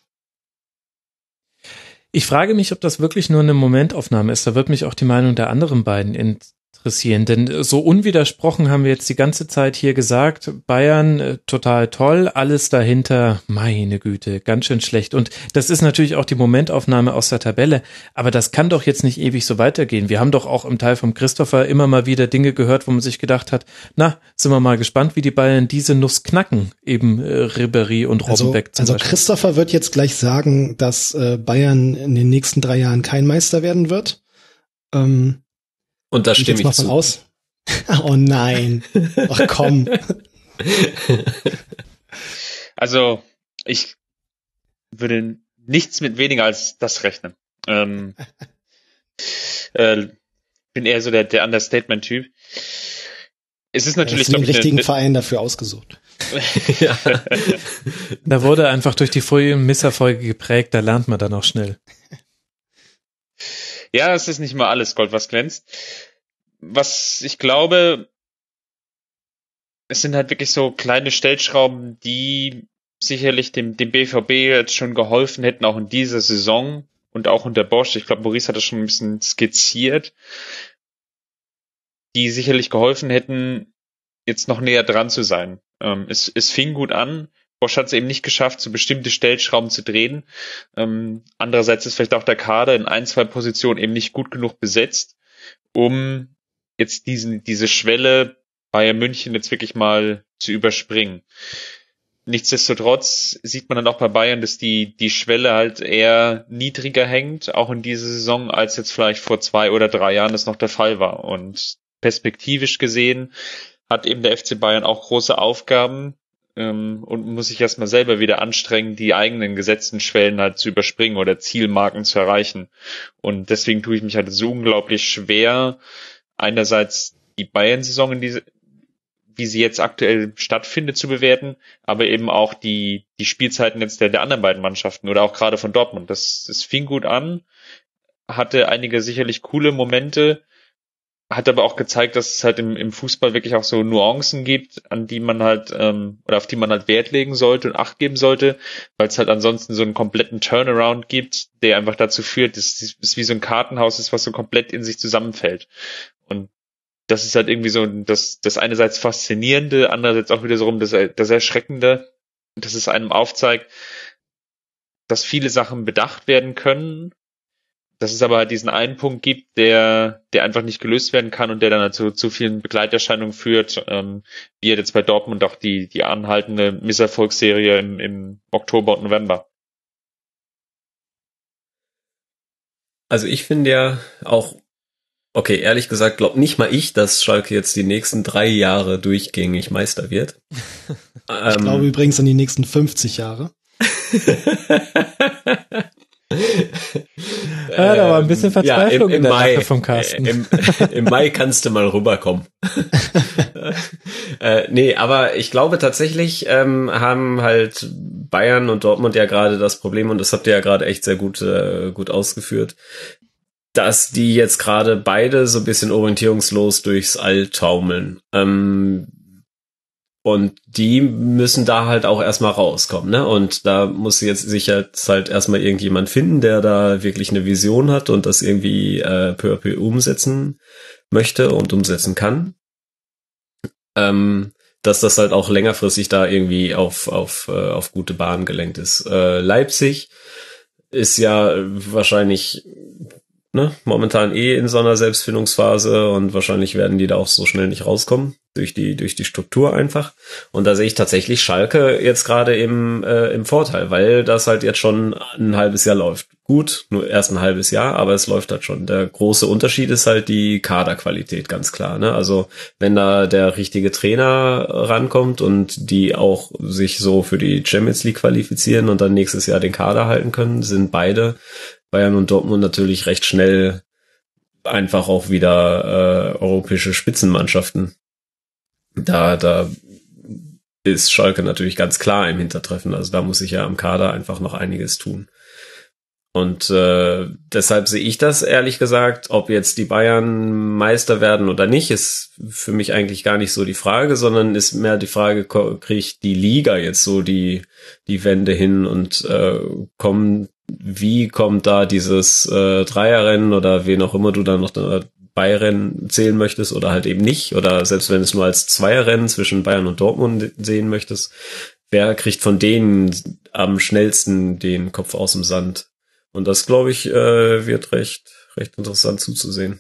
Ich frage mich, ob das wirklich nur eine Momentaufnahme ist. Da wird mich auch die Meinung der anderen beiden interessieren. Denn so unwidersprochen haben wir jetzt die ganze Zeit hier gesagt, Bayern total toll, alles dahinter, meine Güte, ganz schön schlecht. Und das ist natürlich auch die Momentaufnahme aus der Tabelle. Aber das kann doch jetzt nicht ewig so weitergehen. Wir haben doch auch im Teil vom Christopher immer mal wieder Dinge gehört, wo man sich gedacht hat, na, sind wir mal gespannt, wie die Bayern diese Nuss knacken, eben Ribéry und Robbenbeck zum Beispiel. Also Christopher wird jetzt gleich sagen, dass Bayern in den nächsten 3 Jahren kein Meister werden wird. Und da stimme ich zu. Aus. Oh nein. Ach komm. Also, ich würde nichts mit weniger als das rechnen. Bin eher so der Understatement-Typ. Es ist natürlich, glaube ich, den richtigen Verein dafür ausgesucht. Ja. Da wurde einfach durch die frühen Misserfolge geprägt, da lernt man dann auch schnell. Ja, es ist nicht mal alles Gold, was glänzt. Was ich glaube, es sind halt wirklich so kleine Stellschrauben, die sicherlich dem BVB jetzt schon geholfen hätten, auch in dieser Saison und auch unter Bosch. Ich glaube, Maurice hat das schon ein bisschen skizziert, die sicherlich geholfen hätten, jetzt noch näher dran zu sein. Es fing gut an. Bosch hat es eben nicht geschafft, so bestimmte Stellschrauben zu drehen. Andererseits ist vielleicht auch der Kader in 1-2 Positionen eben nicht gut genug besetzt, um jetzt diese Schwelle Bayern München jetzt wirklich mal zu überspringen. Nichtsdestotrotz sieht man dann auch bei Bayern, dass die Schwelle halt eher niedriger hängt, auch in dieser Saison, als jetzt vielleicht vor 2 oder 3 Jahren das noch der Fall war. Und perspektivisch gesehen hat eben der FC Bayern auch große Aufgaben, und muss sich erstmal selber wieder anstrengen, die eigenen gesetzten Schwellen halt zu überspringen oder Zielmarken zu erreichen. Und deswegen tue ich mich halt so unglaublich schwer, einerseits die Bayern-Saison, wie sie jetzt aktuell stattfindet, zu bewerten, aber eben auch die Spielzeiten jetzt der anderen beiden Mannschaften oder auch gerade von Dortmund. Das fing gut an, hatte einige sicherlich coole Momente, hat aber auch gezeigt, dass es halt im Fußball wirklich auch so Nuancen gibt, an die man halt oder auf die man halt Wert legen sollte und Acht geben sollte, weil es halt ansonsten so einen kompletten Turnaround gibt, der einfach dazu führt, dass es wie so ein Kartenhaus ist, was so komplett in sich zusammenfällt. Und das ist halt irgendwie so das einerseits Faszinierende, andererseits auch wieder so rum das Erschreckende, dass es einem aufzeigt, dass viele Sachen bedacht werden können, dass es aber halt diesen einen Punkt gibt, der einfach nicht gelöst werden kann und der dann halt zu vielen Begleiterscheinungen führt, wie jetzt bei Dortmund auch die anhaltende Misserfolgsserie im Oktober und November. Also ich finde ja auch, okay, ehrlich gesagt, glaub nicht mal ich, dass Schalke jetzt die nächsten 3 Jahre durchgängig Meister wird. Ich glaube übrigens an die nächsten 50 Jahre. Ja, da war ein bisschen Verzweiflung im in der Lache vom Carsten. Im Mai kannst du mal rüberkommen. Nee, aber ich glaube tatsächlich haben halt Bayern und Dortmund ja gerade das Problem, und das habt ihr ja gerade echt sehr gut ausgeführt, dass die jetzt gerade beide so ein bisschen orientierungslos durchs All taumeln. Und die müssen da halt auch erstmal rauskommen, ne? Und da muss jetzt sicher halt erstmal irgendjemand finden, der da wirklich eine Vision hat und das irgendwie peu à peu umsetzen möchte und umsetzen kann. Dass das halt auch längerfristig da irgendwie auf gute Bahnen gelenkt ist. Leipzig ist ja wahrscheinlich momentan in so einer Selbstfindungsphase und wahrscheinlich werden die da auch so schnell nicht rauskommen durch die Struktur einfach. Und da sehe ich tatsächlich Schalke jetzt gerade im Vorteil, weil das halt jetzt schon ein halbes Jahr läuft. Gut, nur erst ein halbes Jahr, aber es läuft halt schon. Der große Unterschied ist halt die Kaderqualität, ganz klar, ne? Also wenn da der richtige Trainer rankommt und die auch sich so für die Champions League qualifizieren und dann nächstes Jahr den Kader halten können, sind beide, Bayern und Dortmund, natürlich recht schnell einfach auch wieder europäische Spitzenmannschaften. Da ist Schalke natürlich ganz klar im Hintertreffen. Also da muss sich ja am Kader einfach noch einiges tun. Und deshalb sehe ich das ehrlich gesagt, ob jetzt die Bayern Meister werden oder nicht, ist für mich eigentlich gar nicht so die Frage, sondern ist mehr die Frage, kriegt die Liga jetzt so die Wende hin und wie kommt da dieses Dreierrennen oder wen auch immer du dann noch Beirennen zählen möchtest oder halt eben nicht, oder selbst wenn es nur als Zweierrennen zwischen Bayern und Dortmund sehen möchtest, wer kriegt von denen am schnellsten den Kopf aus dem Sand? Und das, glaube ich, wird recht interessant zuzusehen.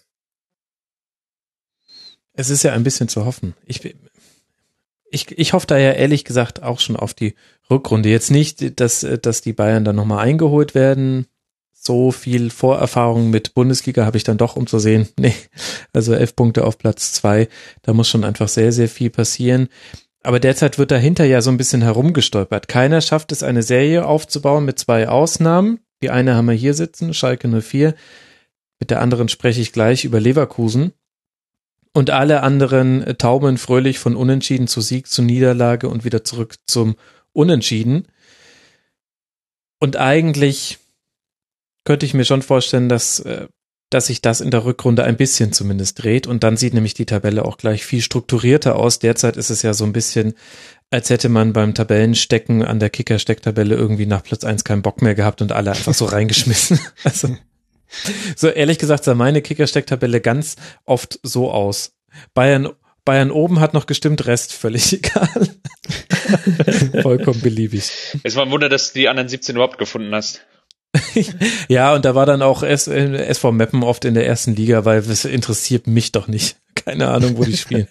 Es ist ja ein bisschen zu hoffen. Ich hoffe da ja ehrlich gesagt auch schon auf die Rückrunde. Jetzt nicht, dass die Bayern dann nochmal eingeholt werden. So viel Vorerfahrung mit Bundesliga habe ich dann doch, um zu sehen. Nee, also 11 Punkte auf Platz 2. Da muss schon einfach sehr, sehr viel passieren. Aber derzeit wird dahinter ja so ein bisschen herumgestolpert. Keiner schafft es, eine Serie aufzubauen mit 2 Ausnahmen. Die eine haben wir hier sitzen, Schalke 04. Mit der anderen spreche ich gleich über Leverkusen. Und alle anderen taumeln fröhlich von Unentschieden zu Sieg, zu Niederlage und wieder zurück zum Unentschieden. Und eigentlich könnte ich mir schon vorstellen, dass sich das in der Rückrunde ein bisschen zumindest dreht. Und dann sieht nämlich die Tabelle auch gleich viel strukturierter aus. Derzeit ist es ja so ein bisschen, als hätte man beim Tabellenstecken an der Kicker-Stecktabelle irgendwie nach Platz 1 keinen Bock mehr gehabt und alle einfach so reingeschmissen. Also so ehrlich gesagt sah meine Kicker-Stecktabelle ganz oft so aus. Bayern oben hat noch gestimmt, Rest völlig egal. Vollkommen beliebig. Es war ein Wunder, dass du die anderen 17 überhaupt gefunden hast. Ja, und da war dann auch SV Meppen oft in der ersten Liga, weil es interessiert mich doch nicht. Keine Ahnung, wo die spielen.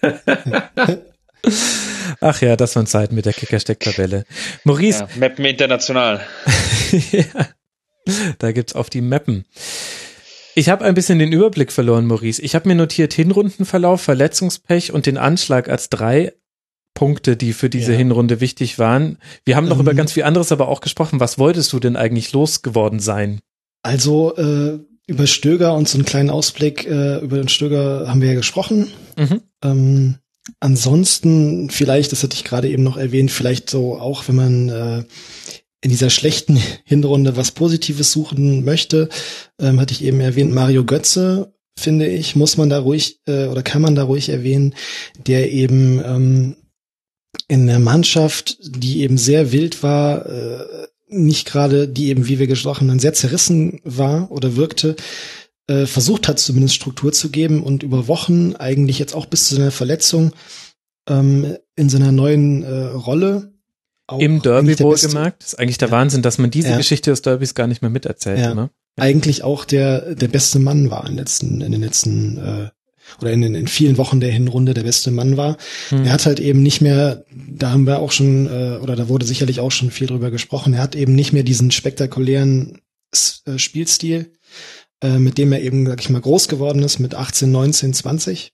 Ach ja, das waren Zeiten mit der Kicker-Stecktabelle. Maurice. Ja, Meppen international. Ja, da gibt's auf die Meppen. Ich habe ein bisschen den Überblick verloren, Maurice. Ich habe mir notiert Hinrundenverlauf, Verletzungspech und den Anschlag als 3 Punkte, die für diese Hinrunde wichtig waren. Wir haben noch über ganz viel anderes aber auch gesprochen. Was wolltest du denn eigentlich losgeworden sein? Also über Stöger und so einen kleinen Ausblick über den Stöger haben wir ja gesprochen. Mhm. Ansonsten vielleicht, das hatte ich gerade eben noch erwähnt, vielleicht so auch, wenn man in dieser schlechten Hinrunde was Positives suchen möchte, hatte ich eben erwähnt, Mario Götze, finde ich, muss man da ruhig oder kann man da ruhig erwähnen, der eben in der Mannschaft, die eben sehr wild war, nicht gerade, die eben, wie wir gesprochen haben, sehr zerrissen war oder wirkte, versucht hat, zumindest Struktur zu geben und über Wochen, eigentlich jetzt auch bis zu seiner Verletzung, in seiner neuen Rolle. Im Derby wohlgemerkt. Das ist eigentlich der Wahnsinn, dass man diese Geschichte des Derbys gar nicht mehr miterzählt. Ja. Ne? Eigentlich auch der beste Mann war in den letzten oder in vielen Wochen der Hinrunde der beste Mann war. Er hat halt eben nicht mehr, da haben wir auch schon, oder da wurde sicherlich auch schon viel drüber gesprochen, er hat eben nicht mehr diesen spektakulären Spielstil, mit dem er eben, sag ich mal, groß geworden ist mit 18, 19, 20.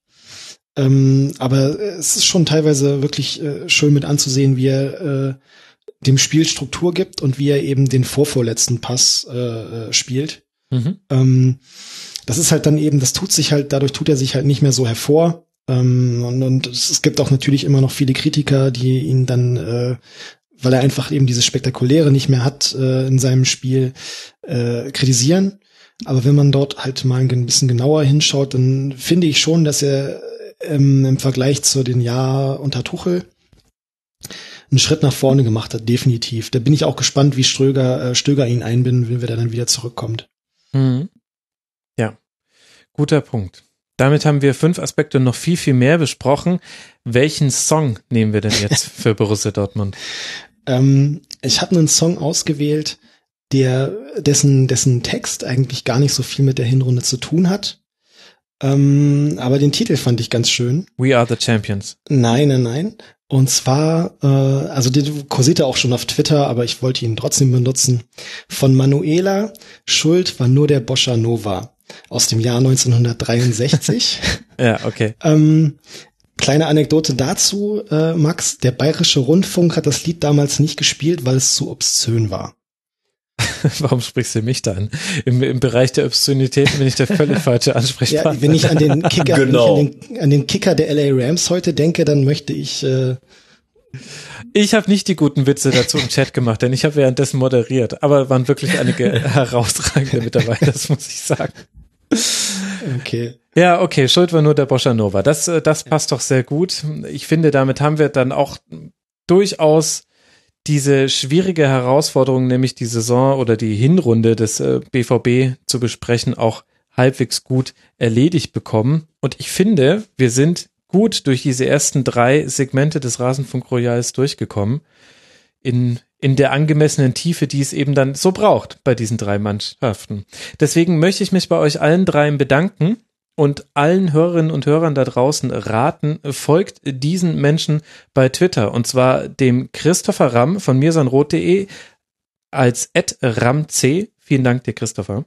Aber es ist schon teilweise wirklich schön mit anzusehen, wie er dem Spiel Struktur gibt und wie er eben den vorvorletzten Pass spielt. Mhm. Das ist halt dann eben, dadurch tut er sich halt nicht mehr so hervor. Und es gibt auch natürlich immer noch viele Kritiker, die ihn dann, weil er einfach eben dieses Spektakuläre nicht mehr hat in seinem Spiel, kritisieren. Aber wenn man dort halt mal ein bisschen genauer hinschaut, dann finde ich schon, dass er im Vergleich zu den Jahren unter Tuchel einen Schritt nach vorne gemacht hat, definitiv. Da bin ich auch gespannt, wie Stöger ihn einbinden will, wenn er dann wieder zurückkommt. Mhm. Ja, guter Punkt. Damit haben wir 5 Aspekte und noch viel, viel mehr besprochen. Welchen Song nehmen wir denn jetzt für Borussia Dortmund? Ich habe einen Song ausgewählt, dessen Text eigentlich gar nicht so viel mit der Hinrunde zu tun hat. Aber den Titel fand ich ganz schön. We are the champions. Nein. Und zwar, also der kursierte auch schon auf Twitter, aber ich wollte ihn trotzdem benutzen. Von Manuela, Schuld war nur der Bossa Nova aus dem Jahr 1963. Ja, okay. Kleine Anekdote dazu, Max, der Bayerische Rundfunk hat das Lied damals nicht gespielt, weil es zu obszön war. Warum sprichst du mich da an? Im Bereich der Obszönitäten bin ich der völlig falsche Ansprechpartner. Ja, wenn ich an den Kicker, genau. an den Kicker der LA Rams heute denke, dann möchte ich. Ich habe nicht die guten Witze dazu im Chat gemacht, denn ich habe währenddessen moderiert. Aber waren wirklich einige herausragende mit dabei, das muss ich sagen. Okay. Ja, okay, Schuld war nur der Bossa Nova. Das passt doch sehr gut. Ich finde, damit haben wir dann auch durchaus diese schwierige Herausforderung, nämlich die Saison oder die Hinrunde des BVB zu besprechen, auch halbwegs gut erledigt bekommen. Und ich finde, wir sind gut durch diese ersten 3 Segmente des Rasenfunk Royals durchgekommen. In der angemessenen Tiefe, die es eben dann so braucht bei diesen 3 Mannschaften. Deswegen möchte ich mich bei euch allen 3 bedanken und allen Hörerinnen und Hörern da draußen raten, folgt diesen Menschen bei Twitter, und zwar dem Christopher Ramm von mirsanroth.de als @ramc. Vielen Dank dir, Christopher.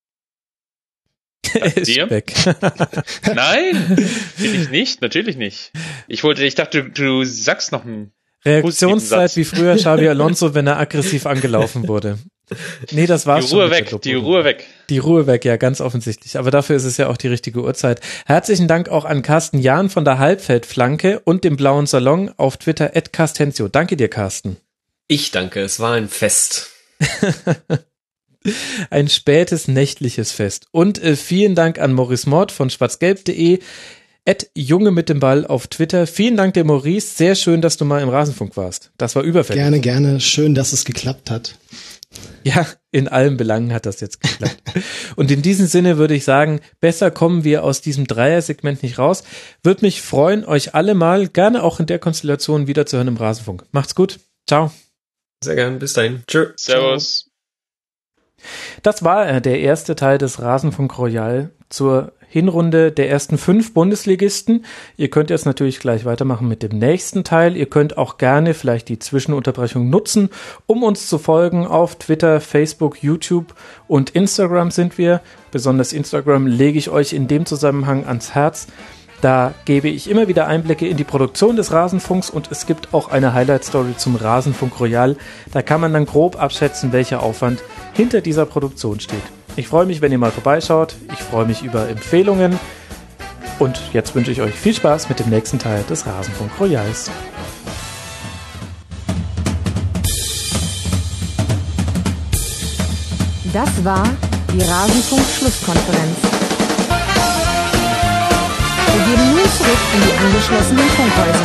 Er ist weg. Nein, bin ich nicht, natürlich nicht. Ich dachte, du sagst noch einen Reaktionszeit wie früher Xabi Alonso, wenn er aggressiv angelaufen wurde. Nee, das war's schon. Die Ruhe weg. Die Ruhe weg, ja, ganz offensichtlich. Aber dafür ist es ja auch die richtige Uhrzeit. Herzlichen Dank auch an Carsten Jahn von der Halbfeldflanke und dem Blauen Salon auf Twitter @Carstenzio. Danke dir, Carsten. Ich danke, es war ein Fest. Ein spätes nächtliches Fest. Und vielen Dank an Maurice Mord von schwarzgelb.de, @Junge mit dem Ball auf Twitter. Vielen Dank dir, Maurice. Sehr schön, dass du mal im Rasenfunk warst. Das war überfällig. Gerne. Schön, dass es geklappt hat. Ja, in allen Belangen hat das jetzt geklappt. Und in diesem Sinne würde ich sagen, besser kommen wir aus diesem Dreier-Segment nicht raus. Würde mich freuen, euch alle mal, gerne auch in der Konstellation, wieder zu hören im Rasenfunk. Macht's gut. Ciao. Sehr gern. Bis dahin. Tschö. Servus. Das war der erste Teil des Rasenfunk Royal zur Hinrunde der ersten 5 Bundesligisten. Ihr könnt jetzt natürlich gleich weitermachen mit dem nächsten Teil. Ihr könnt auch gerne vielleicht die Zwischenunterbrechung nutzen, um uns zu folgen auf Twitter, Facebook, YouTube und Instagram sind wir. Besonders Instagram lege ich euch in dem Zusammenhang ans Herz. Da gebe ich immer wieder Einblicke in die Produktion des Rasenfunks und es gibt auch eine Highlight-Story zum Rasenfunk Royal. Da kann man dann grob abschätzen, welcher Aufwand hinter dieser Produktion steht. Ich freue mich, wenn ihr mal vorbeischaut. Ich freue mich über Empfehlungen. Und jetzt wünsche ich euch viel Spaß mit dem nächsten Teil des Rasenfunk Royals. Das war die Rasenfunk-Schlusskonferenz. Wir gehen nun zurück in die angeschlossenen Funkhäuser.